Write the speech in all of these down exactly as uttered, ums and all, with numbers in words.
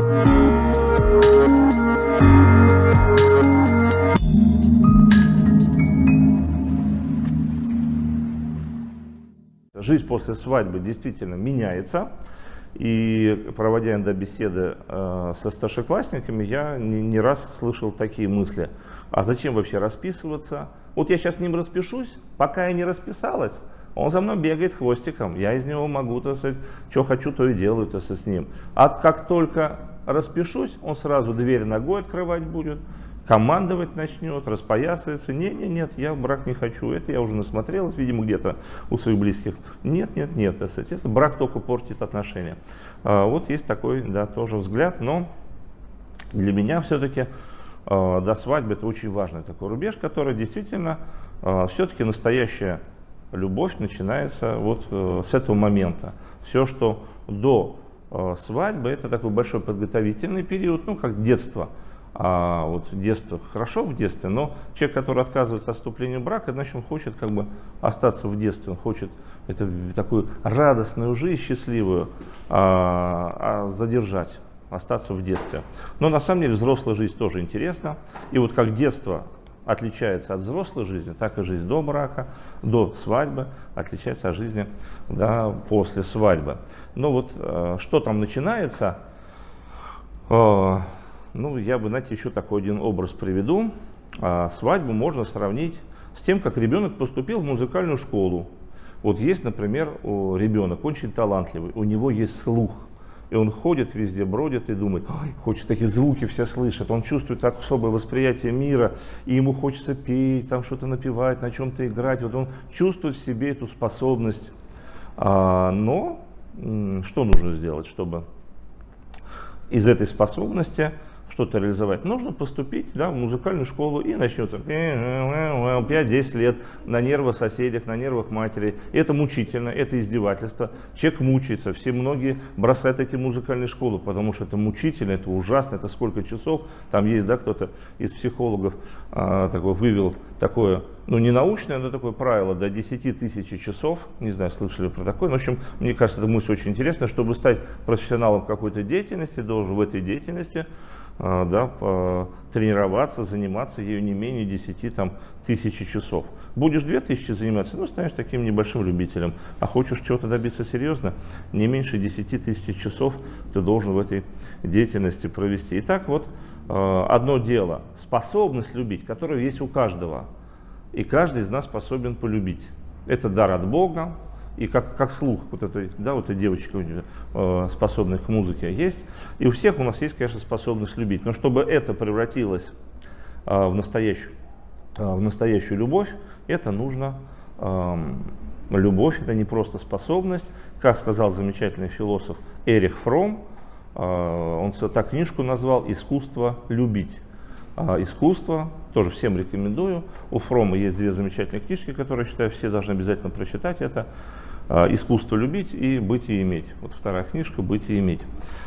Жизнь после свадьбы действительно меняется, и проводя иногда беседы э, со старшеклассниками, я не, не раз слышал такие мысли: а зачем вообще расписываться? Вот я сейчас с ним распишусь, пока я не расписалась, он за мной бегает хвостиком, я из него могу, так сказать, что хочу, то и делаю, так сказать, с ним. А как только распишусь, он сразу дверь ногой открывать будет, командовать начнет, распоясывается. Не, не, нет, я в брак не хочу. Это я уже насмотрелась, видимо, где-то у своих близких. Нет, нет, нет, так сказать, это брак только портит отношения. А, вот есть такой, да, тоже взгляд, но для меня все-таки а, до свадьбы это очень важный такой рубеж, который действительно а, все-таки настоящая любовь начинается вот а, с этого момента. Все, что до а, свадьбы, это такой большой подготовительный период, ну, как детство. А вот детство хорошо в детстве, но человек, который отказывается от вступления в брак, значит, он хочет как бы остаться в детстве, он хочет это, такую радостную жизнь, счастливую а, а задержать, остаться в детстве. Но на самом деле взрослая жизнь тоже интересна. И вот как детство отличается от взрослой жизни, так и жизнь до брака, до свадьбы отличается от жизни, да, после свадьбы. Но вот а, что там начинается? А, Ну, я бы, знаете, еще такой один образ приведу. А, свадьбу можно сравнить с тем, как ребенок поступил в музыкальную школу. Вот есть, например, у ребенок очень талантливый, у него есть слух. И он ходит везде, бродит и думает: ой, хочет такие звуки все слышать. Он чувствует так особое восприятие мира, и ему хочется петь, там что-то напевать, на чем-то играть. Вот он чувствует в себе эту способность. А, но что нужно сделать, чтобы из этой способности что-то реализовать? Нужно поступить, да, в музыкальную школу, и начнется пять-десять лет на нервах соседях, на нервах матери. Это мучительно, это издевательство. Человек мучается, все многие бросают эти музыкальные школы, потому что это мучительно, это ужасно, это сколько часов. Там есть, да, кто-то из психологов а, такой, вывел такое, ну, не научное, но такое правило: до десяти тысяч часов. Не знаю, слышали про такое. Но, в общем, мне кажется, эта мысль очень интересная. Чтобы стать профессионалом какой-то деятельности, должен в этой деятельности да, тренироваться, заниматься ею не менее десяти там, тысяч часов. Будешь две тысячи заниматься, ну, станешь таким небольшим любителем. А хочешь чего-то добиться серьезно, не меньше десяти тысяч часов ты должен в этой деятельности провести. Итак, вот одно дело — способность любить, которая есть у каждого. И каждый из нас способен полюбить. Это дар от Бога. И как, как слух вот этой, да, вот этой девочки, э, способной к музыке, есть. И у всех у нас есть, конечно, способность любить. Но чтобы это превратилось э, в, настоящую, э, в настоящую любовь, это нужно э, любовь, это не просто способность. Как сказал замечательный философ Эрих Фромм, э, он так книжку назвал «Искусство любить». Э, искусство, тоже всем рекомендую. У Фромма есть две замечательные книжки, которые, считаю, все должны обязательно прочитать. Это «Искусство любить» и «Быть и иметь». Вот вторая книжка «Быть и иметь».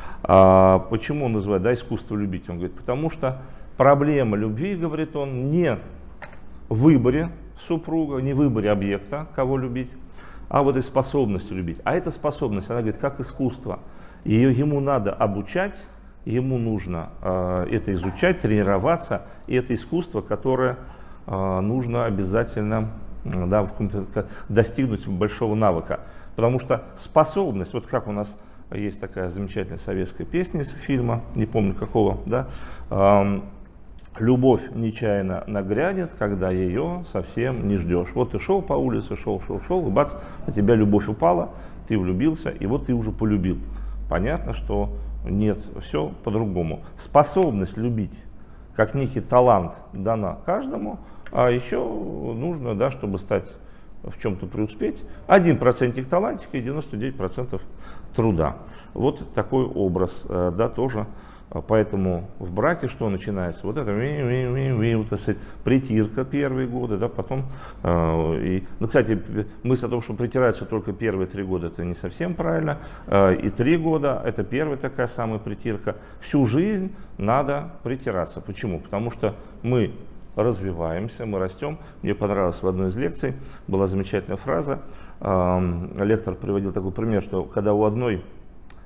А почему он называет, да, «Искусство любить»? Он говорит, потому что проблема любви, говорит он, не в выборе супруга, не в выборе объекта, кого любить, а в этой способности любить. А эта способность, она говорит, как искусство. Ее ему надо обучать, ему нужно э, это изучать, тренироваться. И это искусство, которое э, нужно обязательно, да, в каком-то, достигнуть большого навыка. Потому что способность, вот как у нас есть такая замечательная советская песня из фильма, не помню какого, да, э, «Любовь нечаянно нагрянет, когда ее совсем не ждешь». Вот ты шел по улице, шел, шел, шел, и бац, на тебя любовь упала, ты влюбился, и вот ты уже полюбил. Понятно, что нет, все по-другому. Способность любить, как некий талант, дана каждому. А еще нужно, да, чтобы стать в чем-то преуспеть, один процентик талантика и девяносто девять процентов труда. Вот такой образ, да, тоже. Поэтому в браке что начинается? Вот это вот, так сказать, притирка первые годы, да, потом. Э, и, ну, кстати, мысль о том, что притираются только первые три года, это не совсем правильно. Э, и три года — это первая такая самая притирка. Всю жизнь надо притираться. Почему? Потому что мы развиваемся, мы растем. Мне понравилось в одной из лекций, была замечательная фраза. Э, лектор приводил такой пример, что когда у одной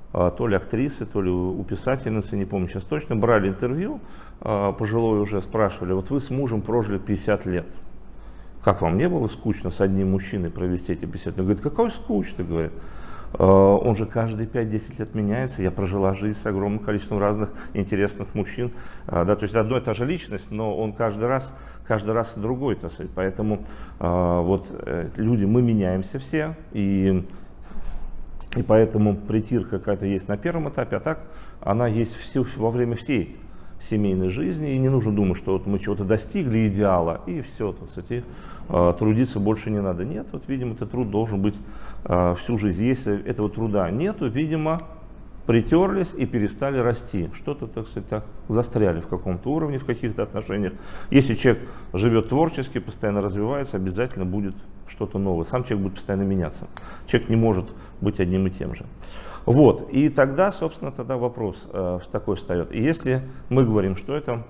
то ли актрисы, то ли у писательницы, не помню сейчас точно, брали интервью, пожилой уже спрашивали, вот вы с мужем прожили пятьдесят лет. Как вам не было скучно с одним мужчиной провести эти пятьдесят лет? Он говорит, какой скучно, говорит. Он же каждые пять-десять лет меняется. Я прожила жизнь с огромным количеством разных интересных мужчин. Да, то есть одна и та же личность, но он каждый раз, каждый раз другой. То есть, поэтому вот люди, мы меняемся все. И, и поэтому притирка какая-то есть на первом этапе, а так она есть всю, во время всей семейной жизни. И не нужно думать, что вот мы чего-то достигли идеала, и все, так сказать, и, трудиться больше не надо. Нет, вот, видимо, этот труд должен быть всю жизнь. Если этого труда нету, видимо, притерлись и перестали расти. Что-то, так сказать, так застряли в каком-то уровне, в каких-то отношениях. Если человек живет творчески, постоянно развивается, обязательно будет что-то новое. Сам человек будет постоянно меняться. Человек не может быть одним и тем же. Вот, и тогда, собственно, тогда вопрос э, такой встает. И если мы говорим, что это,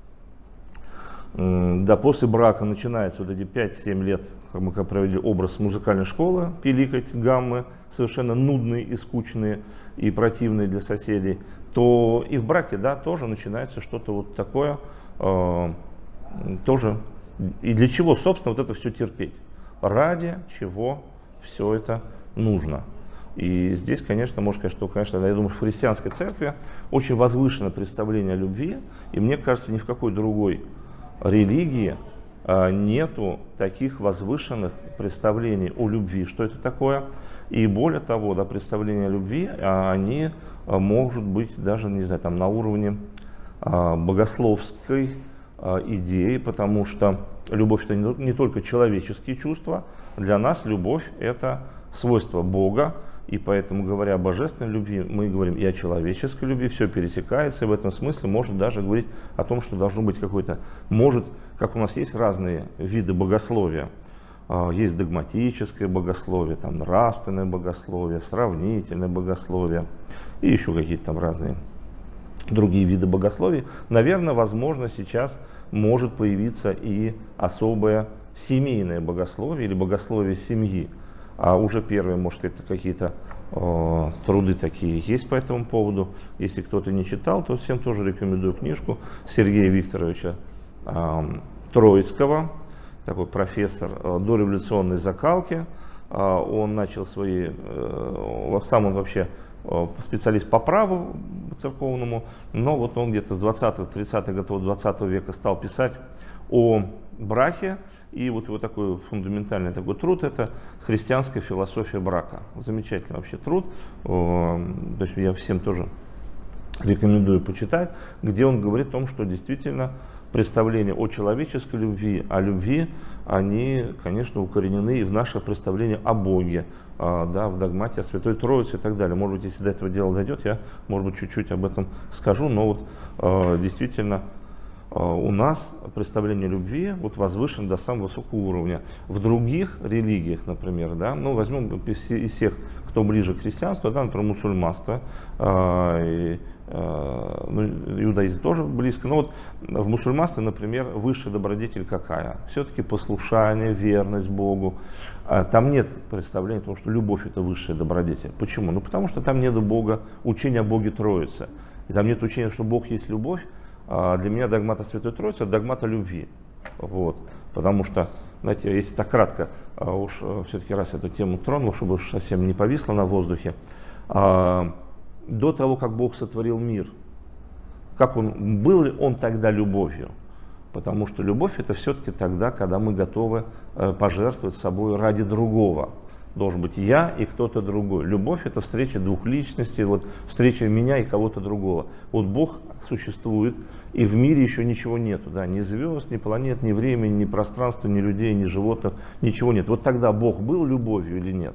э, да, после брака начинается вот эти пять-семь лет, как мы провели образ музыкальной школы, пиликать гаммы, совершенно нудные и скучные, и противные для соседей, то и в браке, да, тоже начинается что-то вот такое, э, тоже, и для чего, собственно, вот это все терпеть? Ради чего все это нужно? И здесь, конечно, можно сказать, что, конечно, я думаю, в христианской церкви очень возвышенное представление о любви, и мне кажется, ни в какой другой религии а, нету таких возвышенных представлений о любви, что это такое. И более того, да, представления о любви, а, они а, могут быть даже, не знаю, там, на уровне а, богословской а, идеи, потому что любовь — это не, не только человеческие чувства, для нас любовь — это свойство Бога. И поэтому, говоря о божественной любви, мы говорим и о человеческой любви, все пересекается, и в этом смысле можно даже говорить о том, что должно быть какой-то, может, как у нас есть разные виды богословия, есть догматическое богословие, там, нравственное богословие, сравнительное богословие и еще какие-то там разные другие виды богословий. Наверное, возможно, сейчас может появиться и особое семейное богословие или богословие семьи. А уже первые, может, это какие-то э, труды такие есть по этому поводу. Если кто-то не читал, то всем тоже рекомендую книжку Сергея Викторовича э, Троицкого, такой профессор э, дореволюционной закалки. Э, он начал свои, э, сам он вообще э, специалист по праву церковному, но вот он где-то с двадцатых-тридцатых годов двадцатого века стал писать о браке. И вот его такой фундаментальный такой труд — это христианская философия брака. Замечательный вообще труд, то есть я всем тоже рекомендую почитать, где он говорит о том, что действительно представления о человеческой любви, о любви, они, конечно, укоренены и в наше представление о Боге, да, в догмате о Святой Троице и так далее. Может быть, если до этого дела дойдет, я, может быть, чуть-чуть об этом скажу, но вот действительно у нас представление любви вот возвышено до самого высокого уровня. В других религиях, например, да, ну, возьмем из всех, кто ближе к христианству, да, например, мусульманство, э, э, ну, иудаизм тоже близко, но вот в мусульманстве, например, высшая добродетель какая? Все-таки послушание, верность Богу. Там нет представления о том, что любовь — это высшая добродетель. Почему? Ну, потому что там нет Бога, учения о Боге Троице. И там нет учения, что Бог есть любовь. Для меня догмат о Святой Троице — это догмат о любви. Вот. Потому что, знаете, если так кратко, уж все-таки раз эту тему тронул, чтобы уж совсем не повисло на воздухе, до того, как Бог сотворил мир, как он, был ли он тогда любовью? Потому что любовь — это все-таки тогда, когда мы готовы пожертвовать собой ради другого. Должен быть я и кто-то другой. Любовь — это встреча двух личностей, вот встреча меня и кого-то другого. Вот Бог существует, и в мире еще ничего нету, да, ни звезд, ни планет, ни времени, ни пространства, ни людей, ни животных, ничего нет. Вот тогда Бог был любовью или нет?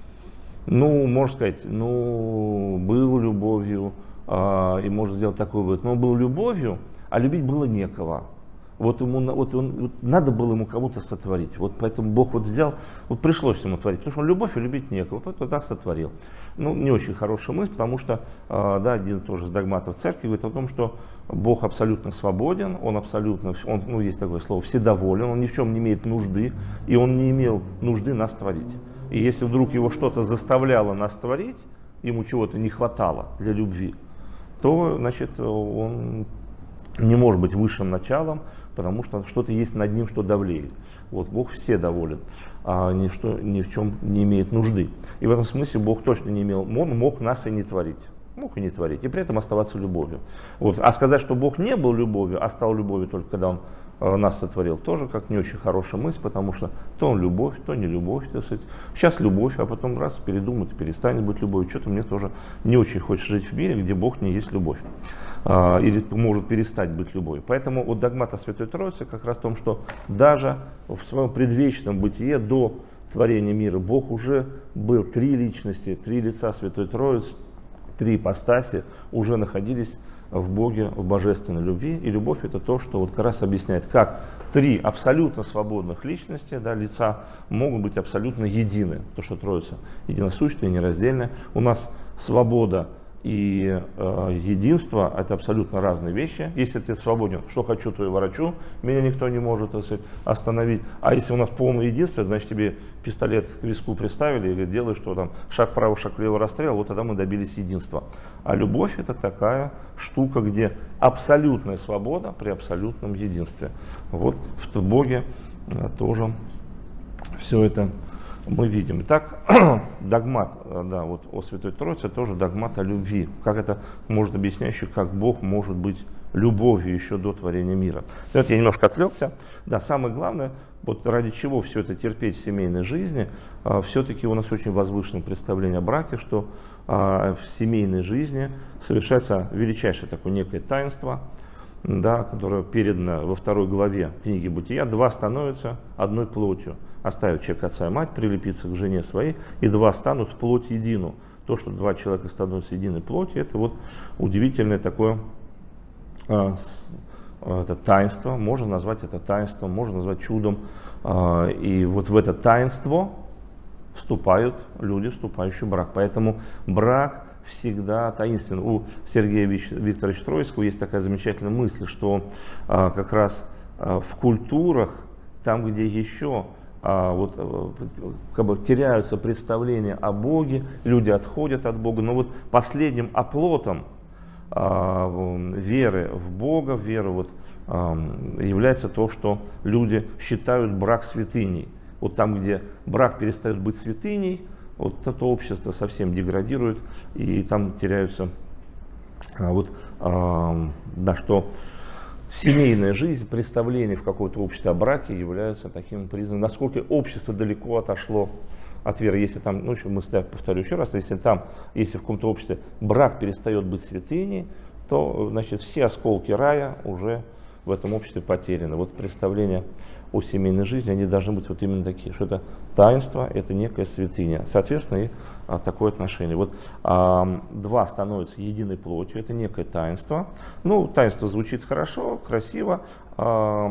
Ну, можно сказать, ну, был любовью, а, и можно сделать такой вывод, но он был любовью, а любить было некого. Вот ему вот он, вот надо было ему кого-то сотворить. Вот поэтому Бог вот взял, вот пришлось ему творить, потому что он любовь и любить некого, вот тогда сотворил. Ну, не очень хорошая мысль, потому что, э, да, один тоже из догматов церкви говорит о том, что Бог абсолютно свободен, он абсолютно, он, ну, есть такое слово, вседоволен, он ни в чем не имеет нужды, и он не имел нужды нас творить. И если вдруг его что-то заставляло нас творить, ему чего-то не хватало для любви, то, значит, он не может быть высшим началом, потому что что-то есть над ним, что давлеет. Вот Бог все доволен, а ничто, ни в чем не имеет нужды. И в этом смысле Бог точно не имел, он мог нас и не творить. Мог и не творить, и при этом оставаться любовью. Вот. А сказать, что Бог не был любовью, а стал любовью только когда Он э, нас сотворил, тоже как не очень хорошая мысль, потому что то Он любовь, то не любовь. Так сказать. Сейчас любовь, а потом раз передумает, перестанет быть любовью. Что-то мне тоже не очень хочется жить в мире, где Бог не есть любовь. Э, или может перестать быть любовью. Поэтому вот догмат о Святой Троице как раз в том, что даже в своем предвечном бытие до творения мира Бог уже был три личности, три лица Святой Троицы, три ипостаси уже находились в Боге, в божественной любви. И любовь — это то, что вот как раз объясняет, как три абсолютно свободных личности, да, лица могут быть абсолютно едины. То, что Троица единосущная, нераздельная. У нас свобода и э, единство — это абсолютно разные вещи. Если ты свободен, что хочу, то и ворочу, меня никто не может, так сказать, остановить. А если у нас полное единство, значит тебе пистолет к виску приставили и делаешь, что там шаг вправо, шаг влево, расстрел, вот тогда мы добились единства. А любовь — это такая штука, где абсолютная свобода при абсолютном единстве. Вот в Боге тоже все это мы видим. Итак, догмат, да, вот о Святой Троице тоже догмат о любви. Как это может объясняющий, как Бог может быть любовью еще до творения мира. Вот я немножко отвлекся. Да, самое главное, вот ради чего все это терпеть в семейной жизни, а, все-таки у нас очень возвышенное представление о браке, что а, в семейной жизни совершается величайшее такое некое таинство, да, которое передано во второй главе книги Бытия. Два становятся одной плотью. Оставят человек отца и мать, прилепиться к жене своей, и два станут в плоть едину. То, что два человека становятся единой плотью, это вот удивительное такое э, это таинство. Можно назвать это таинством, можно назвать чудом. Э, и вот в это таинство вступают люди, вступающие в брак. Поэтому брак всегда таинственный. У Сергея Викторовича Троицкого есть такая замечательная мысль, что э, как раз э, в культурах, там, где еще А вот, как бы теряются представления о Боге, люди отходят от Бога, но вот последним оплотом а, веры в Бога, веры вот, а, является то, что люди считают брак святыней. Вот там, где брак перестает быть святыней, вот это общество совсем деградирует, и там теряются, а, вот, а, да, что семейная жизнь, представления в какое-то обществе о браке являются таким признаком, насколько общество далеко отошло от веры. Если там, ну, мы, я повторю еще раз, если там, если в каком-то обществе брак перестает быть святыней, то, значит, все осколки рая уже в этом обществе потеряны. Вот представления о семейной жизни, они должны быть вот именно такие, что это таинство, это некая святыня. Соответственно, и а, такое отношение. Вот а, два становятся единой плотью, это некое таинство. Ну, таинство звучит хорошо, красиво, а,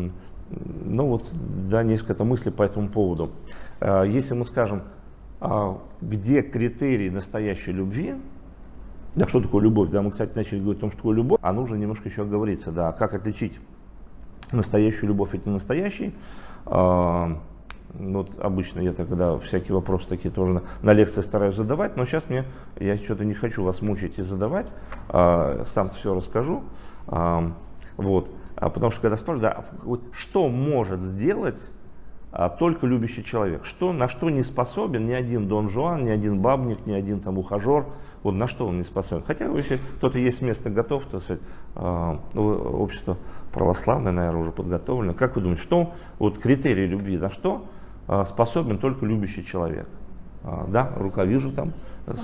ну вот, да, несколько мыслей по этому поводу. А, если мы скажем, а, где критерии настоящей любви, да, что такое любовь, да, мы, кстати, начали говорить о том, что такое любовь, а нужно немножко еще оговориться, да, как отличить настоящую любовь от ненастоящей. А, вот обычно я тогда всякие вопросы такие тоже на, на лекции стараюсь задавать, но сейчас мне, я что-то не хочу вас мучить и задавать, а, сам все расскажу. А, вот, а, потому что когда спрашивают, да, вот, что может сделать а, только любящий человек, что, на что не способен ни один Дон Жуан, ни один бабник, ни один там ухажер, вот на что он не способен. Хотя, если кто-то есть место готов, то сказать, э, общество православное, наверное, уже подготовлено. Как вы думаете, что вот критерии любви, на что э, способен только любящий человек? А, да, рука вижу там.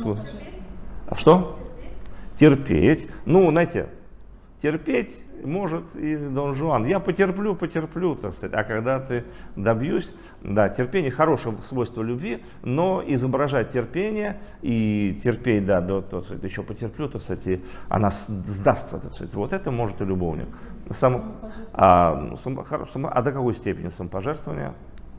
А что? Терпеть. Ну, знаете, терпеть может и Дон Жуан. Я потерплю, потерплю, так сказать. А когда ты добьюсь, да, терпение хорошее свойство любви, но изображать терпение и терпеть, да, до, то, сказать, еще потерплю, так сказать, и она сдастся, так сказать. Вот это может и любовник. Сам, а, сам, сам, а до какой степени самопожертвования?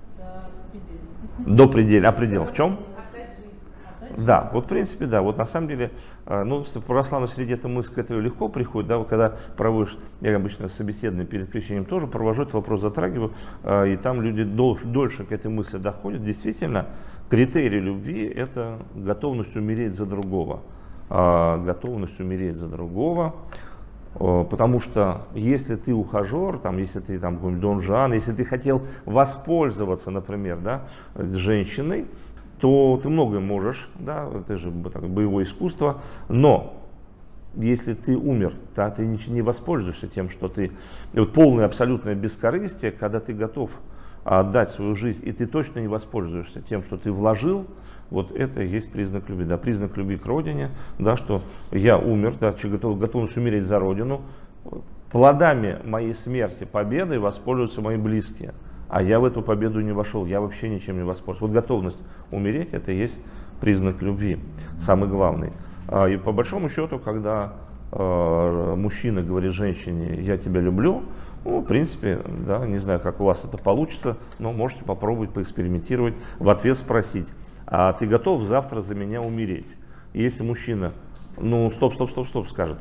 До предела. А предел в чем? Да, вот в принципе, да, вот на самом деле, ну, в православной среде эта мысль к этому легко приходит, да, вот когда проводишь, я обычно собеседование перед крещением тоже провожу, этот вопрос затрагиваю, и там люди дольше, дольше к этой мысли доходят, действительно, Критерий любви – это готовность умереть за другого. А, готовность умереть за другого. Потому что если ты ухажер, там, если ты там, Дон Жуан, если ты хотел воспользоваться, например, да, женщиной, то ты многое можешь, да, это же так, боевое искусство, но если ты умер, то ты не воспользуешься тем, что ты... Вот полное абсолютное бескорыстие, когда ты готов отдать свою жизнь, и ты точно не воспользуешься тем, что ты вложил, вот это и есть признак любви, да, признак любви к родине, да, что я умер, да, готов, готовность умереть за родину, плодами моей смерти, победы воспользуются мои близкие, а я в эту победу не вошел, я вообще ничем не воспользовался. Вот готовность умереть, это и есть признак любви, самый главный. И по большому счету, когда э, мужчина говорит женщине «я тебя люблю», ну, в принципе, да, не знаю, как у вас это получится, но можете попробовать, поэкспериментировать, в ответ спросить: а ты готов завтра за меня умереть? И если мужчина, ну, стоп, стоп, стоп, стоп, скажет,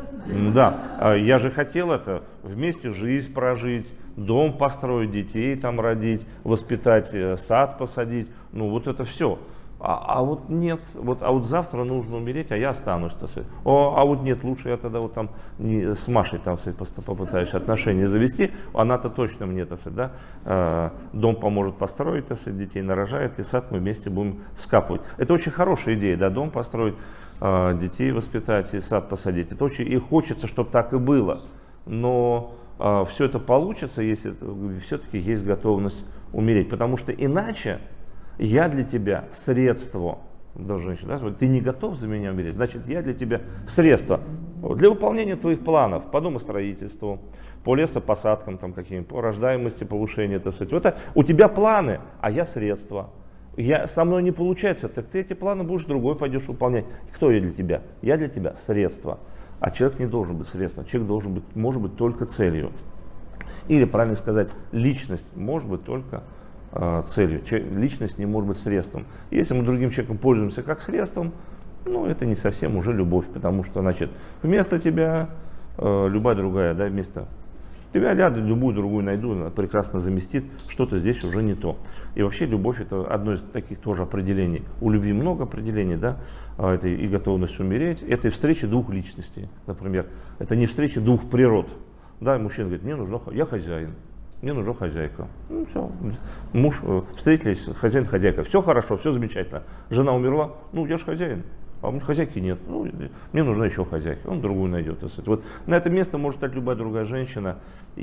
да, я же хотел это, вместе жизнь прожить, дом построить, детей там родить, воспитать, сад посадить, ну, вот это все. А, а вот нет, вот, а вот завтра нужно умереть, а я останусь. О, а вот нет, лучше я тогда вот там не, с Машей там попытаюсь отношения завести, она-то точно мне, так сказать, да, э, дом поможет построить, так сказать, детей нарожает, и сад мы вместе будем вскапывать. Это очень хорошая идея, да, дом построить, э, детей воспитать и сад посадить. Это очень, и хочется, чтобы так и было. Но э, все это получится, если все-таки есть готовность умереть, потому что иначе я для тебя средство, да, женщина, да, ты не готов за меня умереть, значит, я для тебя средство для выполнения твоих планов по домостроительству, по лесопосадкам, там, каким, по рождаемости, повышению, так сказать. Это у тебя планы, а я средство. Я, со мной не получается, так ты эти планы будешь другой пойдешь выполнять. Кто я для тебя? Я для тебя средство. А человек не должен быть средством, человек должен быть, может быть только целью. Или, правильно сказать, личность может быть только целью. Личность не может быть средством. Если мы другим человеком пользуемся как средством, ну, это не совсем уже любовь, потому что, значит, вместо тебя э, любая другая, да, вместо тебя рядом любую другую найду, она прекрасно заместит, что-то здесь уже не то. И вообще любовь — это одно из таких тоже определений. У любви много определений, да, это и готовность умереть, это и встреча двух личностей, например. Это не встреча двух природ. Да, мужчина говорит: мне нужно, я хозяин. Мне нужна хозяйка. Ну, все. Муж, э, встретились, хозяин, хозяйка. Все хорошо, все замечательно. Жена умерла, ну, я же хозяин. А у меня хозяйки нет. Ну, мне нужна еще хозяйка. Он другую найдет. Вот на это место может стать любая другая женщина.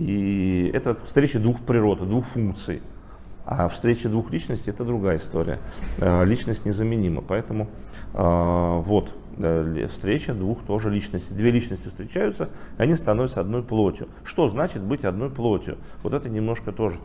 И это встреча двух природ, двух функций. А встреча двух личностей — это другая история. Личность незаменима. Поэтому вот встреча двух тоже личностей. Две личности встречаются, и они становятся одной плотью. Что значит быть одной плотью? Вот это немножко тоже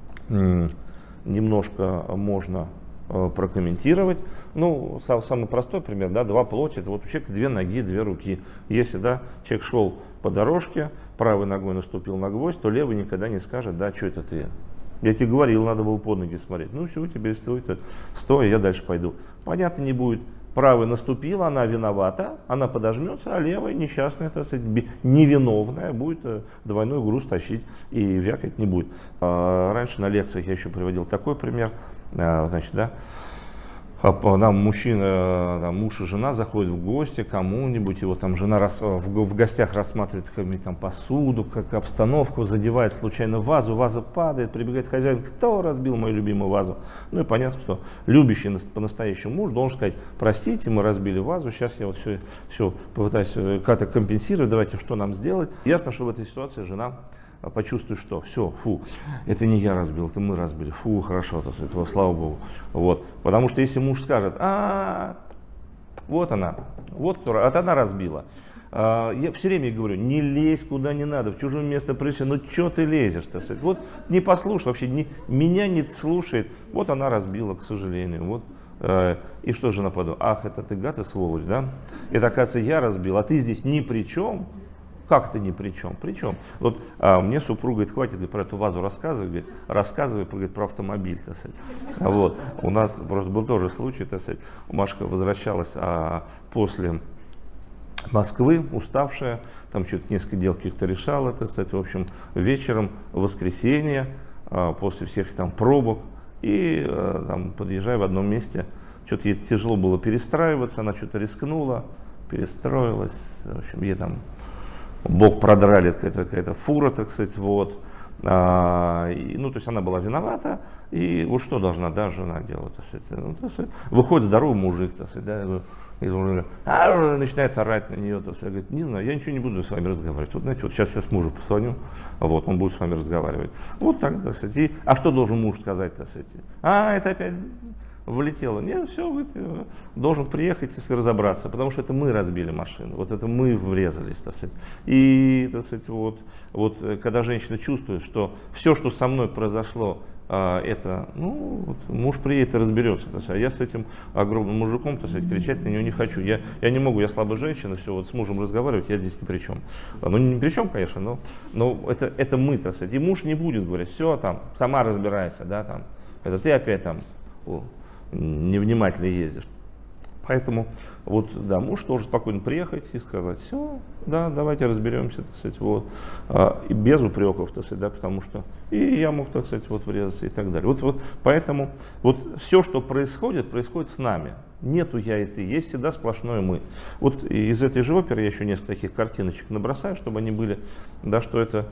немножко можно прокомментировать. Ну, самый простой пример, да, два плоти, это вот у человека две ноги, две руки. Если, да, человек шел по дорожке, правой ногой наступил на гвоздь, то левый никогда не скажет: да, что это ты? Я тебе говорил, надо было под ноги смотреть. Ну все, тебе стоит, стой, я дальше пойду. Понятно, не будет. Правая наступила, она виновата, она подожмется, а левая, несчастная, так сказать, невиновная, будет двойной груз тащить и вякать не будет. Раньше на лекциях я еще приводил такой пример, значит, да, нам мужчина, там, муж и жена заходят в гости к кому-нибудь, его там жена рас, в, в гостях рассматривает там посуду, как обстановку, задевает случайно вазу, ваза падает, прибегает хозяин: кто разбил мою любимую вазу? Ну и понятно, что любящий по-настоящему муж должен сказать: простите, мы разбили вазу, сейчас я вот все, все попытаюсь как-то компенсировать, давайте, что нам сделать. Ясно, что в этой ситуации жена почувствует, что все, фу, это не я разбил, это мы разбили, фу, хорошо, то есть, этого, слава Богу. Вот. Потому что если муж скажет: а, вот она, вот кто, это она разбила. А, я все время говорю: не лезь куда не надо, в чужое место пришли, ну что ты лезешь, так сказать. Вот не послушай, вообще не, меня не слушает, вот она разбила, к сожалению. Вот. И что жена подумала: ах, это ты гад и сволочь, да? Это, оказывается, я разбил, а ты здесь ни при чем. Как это ни при чем? При чем? Вот а, мне супруга говорит: хватит, говорит, про эту вазу рассказывай, говорит, рассказывай, говорит, про автомобиль, так сказать. А вот, у нас просто был тоже случай, так сказать, Машка возвращалась а, после Москвы, уставшая, там что-то несколько дел каких-то решала, так сказать, в общем, вечером, в воскресенье, а, после всех там пробок, и э, там, подъезжая в одном месте, что-то ей тяжело было перестраиваться, она что-то рискнула, перестроилась, в общем, ей там бок продрали, какая-то, какая-то фура, так сказать, вот. А, и, ну, то есть она была виновата, и вот что должна, да, жена делать, так сказать, ну, так сказать, выходит здоровый мужик, так сказать, да, и а, начинает орать на нее, так сказать, говорит, не знаю, я ничего не буду с вами разговаривать, вот, знаете, вот сейчас я с мужем позвоню, вот, он будет с вами разговаривать, вот так, так сказать, и, а что должен муж сказать, так сказать, а, это опять влетело, нет, все, говорит, должен приехать и разобраться, потому что это мы разбили машину, вот это мы врезались, так сказать, и, так сказать, вот, вот, когда женщина чувствует, что все, что со мной произошло, это, ну, вот, муж приедет и разберется, так сказать. А я с этим огромным мужиком, так сказать, кричать на него не хочу. Я, я не могу, я слабая женщина, все, вот с мужем разговаривать, я здесь ни при чем. Ну, не при чем, конечно, но, но это, это мы, так сказать. И муж не будет говорить, все, там, сама разбирайся, да, там, это ты опять там о, невнимательно ездишь. Поэтому, вот, да, муж должен спокойно приехать и сказать, все, да, давайте разберемся, так сказать, вот, а, и без упреков, так сказать, да, потому что и я мог, так сказать, вот врезаться и так далее. Вот, вот, поэтому, вот, все, что происходит, происходит с нами. Нету я и ты, есть всегда сплошное мы. Вот из этой же оперы я еще несколько таких картиночек набросаю, чтобы они были, да, что это,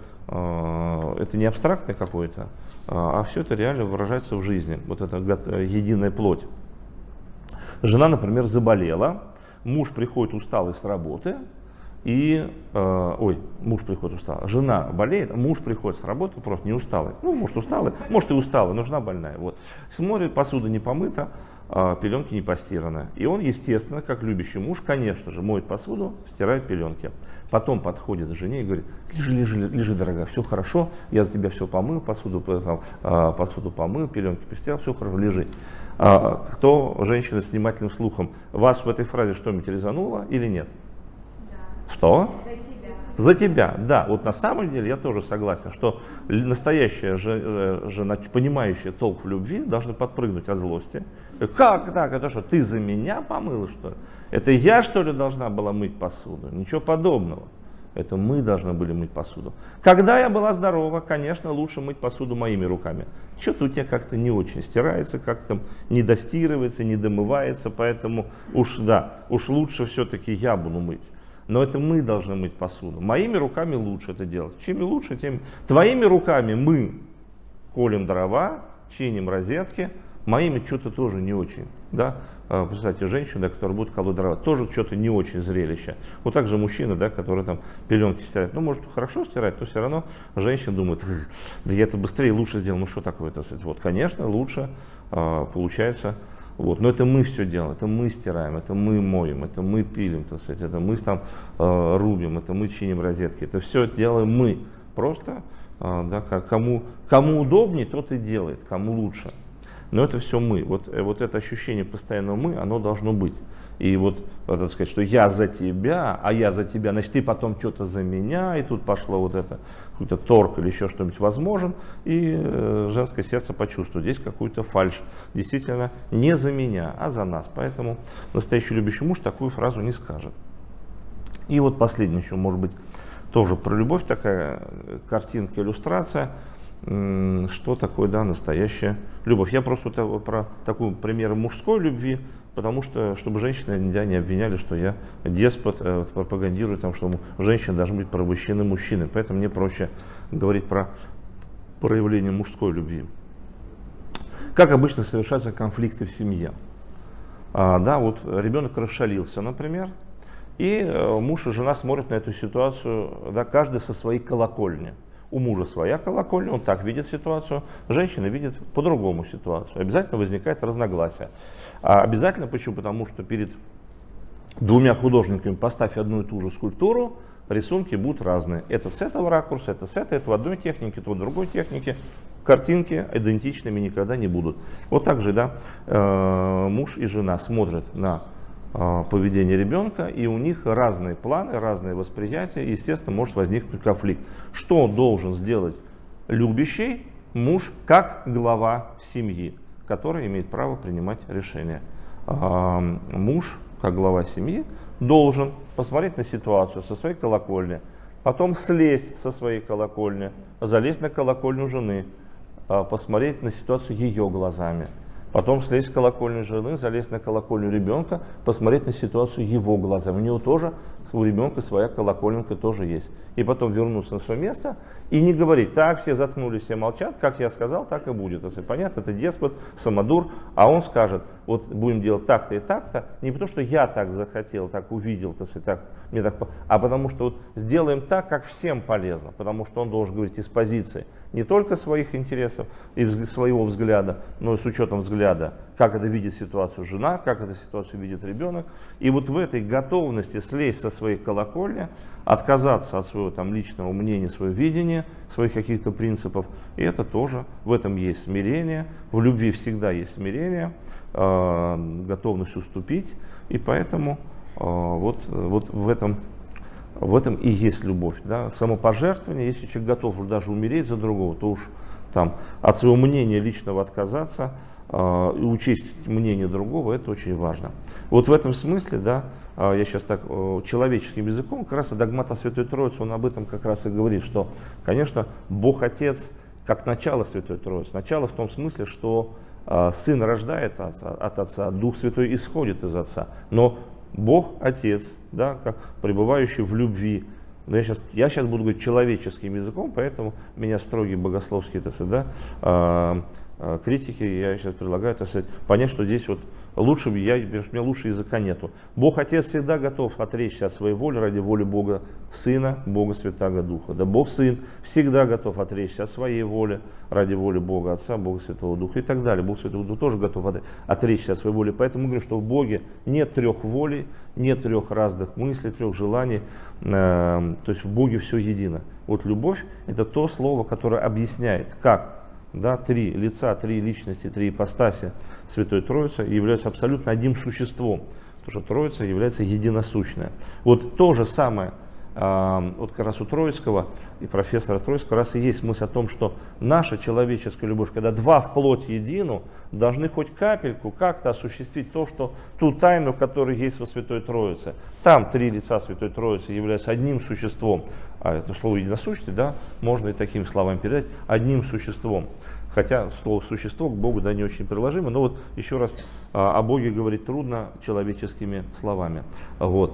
э, это не абстрактное какое-то, а все это реально выражается в жизни, вот это единая плоть. Жена, например, заболела, муж приходит усталый с работы, и, э, ой, муж приходит усталый, жена болеет, муж приходит с работы просто не усталый, ну, может усталый, может и усталый, но жена больная, вот. Смотрит, посуда не помыта, э, пеленки не постираны, и он, естественно, как любящий муж, конечно же, моет посуду, стирает пеленки. Потом подходит к жене и говорит, лежи, лежи, лежи, дорогая, все хорошо, я за тебя все помыл, посуду, там, э, посуду помыл, пеленки постирал, все хорошо, лежи. А, кто, женщина с внимательным слухом, вас в этой фразе что-нибудь резануло или нет? Да. Что? За тебя. За тебя, да. Вот на самом деле я тоже согласен, что настоящая жена, понимающая толк в любви, должна подпрыгнуть от злости. Как так? Это что, ты за меня помыла, что ли? Это я, что ли, должна была мыть посуду? Ничего подобного. Это мы должны были мыть посуду. Когда я была здорова, конечно, лучше мыть посуду моими руками. Что-то у тебя как-то не очень стирается, как-то не достирывается, не домывается, поэтому уж, да, уж лучше все-таки я буду мыть. Но это мы должны мыть посуду. Моими руками лучше это делать. Чем лучше, тем... Твоими руками мы колем дрова, чиним розетки, моими что-то тоже не очень, да. Представьте, женщина, да, которая будет колоть дрова, тоже что-то не очень зрелище. Вот так же мужчина, да, который там пеленки стирает. Ну, может, хорошо стирать, но все равно женщина думает, да я это быстрее, лучше сделал. Ну, что такое-то? Вот, конечно, лучше э, получается. Вот. Но это мы все делаем, это мы стираем, это мы моем, это мы пилим, так сказать, это мы там э, рубим, это мы чиним розетки. Это все делаем мы. Просто, э, да, кому, кому удобнее, тот и делает, кому лучше. Но это все мы. Вот, вот это ощущение постоянного мы, оно должно быть. И вот, вот так сказать, что я за тебя, а я за тебя, значит, ты потом что-то за меня, и тут пошло вот это, какой-то торг или еще что-нибудь возможен, и э, женское сердце почувствует здесь какую-то фальшь. Действительно, не за меня, а за нас. Поэтому настоящий любящий муж такую фразу не скажет. И вот последнее еще, может быть, тоже про любовь такая картинка, иллюстрация. Что такое, да, настоящая любовь. Я просто вот про такой пример мужской любви, потому что, чтобы женщины нельзя не обвиняли, что я деспот, э, пропагандирую, там, что женщины должны быть порабощены мужчиной. Поэтому мне проще говорить про проявление мужской любви. Как обычно совершаются конфликты в семье? А, да, вот ребенок расшалился, например, и э, муж и жена смотрят на эту ситуацию, да, каждый со своей колокольни. У мужа своя колокольня, он так видит ситуацию, женщина видит по-другому ситуацию. Обязательно возникает разногласие. А обязательно почему? Потому что перед двумя художниками поставь одну и ту же скульптуру, рисунки будут разные. Это с этого ракурса, это с этой, это в одной технике, это в другой технике. Картинки идентичными никогда не будут. Вот так же, да, муж и жена смотрят на поведение ребенка, и у них разные планы, разные восприятия, и, естественно, может возникнуть конфликт. Что должен сделать любящий муж как глава семьи, который имеет право принимать решения? А муж, как глава семьи, должен посмотреть на ситуацию со своей колокольни, потом слезть со своей колокольни, залезть на колокольню жены, а, посмотреть на ситуацию ее глазами. Потом слезть с колокольни жены, залезть на колокольню ребенка, посмотреть на ситуацию его глазами. У него тоже, у ребенка своя колокольника тоже есть. И потом вернуться на свое место и не говорить: так, все заткнулись, все молчат, как я сказал, так и будет. Если понятно, это деспот, самодур, а он скажет: вот будем делать так-то и так-то, не потому что я так захотел, так увидел, так, мне так, а потому что вот сделаем так, как всем полезно, потому что он должен говорить из позиции не только своих интересов и своего взгляда, но и с учетом взгляда, как это видит ситуацию жена, как эту ситуацию видит ребенок. И вот в этой готовности слезть со своей колокольни, отказаться от своего там личного мнения, своего видения, своих каких-то принципов, и это тоже, в этом есть смирение, в любви всегда есть смирение, э, готовность уступить, и поэтому э, вот, вот в этом В этом и есть любовь, да? Самопожертвование. Если человек готов уж даже умереть за другого, то уж там от своего мнения личного отказаться э, и учесть мнение другого, это очень важно. Вот в этом смысле, да, э, я сейчас так э, человеческим языком, как раз и догмат о Святой Троице, он об этом как раз и говорит, что, конечно, Бог Отец как начало Святой Троицы. Начало в том смысле, что э, Сын рождает от Отца, от Отца, Дух Святой исходит из Отца, но Бог Отец, да, как пребывающий в любви. Но я сейчас, я сейчас буду говорить человеческим языком, поэтому меня строгие богословские, так сказать, да, э, э, критики, я сейчас предлагаю, так сказать, понять, что здесь вот лучше, я, потому что у меня лучше языка нету. Бог Отец всегда готов отречься от своей воли ради воли Бога Сына, Бога Святаго Духа. Да, Бог Сын всегда готов отречься от своей воли ради воли Бога Отца, Бога Святого Духа и так далее. Бог Святого Духа тоже готов отречься от своей воли. Поэтому мы говорим, что в Боге нет трех волей, нет трех разных мыслей, трех желаний. Э, то есть в Боге все едино. Вот любовь — это то слово, которое объясняет, как, да, три лица, три личности, три ипостаси Святой Троицы являются абсолютно одним существом, потому что Троица является единосущная. Вот то же самое, э, вот как раз у Троицкого и профессора Троицкого раз и есть мысль о том, что наша человеческая любовь, когда два в плоти едину, должны хоть капельку как-то осуществить то, что ту тайну, которая есть во Святой Троице. Там три лица Святой Троицы являются одним существом, а это слово единосущный, да, можно и такими словами передать, одним существом. Хотя слово «существо» к Богу, да, не очень приложимо, но вот еще раз, о Боге говорить трудно человеческими словами. Вот.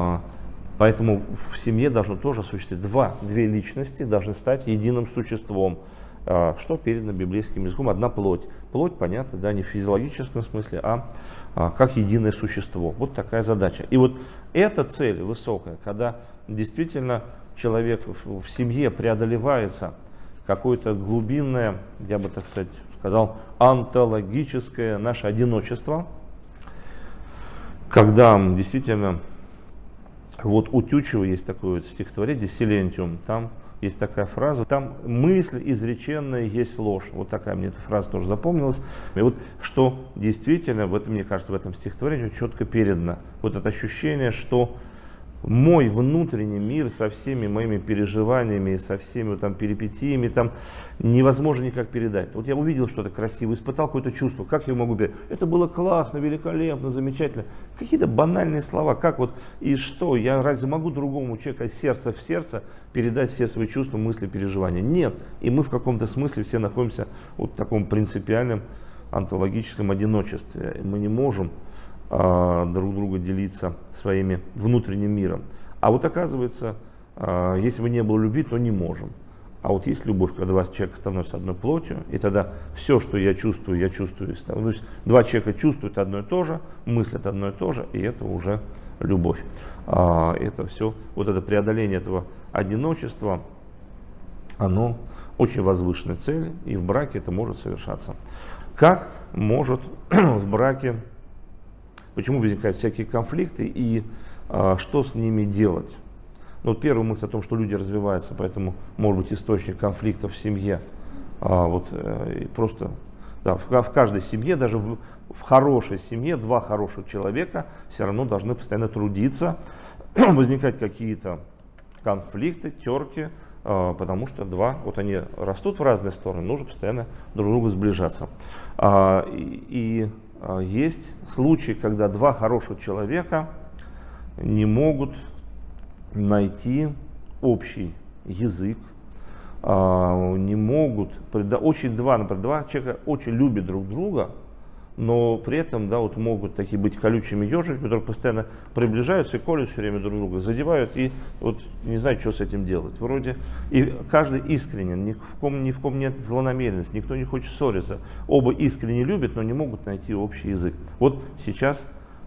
Поэтому в семье должно тоже существовать два, две личности должны стать единым существом, что передано библейским языком, одна плоть. Плоть, понятно, да, не в физиологическом смысле, а как единое существо. Вот такая задача. И вот эта цель высокая, когда действительно человек в семье преодолевается какое-то глубинное, я бы так сказать сказал, онтологическое наше одиночество, когда действительно, вот у Тютчева есть такое вот стихотворение «Силентиум», там есть такая фраза, там мысль изреченная есть ложь. Вот такая мне эта фраза тоже запомнилась. И вот что действительно, в этом, мне кажется, в этом стихотворении четко передано. Вот это ощущение, что мой внутренний мир со всеми моими переживаниями, со всеми там перипетиями, там невозможно никак передать. Вот я увидел что-то красивое, испытал какое-то чувство, как я могу передать? Это было классно, великолепно, замечательно. Какие-то банальные слова, как вот и что? Я разве могу другому человеку из сердца в сердце передать все свои чувства, мысли, переживания? Нет. И мы в каком-то смысле все находимся вот в таком принципиальном онтологическом одиночестве. Мы не можем друг друга делиться своими внутренним миром. А вот оказывается, если бы не было любви, то не можем. А вот есть любовь, когда два человека становятся одной плотью, и тогда все, что я чувствую, я чувствую. То есть два человека чувствуют одно и то же, мыслят одно и то же, и это уже любовь. Это все, вот это преодоление этого одиночества, оно очень возвышенная цель, и в браке это может совершаться. Как может в браке, почему возникают всякие конфликты и а, что с ними делать? Ну, вот первая мысль о том, что люди развиваются, поэтому может быть источник конфликтов в семье. А, вот, э, просто да, в, в каждой семье, даже в, в хорошей семье, два хороших человека все равно должны постоянно трудиться, возникать какие-то конфликты, терки, э, потому что два, вот они растут в разные стороны, нужно постоянно друг к другу сближаться. А, и, и есть случаи, когда два хороших человека не могут найти общий язык, а, не могут, очень два, например, два человека очень любят друг друга, но при этом, да, вот могут такие быть колючими ежиками, которые постоянно приближаются и колют все время друг друга, задевают и вот не знают, что с этим делать. Вроде и каждый искренен, ни в ком, ни в ком нет злонамеренности, никто не хочет ссориться. Оба искренне любят, но не могут найти общий язык. Вот сейчас,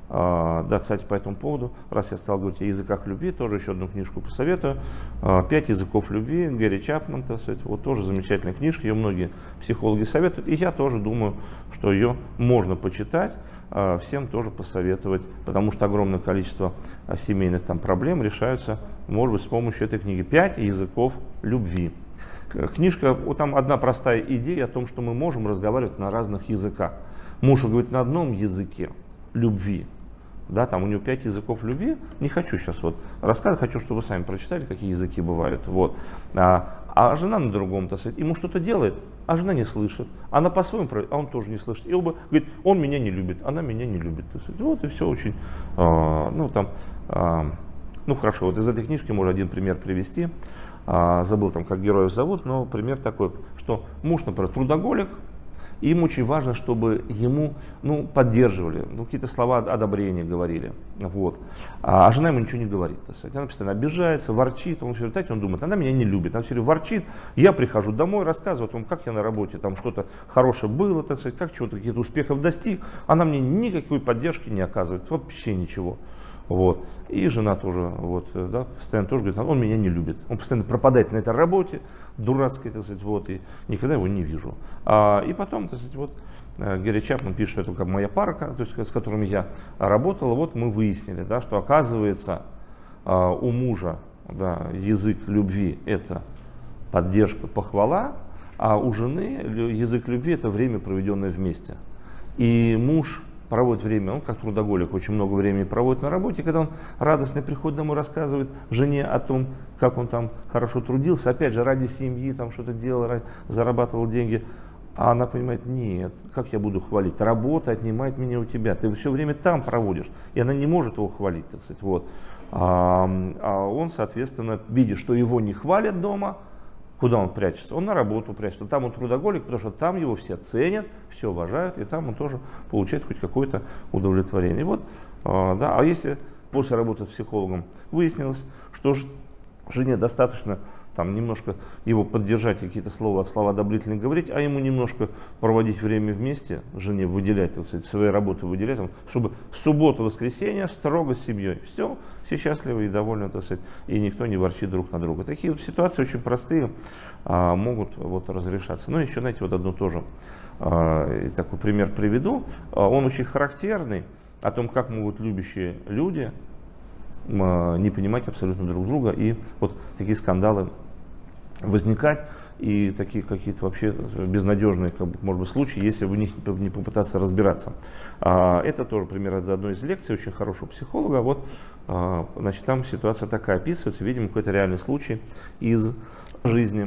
а, да, кстати, по этому поводу, раз я стал говорить о языках любви, тоже еще одну книжку посоветую. А, «Пять языков любви» Гэри Чапман, так сказать, вот тоже замечательная книжка, ее многие психологи советуют, и я тоже думаю, что ее можно почитать, а, всем тоже посоветовать, потому что огромное количество а, семейных там проблем решаются, может быть, с помощью этой книги. «Пять языков любви». Книжка, вот там одна простая идея о том, что мы можем разговаривать на разных языках. Муж говорит на одном языке любви. Да, там у него пять языков любви. Не хочу сейчас вот рассказывать, хочу, чтобы вы сами прочитали, какие языки бывают. Вот. А, а жена на другом, так сказать, ему что-то делает, а жена не слышит. Она по-своему, а он тоже не слышит. И оба говорит, он меня не любит, она меня не любит. Так сказать. Вот и все очень, а, ну там, а, ну хорошо, вот из этой книжки можно один пример привести. А, забыл там, как героев зовут, но пример такой, что муж, например, трудоголик, и ему очень важно, чтобы ему, ну, поддерживали, ну, какие-то слова одобрения говорили. Вот. А, а жена ему ничего не говорит. Так сказать. Она постоянно обижается, ворчит. Он, в результате он думает, она меня не любит. Она все время ворчит. Я прихожу домой, рассказываю о том, как я на работе, там что-то хорошее было, так сказать, как чего-то, каких-то успехов достиг. Она мне никакой поддержки не оказывает. Вообще ничего. Вот. И жена тоже, вот, да, постоянно тоже говорит, он меня не любит. Он постоянно пропадает на этой работе, дурацкой, так сказать, вот, и никогда его не вижу. А, и потом, так сказать, вот, Гэри Чапман пишет, что это как моя пара, то есть, с которыми я работал, вот мы выяснили, да, что оказывается у мужа, да, язык любви – это поддержка, похвала, а у жены язык любви – это время, проведенное вместе. И муж проводит время, он как трудоголик очень много времени проводит на работе, когда он радостно приходит домой, рассказывает жене о том, как он там хорошо трудился, опять же, ради семьи, там что-то делал, зарабатывал деньги, а она понимает, нет, как я буду хвалить, работа отнимает меня у тебя, ты все время там проводишь, и она не может его хвалить, так сказать, вот. А, а он, соответственно, видя, что его не хвалят дома, куда он прячется? Он на работу прячется. Там он трудоголик, потому что там его все ценят, все уважают, и там он тоже получает хоть какое-то удовлетворение. И вот, а, да, а если после работы с психологом выяснилось, что жене достаточно там немножко его поддержать, какие-то слова, слова одобрительные говорить, а ему немножко проводить время вместе, жене выделять, так сказать, своей работы выделять, чтобы суббота, воскресенье строго с семьей. Все, все счастливы и довольны, так сказать, и никто не ворчит друг на друга. Такие вот ситуации очень простые, а, могут вот разрешаться. Ну, еще, знаете, вот одну тоже а, такой пример приведу. А, он очень характерный о том, как могут любящие люди не понимать абсолютно друг друга, и вот такие скандалы возникать, и такие какие-то вообще безнадежные, как бы, может быть, случаи, если в них не попытаться разбираться. А, это тоже пример из одной из лекций очень хорошего психолога. Вот, а, значит, там ситуация такая описывается, видимо, какой-то реальный случай из жизни,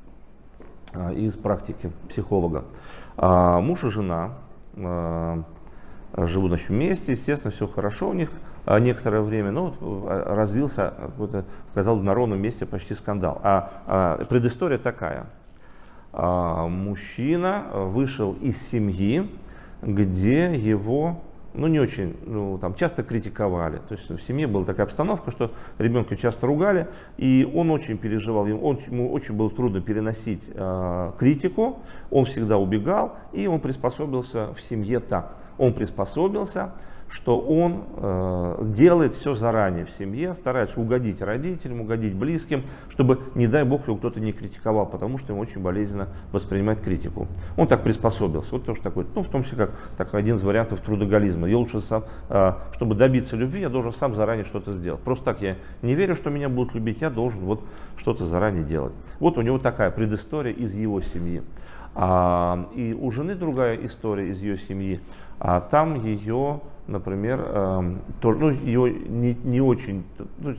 а, из практики психолога. А, муж и жена а, живут, значит, вместе, естественно, все хорошо у них некоторое время, но вот развился, казалось бы, на ровном месте почти скандал. А, а предыстория такая. А, мужчина вышел из семьи, где его, ну, не очень, ну, там часто критиковали. То есть в семье была такая обстановка, что ребенка часто ругали, и он очень переживал, ему, он, ему очень было трудно переносить а, критику, он всегда убегал, и он приспособился в семье так. Он приспособился, что он э, делает все заранее в семье, старается угодить родителям, угодить близким, чтобы, не дай бог, его кто-то не критиковал, потому что ему очень болезненно воспринимать критику. Он так приспособился. Вот тоже такой, ну, в том числе, как так, один из вариантов трудоголизма. Я лучше сам, э, чтобы добиться любви, я должен сам заранее что-то сделать. Просто так я не верю, что меня будут любить, я должен вот что-то заранее делать. Вот у него такая предыстория из его семьи. А, и у жены другая история из ее семьи. А там ее, например, э, тоже, ну, ее не, не очень, ну,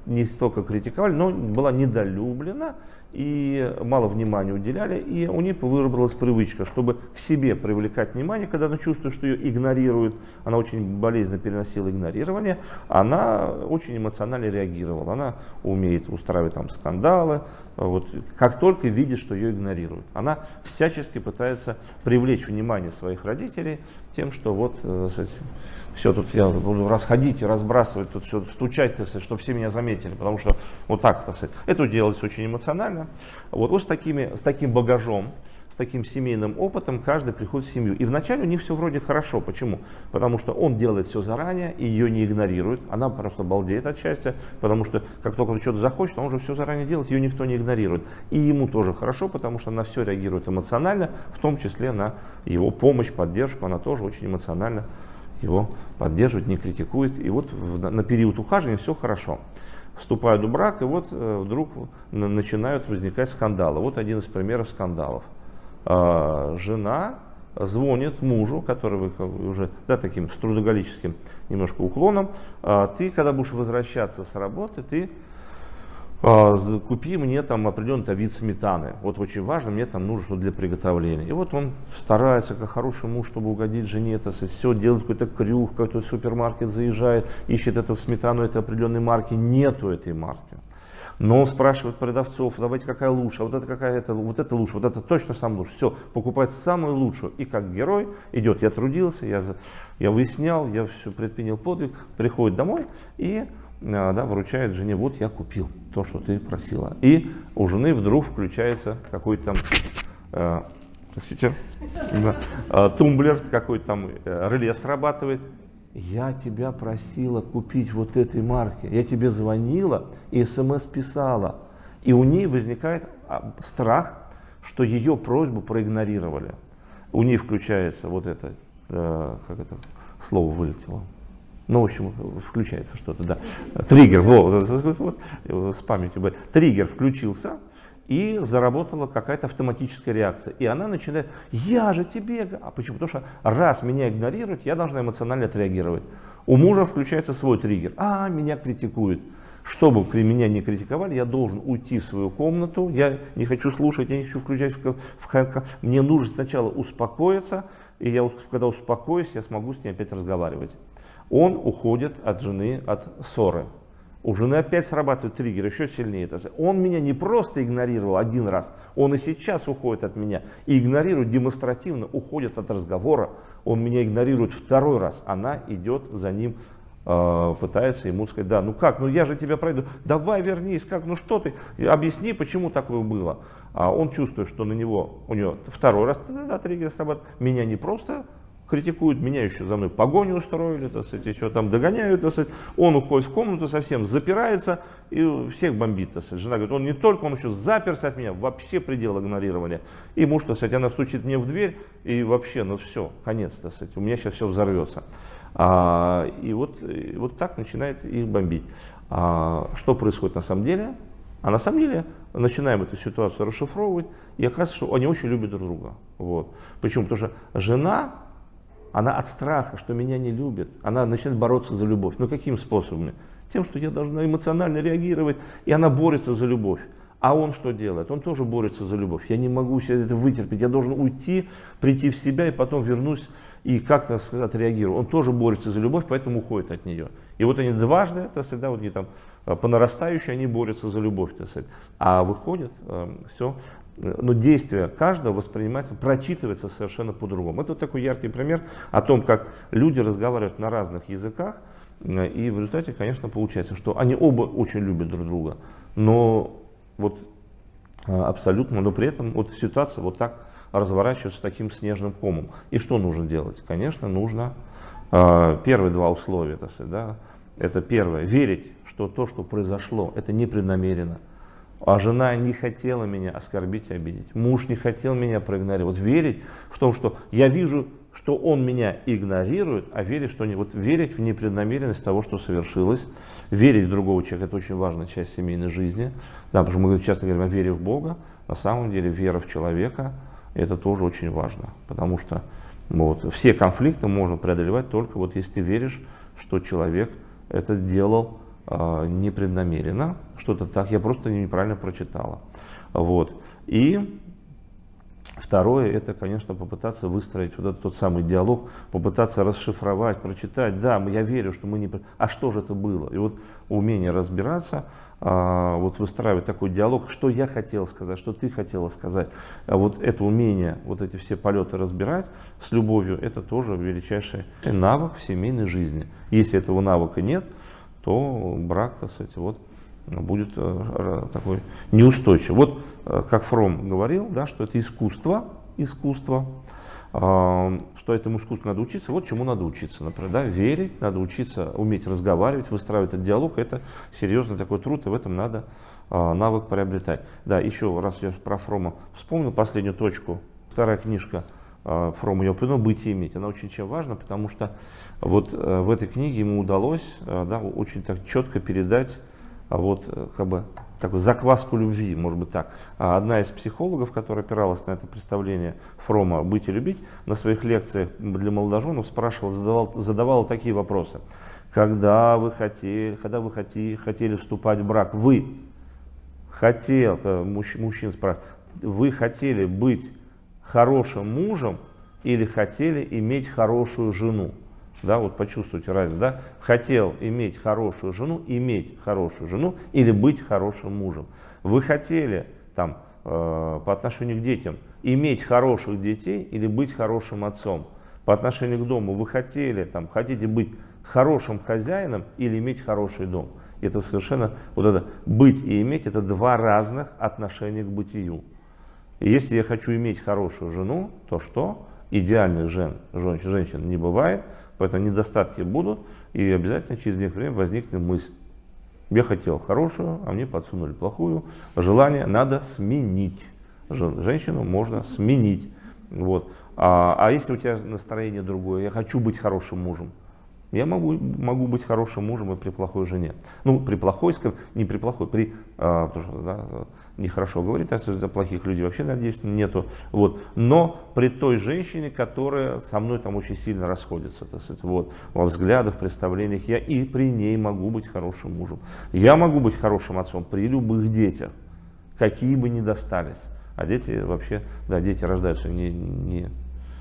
не столько критиковали, но была недолюблена и мало внимания уделяли, и у нее выработалась привычка, чтобы к себе привлекать внимание, когда она чувствует, что ее игнорируют, она очень болезненно переносила игнорирование, она очень эмоционально реагировала, она умеет устраивать там скандалы, вот, как только видит, что ее игнорируют. Она всячески пытается привлечь внимание своих родителей тем, что вот, э, все тут я буду расходить и разбрасывать, тут все стучать, чтобы все меня заметили, потому что вот так, так сказать, это делается очень эмоционально. Вот, вот с, такими, с таким багажом, с таким семейным опытом каждый приходит в семью. И вначале у них все вроде хорошо. Почему? Потому что он делает все заранее, и ее не игнорирует. Она просто балдеет от счастья, потому что как только он что-то захочет, он уже все заранее делает, ее никто не игнорирует. И ему тоже хорошо, потому что она все реагирует эмоционально, в том числе на его помощь, поддержку. Она тоже очень эмоционально его поддерживает, не критикует. И вот в, на период ухаживания все хорошо. Вступают в брак, и вот э, вдруг на, начинают возникать скандалы. Вот один из примеров скандалов. Э, жена звонит мужу, который вы уже, да, таким с трудоголическим немножко уклоном. Э, ты, когда будешь возвращаться с работы, ты купи мне там определенный вид сметаны. Вот очень важно, мне там нужно для приготовления. И вот он старается, как хороший муж, чтобы угодить жене, это все делает какой-то крюк, какой-то супермаркет заезжает, ищет эту сметану этой определенной марки. Нету этой марки. Но он спрашивает продавцов, давайте какая лучше, а вот это какая это, вот это лучше, вот это точно самое лучше. Все, покупает самую лучшую. И как герой идет, я трудился, я, я выяснял, я все предпринял подвиг, приходит домой и да, вручает жене, вот я купил то, что ты просила. И у жены вдруг включается какой-то там, э, простите, да, э, тумблер, какой-то там э, реле срабатывает. Я тебя просила купить вот этой марки, я тебе звонила и смс писала. И у нее возникает страх, что ее просьбу проигнорировали. У нее включается вот это, э, как это слово вылетело. Ну, в общем, включается что-то, да. Триггер, вот, вот, вот, с памятью. Триггер включился, и заработала какая-то автоматическая реакция. И она начинает, я же тебе... А почему? Потому что раз меня игнорируют, я должна эмоционально отреагировать. У мужа включается свой триггер. А, меня критикуют. Чтобы меня не критиковали, я должен уйти в свою комнату. Я не хочу слушать, я не хочу включать. В, в, мне нужно сначала успокоиться. И я, когда успокоюсь, я смогу с ней опять разговаривать. Он уходит от жены, от ссоры. У жены опять срабатывает триггер, еще сильнее. Он меня не просто игнорировал один раз, он и сейчас уходит от меня. И игнорирует демонстративно, уходит от разговора. Он меня игнорирует второй раз. Она идет за ним, э, пытается ему сказать, да, ну как, ну я же тебя пройду. Давай вернись, как, ну что ты, объясни, почему такое было. А он чувствует, что на него, у него второй раз да, триггер срабатывает. Меня не просто критикуют, меня еще за мной погоню устроили, так сказать, еще там догоняют, так сказать. Он уходит в комнату, совсем запирается и всех бомбит, так сказать. Жена говорит, он не только, он еще заперся от меня, вообще предел игнорирования. И муж, так сказать, она стучит мне в дверь, и вообще, ну все, конец, так сказать, у меня сейчас все взорвется. А, и, вот, и вот так начинает их бомбить. А, что происходит на самом деле? А на самом деле начинаем эту ситуацию расшифровывать, и оказывается, что они очень любят друг друга. Вот. Почему? Потому что жена, она от страха, что меня не любят, она начинает бороться за любовь. Но какими способами? Тем, что я должна эмоционально реагировать, и она борется за любовь. А он что делает? Он тоже борется за любовь. Я не могу себе это вытерпеть, я должен уйти, прийти в себя, и потом вернусь и как-то отреагирую. Он тоже борется за любовь, поэтому уходит от нее. И вот они дважды, так сказать, да, вот они там по нарастающей, они борются за любовь, так сказать. А выходит э, все. Но действие каждого воспринимается, прочитывается совершенно по-другому. Это вот такой яркий пример о том, как люди разговаривают на разных языках, и в результате, конечно, получается, что они оба очень любят друг друга, но вот абсолютно, но при этом вот ситуация вот так разворачивается с таким снежным комом. И что нужно делать? Конечно, нужно первые два условия, так сказать, да, это первое, верить, что то, что произошло, это непреднамеренно. А жена не хотела меня оскорбить и обидеть. Муж не хотел меня проигнорировать. Вот верить в том, что я вижу, что он меня игнорирует, а верить, что не, вот верить в непреднамеренность того, что совершилось. Верить в другого человека – это очень важная часть семейной жизни. Да, потому что мы часто говорим о вере в Бога. На самом деле вера в человека – это тоже очень важно. Потому что вот, все конфликты можно преодолевать только вот если ты веришь, что человек это делал непреднамеренно, что-то так, я просто неправильно прочитала. Вот. И второе, это, конечно, попытаться выстроить вот этот тот самый диалог, попытаться расшифровать, прочитать. Да, я верю, что мы не... А что же это было? И вот умение разбираться, вот выстраивать такой диалог, что я хотел сказать, что ты хотела сказать. А вот это умение, вот эти все полеты разбирать с любовью, это тоже величайший навык в семейной жизни. Если этого навыка нет, то брак, так сказать, вот, будет такой неустойчивый. Вот как Фром говорил, да, что это искусство, искусство, что этому искусству надо учиться, вот чему надо учиться, например, да, верить, надо учиться уметь разговаривать, выстраивать этот диалог, это серьезный такой труд, и в этом надо навык приобретать. Да, еще раз я про Фрома вспомнил последнюю точку, вторая книжка Фрома, я упомянул, «Быть и иметь», она очень чем важна, потому что вот в этой книге ему удалось, да, очень так четко передать вот как бы такую закваску любви, может быть так. Одна из психологов, которая опиралась на это представление Фрома «Быть и любить», на своих лекциях для молодоженов спрашивала, задавала, задавала такие вопросы. Когда вы хотели, когда вы хотели, хотели вступать в брак, вы хотел, муж, мужчин спрашивает, вы хотели быть хорошим мужем или хотели иметь хорошую жену? Да, вот почувствуйте разницу, да? Хотел иметь хорошую жену, иметь хорошую жену или быть хорошим мужем. Вы хотели там, э, по отношению к детям иметь хороших детей или быть хорошим отцом. По отношению к дому вы хотели, там, хотите быть хорошим хозяином или иметь хороший дом. Это совершенно, вот это быть и иметь, это два разных отношения к бытию. И если я хочу иметь хорошую жену, то что? Идеальных жен, жен, женщин не бывает. Поэтому недостатки будут, и обязательно через некоторое время возникнет мысль. Я хотел хорошую, а мне подсунули плохую. Желание надо сменить. Женщину можно сменить. Вот. А, а если у тебя настроение другое, я хочу быть хорошим мужем, я могу, могу быть хорошим мужем и при плохой жене. Ну, при плохой, не при плохой, при, а, потому что, да, нехорошо говорить, а за плохих людей вообще, надеюсь, нету. Вот. Но при той женщине, которая со мной там очень сильно расходится, так сказать, вот, во взглядах, представлениях, я и при ней могу быть хорошим мужем. Я могу быть хорошим отцом при любых детях, какие бы ни достались. А дети вообще, да, дети рождаются не, не,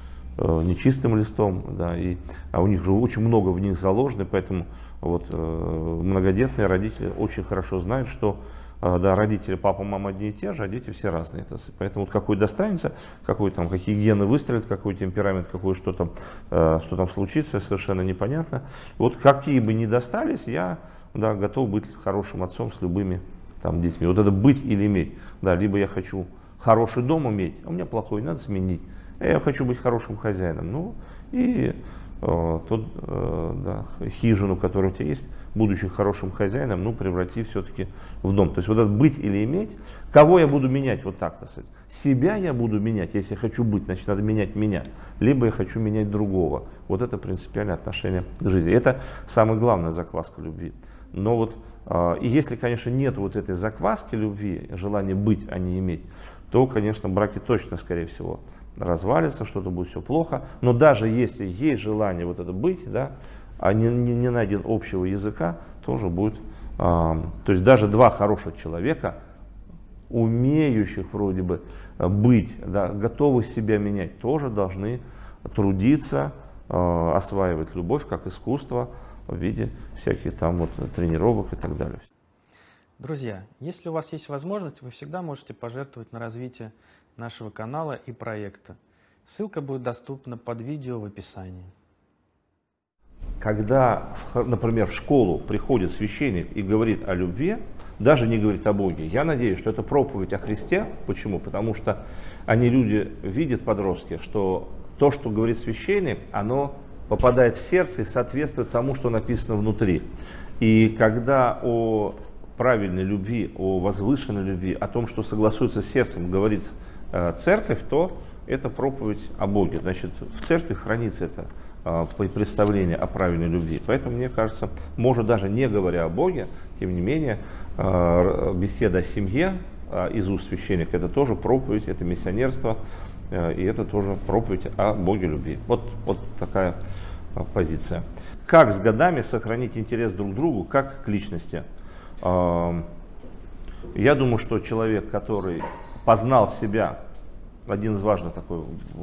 не чистым листом, да, и, а у них же очень много в них заложено, поэтому вот, многодетные родители очень хорошо знают, что да, родители, папа, мама одни и те же, а дети все разные. Поэтому вот какой достанется, какой там, какие гены выстрелят, какой темперамент, какой что там, э, что там случится, совершенно непонятно. Вот какие бы ни достались, я, да, готов быть хорошим отцом с любыми там детьми. Вот это быть или иметь. Да, либо я хочу хороший дом иметь, а у меня плохой, надо сменить. А я хочу быть хорошим хозяином. Ну и э, тот, э, да, хижину, которая у тебя есть, будучи хорошим хозяином, ну, преврати все-таки в дом. То есть вот это быть или иметь, кого я буду менять, вот так, так сказать. Себя я буду менять, если я хочу быть, значит, надо менять меня. Либо я хочу менять другого. Вот это принципиальное отношение к жизни. Это самая главная закваска любви. Но вот, э, и если, конечно, нет вот этой закваски любви, желания быть, а не иметь, то, конечно, браки точно, скорее всего, развалится, что-то будет все плохо. Но даже если есть желание вот это быть, да, а не, не, не найден общего языка, тоже будет. А, то есть даже два хороших человека, умеющих вроде бы быть, да, готовых себя менять, тоже должны трудиться, а, осваивать любовь как искусство в виде всяких там вот тренировок и так далее. Друзья, если у вас есть возможность, вы всегда можете пожертвовать на развитие нашего канала и проекта. Ссылка будет доступна под видео в описании. Когда, например, в школу приходит священник и говорит о любви, даже не говорит о Боге, я надеюсь, что это проповедь о Христе. Почему? Потому что они, люди, видят, подростки, что то, что говорит священник, оно попадает в сердце и соответствует тому, что написано внутри. И когда о правильной любви, о возвышенной любви, о том, что согласуется с сердцем, говорит э, церковь, то это проповедь о Боге. Значит, в церкви хранится это представление о правильной любви. Поэтому, мне кажется, может даже не говоря о Боге, тем не менее, беседа о семье из уст священника, это тоже проповедь, это миссионерство, и это тоже проповедь о Боге любви. Вот, вот такая позиция. Как с годами сохранить интерес друг к другу, как к личности? Я думаю, что человек, который познал себя, один из важных такой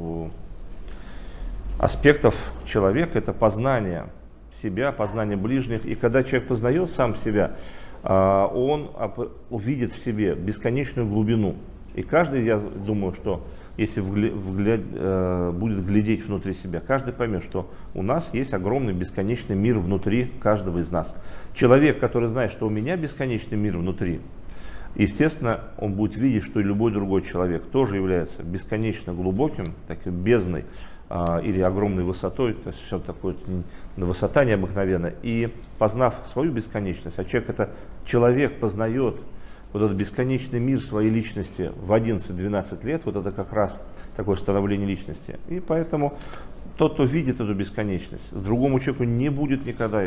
аспектов человека — это познание себя, познание ближних. И когда человек познает сам себя, он увидит в себе бесконечную глубину. И каждый, я думаю, что если вгля, вгля, будет глядеть внутри себя, каждый поймет, что у нас есть огромный бесконечный мир внутри каждого из нас. Человек, который знает, что у меня бесконечный мир внутри, естественно, он будет видеть, что и любой другой человек тоже является бесконечно глубоким, такой бездной а, или огромной высотой, то есть все такое, высота необыкновенная. И познав свою бесконечность, а человек это человек познает вот этот бесконечный мир своей личности в одиннадцать-двенадцать лет, вот это как раз такое становление личности. И поэтому тот, кто видит эту бесконечность, другому человеку не будет никогда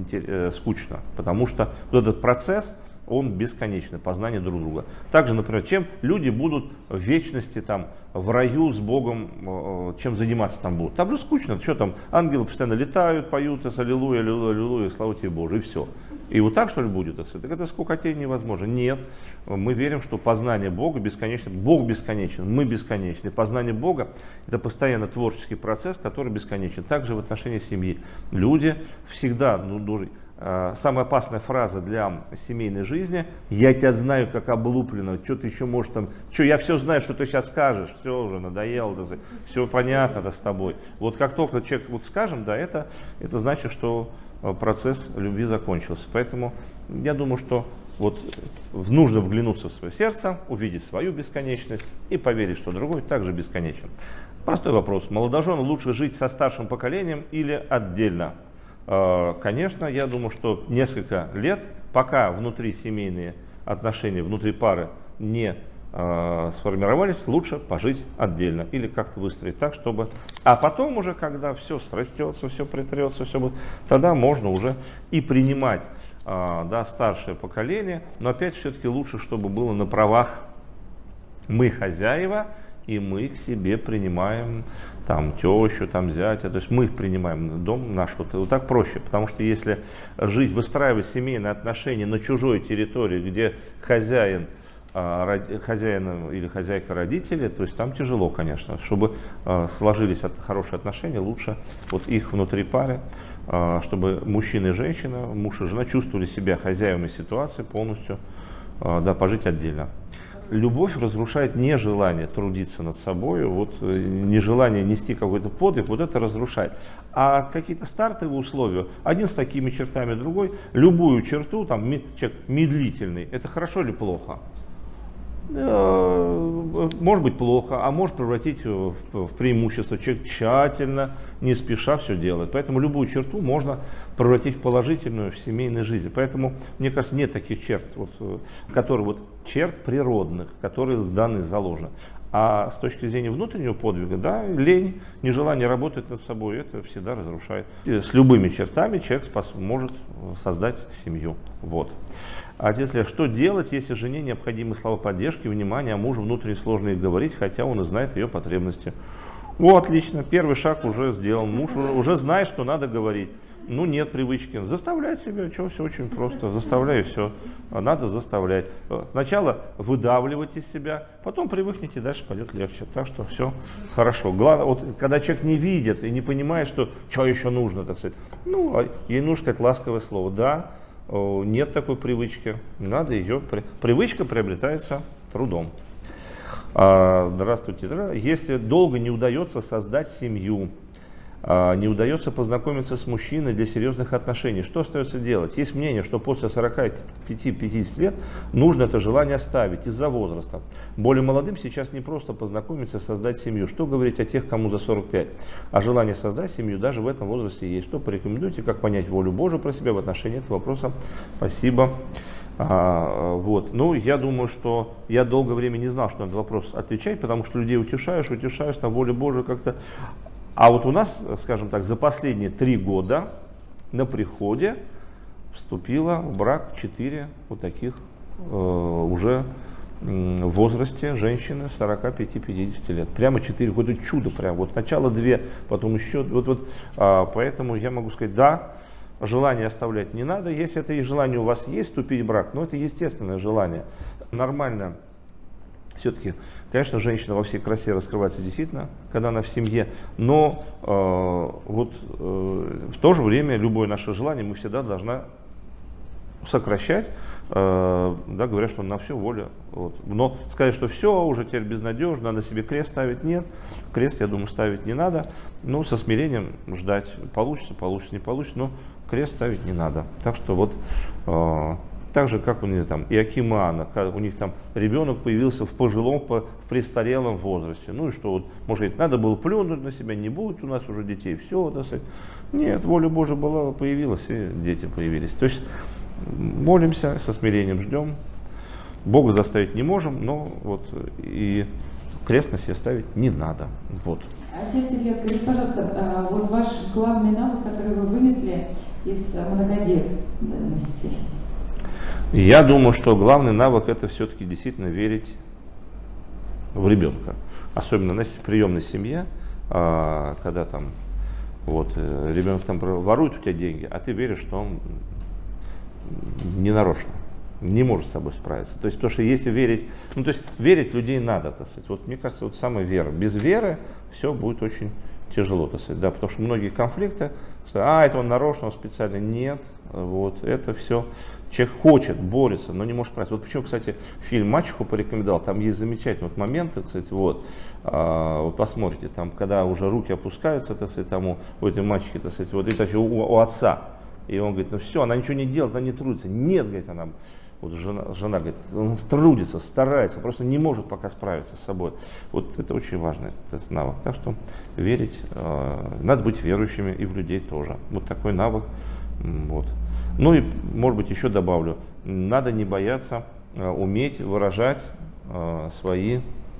скучно, потому что вот этот процесс, он бесконечный, познание друг друга. Также, например, чем люди будут в вечности, там, в раю с Богом, чем заниматься там будут. Там же скучно, что там, ангелы постоянно летают, поют, аллилуйя, аллилуйя, аллилуйя, слава тебе Боже, и все. И вот так, что ли, будет? Так это скукотень невозможно. Нет, мы верим, что познание Бога бесконечно. Бог бесконечен, мы бесконечны. Познание Бога — это постоянно творческий процесс, который бесконечен. Также в отношении семьи. Люди всегда, ну, должны... Самая опасная фраза для семейной жизни: я тебя знаю как облуплено, что ты еще можешь там, что я все знаю, что ты сейчас скажешь, все уже надоело, да, все понятно да, с тобой. Вот как только человек вот скажем, да, это, это значит, что процесс любви закончился. Поэтому я думаю, что вот нужно вглянуться в свое сердце, увидеть свою бесконечность и поверить, что другой также бесконечен. Простой вопрос: молодожену лучше жить со старшим поколением или отдельно? Конечно, я думаю, что несколько лет, пока внутри семейные отношения, внутри пары не э, сформировались, лучше пожить отдельно или как-то выстроить так, чтобы... А потом уже, когда все срастется, все притрется, все будет, тогда можно уже и принимать э, да, старшее поколение, но опять все-таки лучше, чтобы было на правах мы хозяева, и мы к себе принимаем там тещу, там зятя, то есть мы их принимаем, дом наш, вот, вот так проще, потому что если жить, выстраивать семейные отношения на чужой территории, где хозяин, хозяин или хозяйка родители, то есть там тяжело, конечно, чтобы сложились хорошие отношения, лучше вот их внутри пары, чтобы мужчина и женщина, муж и жена чувствовали себя хозяевами ситуации полностью, да, пожить отдельно. Любовь разрушает нежелание трудиться над собой, вот, нежелание нести какой-то подвиг, вот это разрушает. А какие-то стартовые условия, один с такими чертами, другой, любую черту, там, человек медлительный, это хорошо или плохо? Может быть плохо, а может превратить в, в преимущество. Человек тщательно, не спеша все делает. Поэтому любую черту можно превратить в положительную в семейной жизни. Поэтому, мне кажется, нет таких черт, вот, которые вот, черт природных, которые даны, заложены. А с точки зрения внутреннего подвига, да, лень, нежелание работать над собой, это всегда разрушает. И с любыми чертами человек спас, может создать семью. Вот. А если что делать, если жене необходимы слова поддержки, внимания, а мужу внутренне сложно их говорить, хотя он и знает ее потребности. О, отлично, первый шаг уже сделан, муж уже знает, что надо говорить. Ну нет привычки, заставлять себя, что, все очень просто, заставляй, все, надо заставлять. Сначала выдавливать из себя, потом привыкните, дальше пойдет легче, так что все хорошо. Главное, вот когда человек не видит и не понимает, что, что еще нужно, так сказать, ну, ей нужно сказать ласковое слово, да, нет такой привычки, надо ее, привычка приобретается трудом. Здравствуйте, если долго не удается создать семью, не удается познакомиться с мужчиной для серьезных отношений, что остается делать? Есть мнение, что после сорока пяти — пятидесяти лет нужно это желание оставить из-за возраста. Более молодым сейчас не просто познакомиться, создать семью. Что говорить о тех, кому за сорок пять? А желание создать семью даже в этом возрасте есть. Что порекомендуете, как понять волю Божию про себя в отношении этого вопроса? Спасибо. А, вот. Ну, я думаю, что я долгое время не знал, что на этот вопрос отвечать, потому что людей утешаешь, утешаешь, там воля Божия как-то... А вот у нас, скажем так, за последние три года на приходе вступило в брак четыре вот таких э, уже э, в возрасте женщины сорока пяти — пятидесяти лет. Прямо четыре, какое-то чудо прям. Вот сначала две, потом еще. Вот, вот, а, поэтому я могу сказать, да, желание оставлять не надо. Если это и желание у вас есть, вступить в брак, но это естественное желание. Нормально. Все-таки, конечно, женщина во всей красе раскрывается действительно, когда она в семье, но э, вот э, в то же время любое наше желание мы всегда должны сокращать, э, да, говоря, что на все воля. Вот. Но сказать, что все, уже теперь безнадежно, надо себе крест ставить, нет. Крест, я думаю, ставить не надо. Ну, со смирением ждать, получится, получится, не получится, но крест ставить не надо. Так что вот, э, так же, как у них там Иаким и Анна, у них там ребенок появился в пожилом, в престарелом возрасте. Ну и что, вот, может, надо было плюнуть на себя, не будет у нас уже детей, все, да, нет, воля Божия была, появилась, и дети появились. То есть молимся, со смирением ждем. Бога заставить не можем, но вот и крест на себя ставить не надо. Вот. Отец Илья, скажите, пожалуйста, вот ваш главный навык, который вы вынесли из многодетности? Я думаю, что главный навык это все-таки действительно верить в ребенка. Особенно, знаете, в приемной семье, когда там вот, ребенок там ворует у тебя деньги, а ты веришь, что он не нарочно, не может с собой справиться. То есть, потому что если верить, ну то есть верить людей надо, так сказать. Вот мне кажется, вот самая вера. Без веры все будет очень тяжело, так сказать, да, потому что многие конфликты, а это он нарочно, он специально, нет, вот это все. Человек хочет, борется, но не может справиться. Вот почему, кстати, фильм «Мачеху» порекомендовал, там есть замечательные вот моменты, кстати, вот, а, вот посмотрите, там, когда уже руки опускаются, так сказать, там у, у этой мачехи, так сказать, вот, и у, у отца, и он говорит, ну все, она ничего не делает, она не трудится. Нет, говорит она, вот жена, жена говорит, он трудится, старается, просто не может пока справиться с собой. Вот это очень важный этот навык. Так что верить, э, надо быть верующими и в людей тоже. Вот такой навык. Вот. Ну и, может быть, еще добавлю, надо не бояться э, уметь выражать э, свои,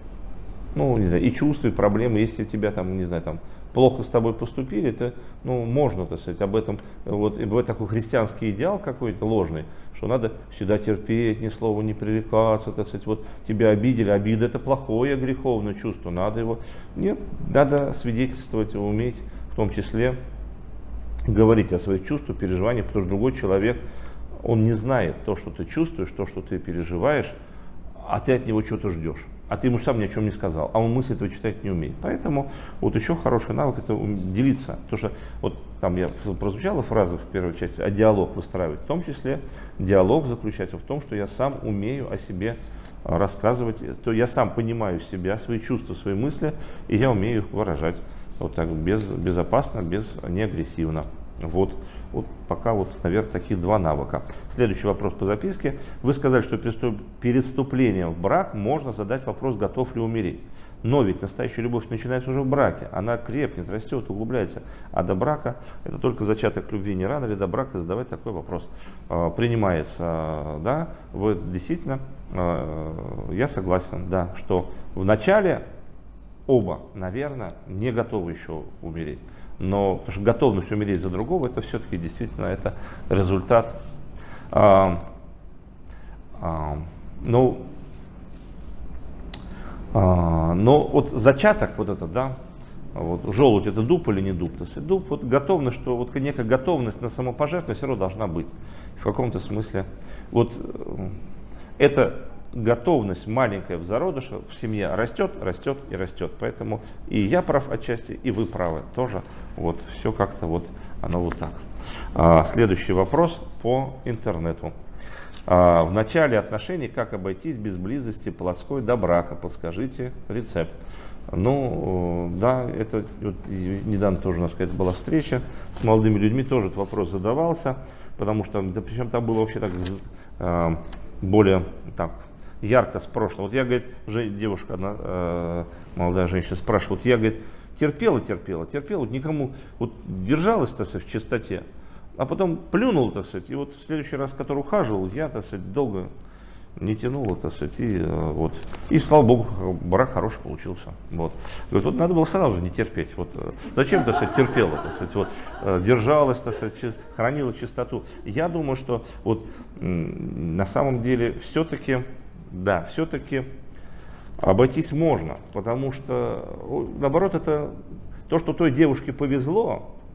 ну, не знаю, и чувства, и проблемы, если тебя там, не знаю, там, плохо с тобой поступили, это, ну, можно, так сказать, об этом, вот, и бывает такой христианский идеал какой-то ложный, что надо всегда терпеть, ни слова не пререкаться, так сказать, вот, тебя обидели, обида это плохое греховное чувство, надо его, нет, надо свидетельствовать, уметь, в том числе, говорить о своих чувствах, переживаниях, потому что другой человек, он не знает то, что ты чувствуешь, то, что ты переживаешь, а ты от него что-то ждешь. А ты ему сам ни о чем не сказал, а он мысли этого читать не умеет. Поэтому вот еще хороший навык это делиться. Потому что вот там я прозвучала фраза в первой части, а диалог выстраивать. В том числе диалог заключается в том, что я сам умею о себе рассказывать, то я сам понимаю себя, свои чувства, свои мысли, и я умею их выражать вот так без, безопасно, без, не агрессивно. Вот. Вот пока вот, наверное, такие два навыка. Следующий вопрос по записке. Вы сказали, что перед вступлением в брак можно задать вопрос, готов ли умереть. Но ведь настоящая любовь начинается уже в браке. Она крепнет, растет, углубляется. А до брака, это только зачаток любви, не рано ли до брака задавать такой вопрос. Принимается, да, вы действительно, я согласен, да, что в начале оба, наверное, не готовы еще умереть. Но потому что готовность умереть за другого, это все-таки действительно это результат. А, а, ну, а, но вот зачаток вот это, да, вот, желудь это дуб или не дуб, то есть дуб, вот готовность, что вот некая готовность на самопожертвование все равно должна быть в каком-то смысле. Вот это готовность маленькая в зародыше, в семье растет, растет и растет. Поэтому и я прав отчасти, и вы правы тоже. Вот все как-то вот оно вот так. А, следующий вопрос по интернету. А, в начале отношений как обойтись без близости плотской до брака? Подскажите рецепт. Ну, да, это вот, недавно тоже у нас какая-то была встреча с молодыми людьми, тоже этот вопрос задавался, потому что, да, причем там было вообще так а, более так ярко с прошлого. Вот я, говорит, девушка, одна, э, молодая женщина спрашивает, вот я, говорит, терпела, терпела, терпела, вот никому, вот держалась, так сказать, в чистоте, а потом плюнула, так сказать, и вот в следующий раз, который ухаживал, я, так сказать, долго не тянула, так сказать, и э, вот, и слава богу, брак хороший получился, вот. Говорит, вот надо было сразу не терпеть, вот, зачем, так сказать, терпела, так сказать, вот, э, держалась, так сказать, хранила чистоту. Я думаю, что вот м, на самом деле все-таки Да, все-таки обойтись можно, потому что, наоборот, это то, что той девушке повезло,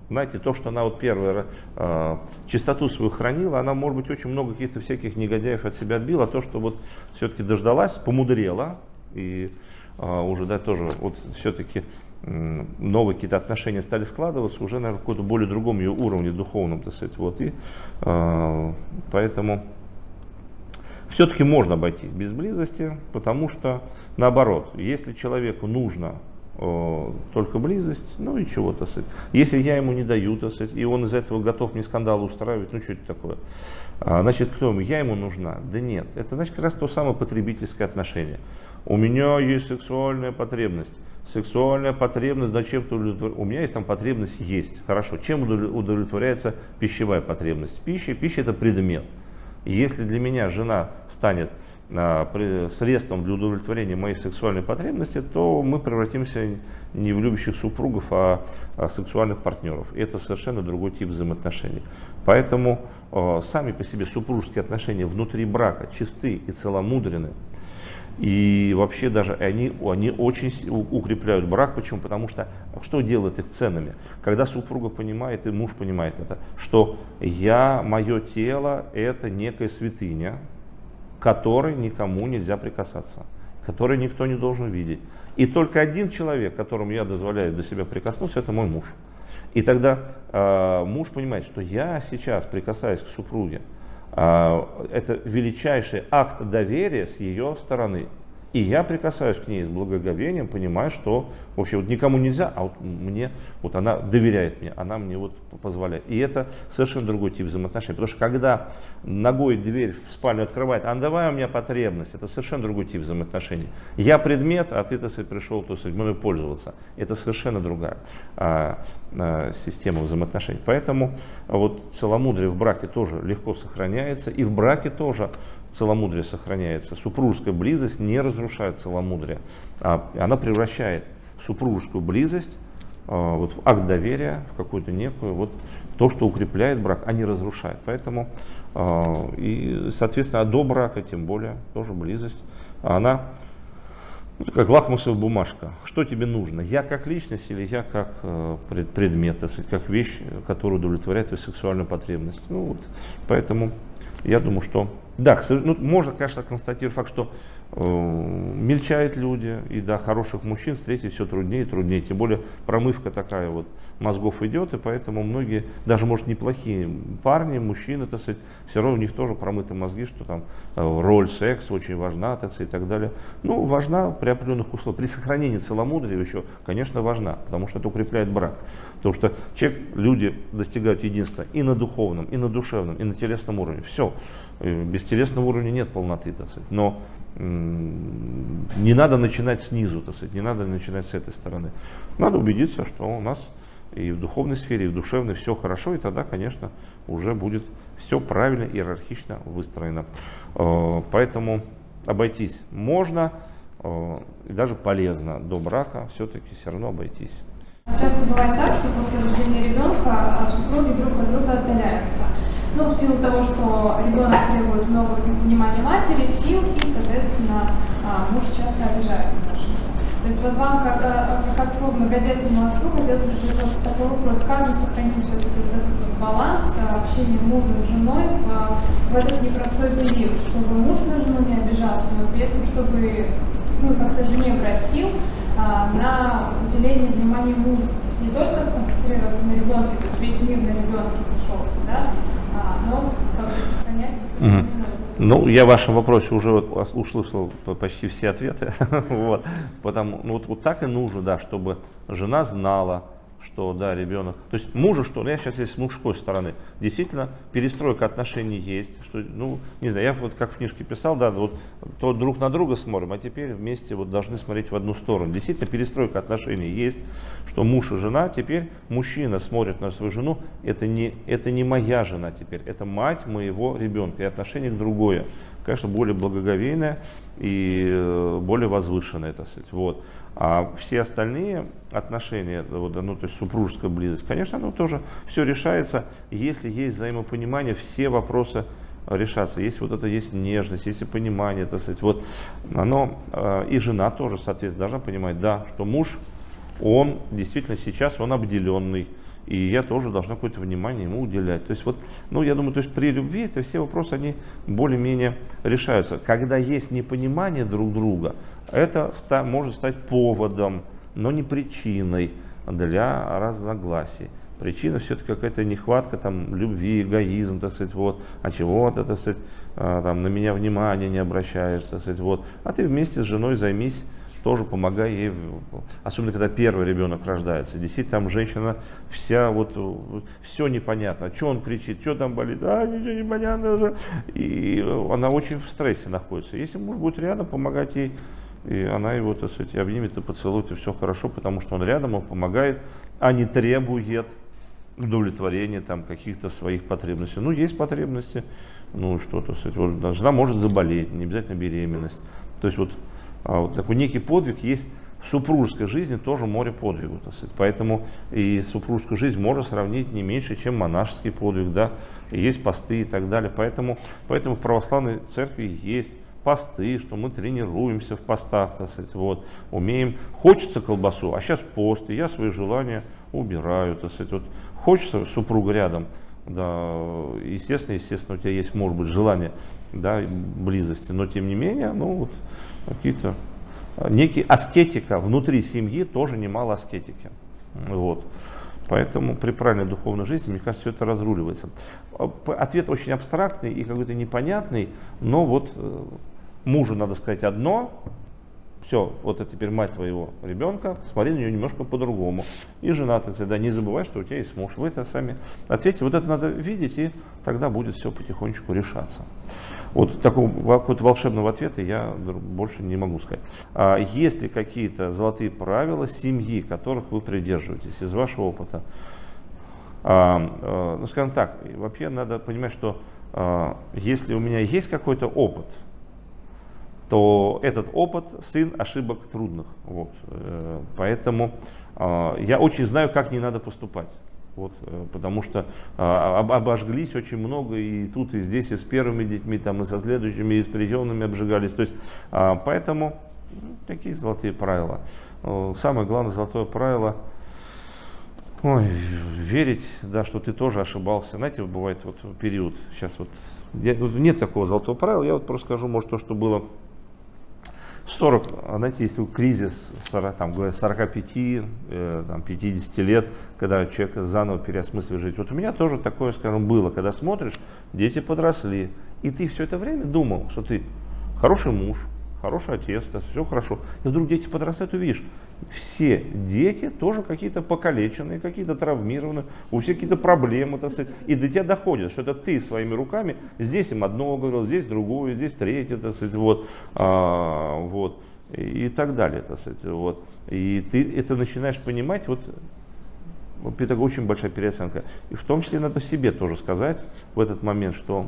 Знаете, то, что она вот первая э, чистоту свою хранила, она, может быть, очень много каких-то всяких негодяев от себя отбила, а то, что вот все-таки дождалась, помудрела, и э, уже, да, тоже вот все-таки э, новые какие-то отношения стали складываться уже, наверное, в каком-то более другом ее уровне духовном, так сказать, вот, и э, поэтому все-таки можно обойтись без близости, потому что, наоборот, если человеку нужно только близость, ну и чего, так сказать. Если я ему не даю, так сказать, и он из этого готов мне скандалы устраивать, ну что это такое? А, значит, кто ему? Я ему нужна? Да нет. Это значит как раз то самое потребительское отношение. У меня есть сексуальная потребность. Сексуальная потребность, зачем-то удовлетворяется? У меня есть там потребность есть. Хорошо. Чем удовлетворяется пищевая потребность? Пища, пища это предмет. И если для меня жена станет средством для удовлетворения моей сексуальной потребности, то мы превратимся не в любящих супругов, а в сексуальных партнеров. И это совершенно другой тип взаимоотношений. Поэтому э, сами по себе супружеские отношения внутри брака чисты и целомудренны. И вообще даже они, они очень укрепляют брак. Почему? Потому что что делает их ценными? Когда супруга понимает, и муж понимает это, что я, мое тело это некая святыня, которой никому нельзя прикасаться, которой никто не должен видеть. И только один человек, которому я дозволяю до себя прикоснуться, это мой муж. И тогда э, муж понимает, что я сейчас прикасаюсь к супруге. Э, это величайший акт доверия с ее стороны. И я прикасаюсь к ней с благоговением, понимаю, что вообще вот никому нельзя, а вот мне, вот она доверяет мне, она мне вот позволяет. И это совершенно другой тип взаимоотношений. Потому что когда ногой дверь в спальню открывает, а давай у меня потребность, это совершенно другой тип взаимоотношений. Я предмет, а ты, так сказать, пришел, так сказать, мной пользоваться. Это совершенно другая а, а, система взаимоотношений. Поэтому вот целомудрие в браке тоже легко сохраняется, и в браке тоже целомудрие сохраняется. Супружеская близость не разрушает целомудрие, а она превращает супружескую близость а, вот, в акт доверия, в какую-то некую, вот, то, что укрепляет брак, а не разрушает. Поэтому, а, и, соответственно, до брака, тем более, тоже близость, она как лакмусовая бумажка. Что тебе нужно? Я как личность или я как э, предмет, так сказать, как вещь, которая удовлетворяет твою сексуальную потребность. Ну, вот, поэтому я думаю, что да, ну, можно, конечно, констатировать факт, что э, мельчают люди, и да, хороших мужчин встретить все труднее и труднее. Тем более промывка такая вот мозгов идет, и поэтому многие, даже может неплохие парни, мужчины, так сказать, все равно у них тоже промыты мозги, что там э, роль секса очень важна, так сказать, и так далее. Ну, важна при определенных условиях. При сохранении целомудрия еще, конечно, важна, потому что это укрепляет брак. Потому что человек, люди достигают единства и на духовном, и на душевном, и на телесном уровне. Все. Без телесного уровня нет полноты, так сказать. Но м- не надо начинать снизу, так сказать, не надо начинать с этой стороны. Надо убедиться, что у нас и в духовной сфере, и в душевной все хорошо, и тогда, конечно, уже будет все правильно, иерархично выстроено. Поэтому обойтись можно, и даже полезно до брака все-таки все равно обойтись. Часто бывает так, что после рождения ребенка супруги друг от друга отдаляются. Ну, в силу того, что ребенок требует много внимания матери, сил, и, соответственно, муж часто обижается на жену. То есть вот вам, как, как отцу, многодетному отцу, хотелось бы задать вот такой вопрос: как же сохранить все-таки вот этот вот баланс общения мужа с женой в, в этот непростой период, чтобы муж на жену не обижался, но при этом, чтобы ну, как-то жене брать сил а, на уделение внимания мужу. То есть не только сконцентрироваться на ребенке, то есть весь мир на ребенке сошелся, да, а, но как бы сохранять вот mm-hmm. Ну, я в вашем вопросе уже вот услышал почти все ответы. вот. Потому, ну, вот, вот так и нужно, да, чтобы жена знала, что да, ребенок. То есть мужу что? Ну, я сейчас здесь с мужской стороны. Действительно, перестройка отношений есть. Что, ну, не знаю, я вот как в книжке писал, да, вот то друг на друга смотрим, а теперь вместе вот должны смотреть в одну сторону. Действительно, перестройка отношений есть, что муж и жена, теперь мужчина смотрит на свою жену, это не, это не моя жена теперь, это мать моего ребенка, и отношение другое. Конечно, более благоговейное и более возвышенное, так сказать. Вот. А все остальные отношения, вот, ну, то есть супружеская близость, конечно, оно тоже все решается, если есть взаимопонимание, все вопросы решатся. Если вот это есть нежность, если понимание, так сказать, вот оно, и жена тоже, соответственно, должна понимать, да, что муж, он действительно сейчас, он обделенный, и я тоже должна какое-то внимание ему уделять. То есть вот, ну я думаю, то есть при любви это все вопросы, они более-менее решаются. Когда есть непонимание друг друга, это ста- может стать поводом, но не причиной для разногласий. Причина все-таки какая-то нехватка там, любви, эгоизм, так сказать, вот, а чего-то, так сказать, там, на меня внимания не обращаешь, так сказать, вот. А ты вместе с женой займись, тоже помогай ей, особенно когда первый ребенок рождается. Действительно, там женщина вся, вот, все непонятно, что он кричит, что там болит, а, ничего не понятно. И она очень в стрессе находится. Если муж будет рядом, помогать ей, и она его, так сказать, обнимет и поцелует, и все хорошо, потому что он рядом, он помогает, а не требует удовлетворения там каких-то своих потребностей. Ну, есть потребности, ну, что-то, вот, жена может заболеть, не обязательно беременность. То есть вот, а, вот такой некий подвиг есть в супружеской жизни, тоже море подвигов. Поэтому и супружескую жизнь можно сравнить не меньше, чем монашеский подвиг, да, и есть посты и так далее. Поэтому, поэтому в православной церкви есть посты, что мы тренируемся в постах, так сказать, вот, умеем, хочется колбасу, а сейчас пост, и я свои желания убираю, так сказать, вот, хочется супруга рядом, да, естественно, естественно, у тебя есть, может быть, желание, да, близости, но тем не менее, ну, вот, какие-то, некий аскетика внутри семьи, тоже немало аскетики, вот. Поэтому при правильной духовной жизни, мне кажется, все это разруливается. Ответ очень абстрактный и какой-то непонятный, но вот мужу надо сказать одно, все, вот это теперь мать твоего ребенка, смотри на нее немножко по-другому. И жена, так сказать, да, не забывай, что у тебя есть муж. Вы это сами ответьте, вот это надо видеть, и тогда будет все потихонечку решаться. Вот такого какого-то волшебного ответа я больше не могу сказать. А есть ли какие-то золотые правила семьи, которых вы придерживаетесь из вашего опыта? А, а, ну, скажем так, вообще надо понимать, что а, если у меня есть какой-то опыт, то этот опыт сын ошибок трудных. Вот. Поэтому а, я очень знаю, как не надо поступать. Вот, потому что а, обожглись очень много и тут, и здесь, и с первыми детьми, там, и со следующими, и с приемными обжигались. То есть, а, поэтому такие золотые правила. Самое главное золотое правило — ой, верить, да, что ты тоже ошибался. Знаете, бывает вот период, сейчас вот нет такого золотого правила, я вот просто скажу, может, то, что было сорок, знаете, если кризис сорок, там, сорока пяти, э, там, пятидесяти лет, когда человек заново переосмысливает жизнь. Вот у меня тоже такое, скажем, было, когда смотришь, дети подросли, и ты все это время думал, что ты хороший муж, хороший отец, все хорошо. И вдруг дети подрастают, и видишь, все дети тоже какие-то покалеченные, какие-то травмированные, у всех какие-то проблемы, так сказать. И до тебя доходит, что это ты своими руками, здесь им одно говорил, здесь другое, здесь третье, так сказать, вот, а, вот, и, и так далее, так сказать, вот. И ты это начинаешь понимать, вот, вот это очень большая переоценка. И в том числе надо себе тоже сказать в этот момент, что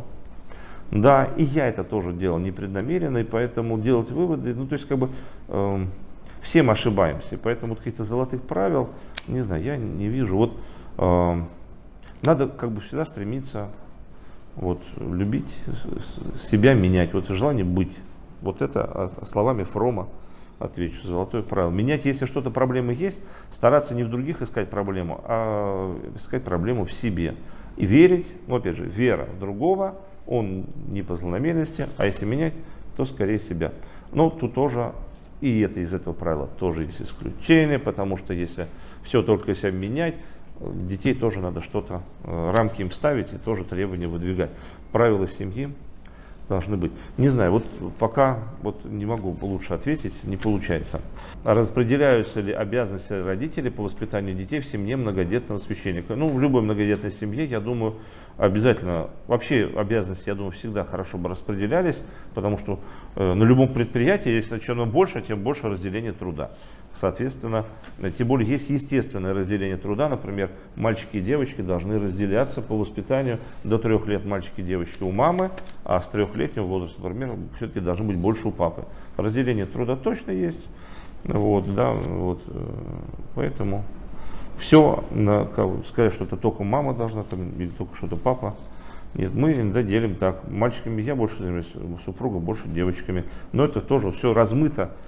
да, и я это тоже делал непреднамеренно, и поэтому делать выводы, ну, то есть, как бы, э, всем ошибаемся, поэтому вот каких-то золотых правил, не знаю, я не вижу. Вот э, надо, как бы, всегда стремиться, вот, любить себя, менять, вот, желание быть. Вот это словами Фрома отвечу, золотое правило. Менять, если что-то проблемы есть, стараться не в других искать проблему, а искать проблему в себе. И верить, ну, опять же, вера в другого, он не по злонамеренности, а если менять, то скорее себя. Но тут тоже, и это из этого правила тоже есть исключение, потому что если все только себя менять, детей тоже надо что-то, рамки им ставить и тоже требования выдвигать. Правила семьи должны быть. Не знаю, вот пока вот не могу лучше ответить, не получается. Распределяются ли обязанности родителей по воспитанию детей в семье многодетного священника? Ну, в любой многодетной семье, я думаю, обязательно, вообще обязанности, я думаю, всегда хорошо бы распределялись, потому что э, на любом предприятии, если чем больше, тем больше разделения труда. Соответственно, тем более есть естественное разделение труда, например, мальчики и девочки должны разделяться по воспитанию до трех лет мальчики и девочки у мамы, а с трехлетнего возраста, например, все-таки должны быть больше у папы. Разделение труда точно есть, вот, да, вот, поэтому все, на, сказать, что это только мама должна, там, или только что-то папа. Нет, мы иногда делим так, мальчиками я больше занимаюсь, супруга больше девочками, но это тоже все размыто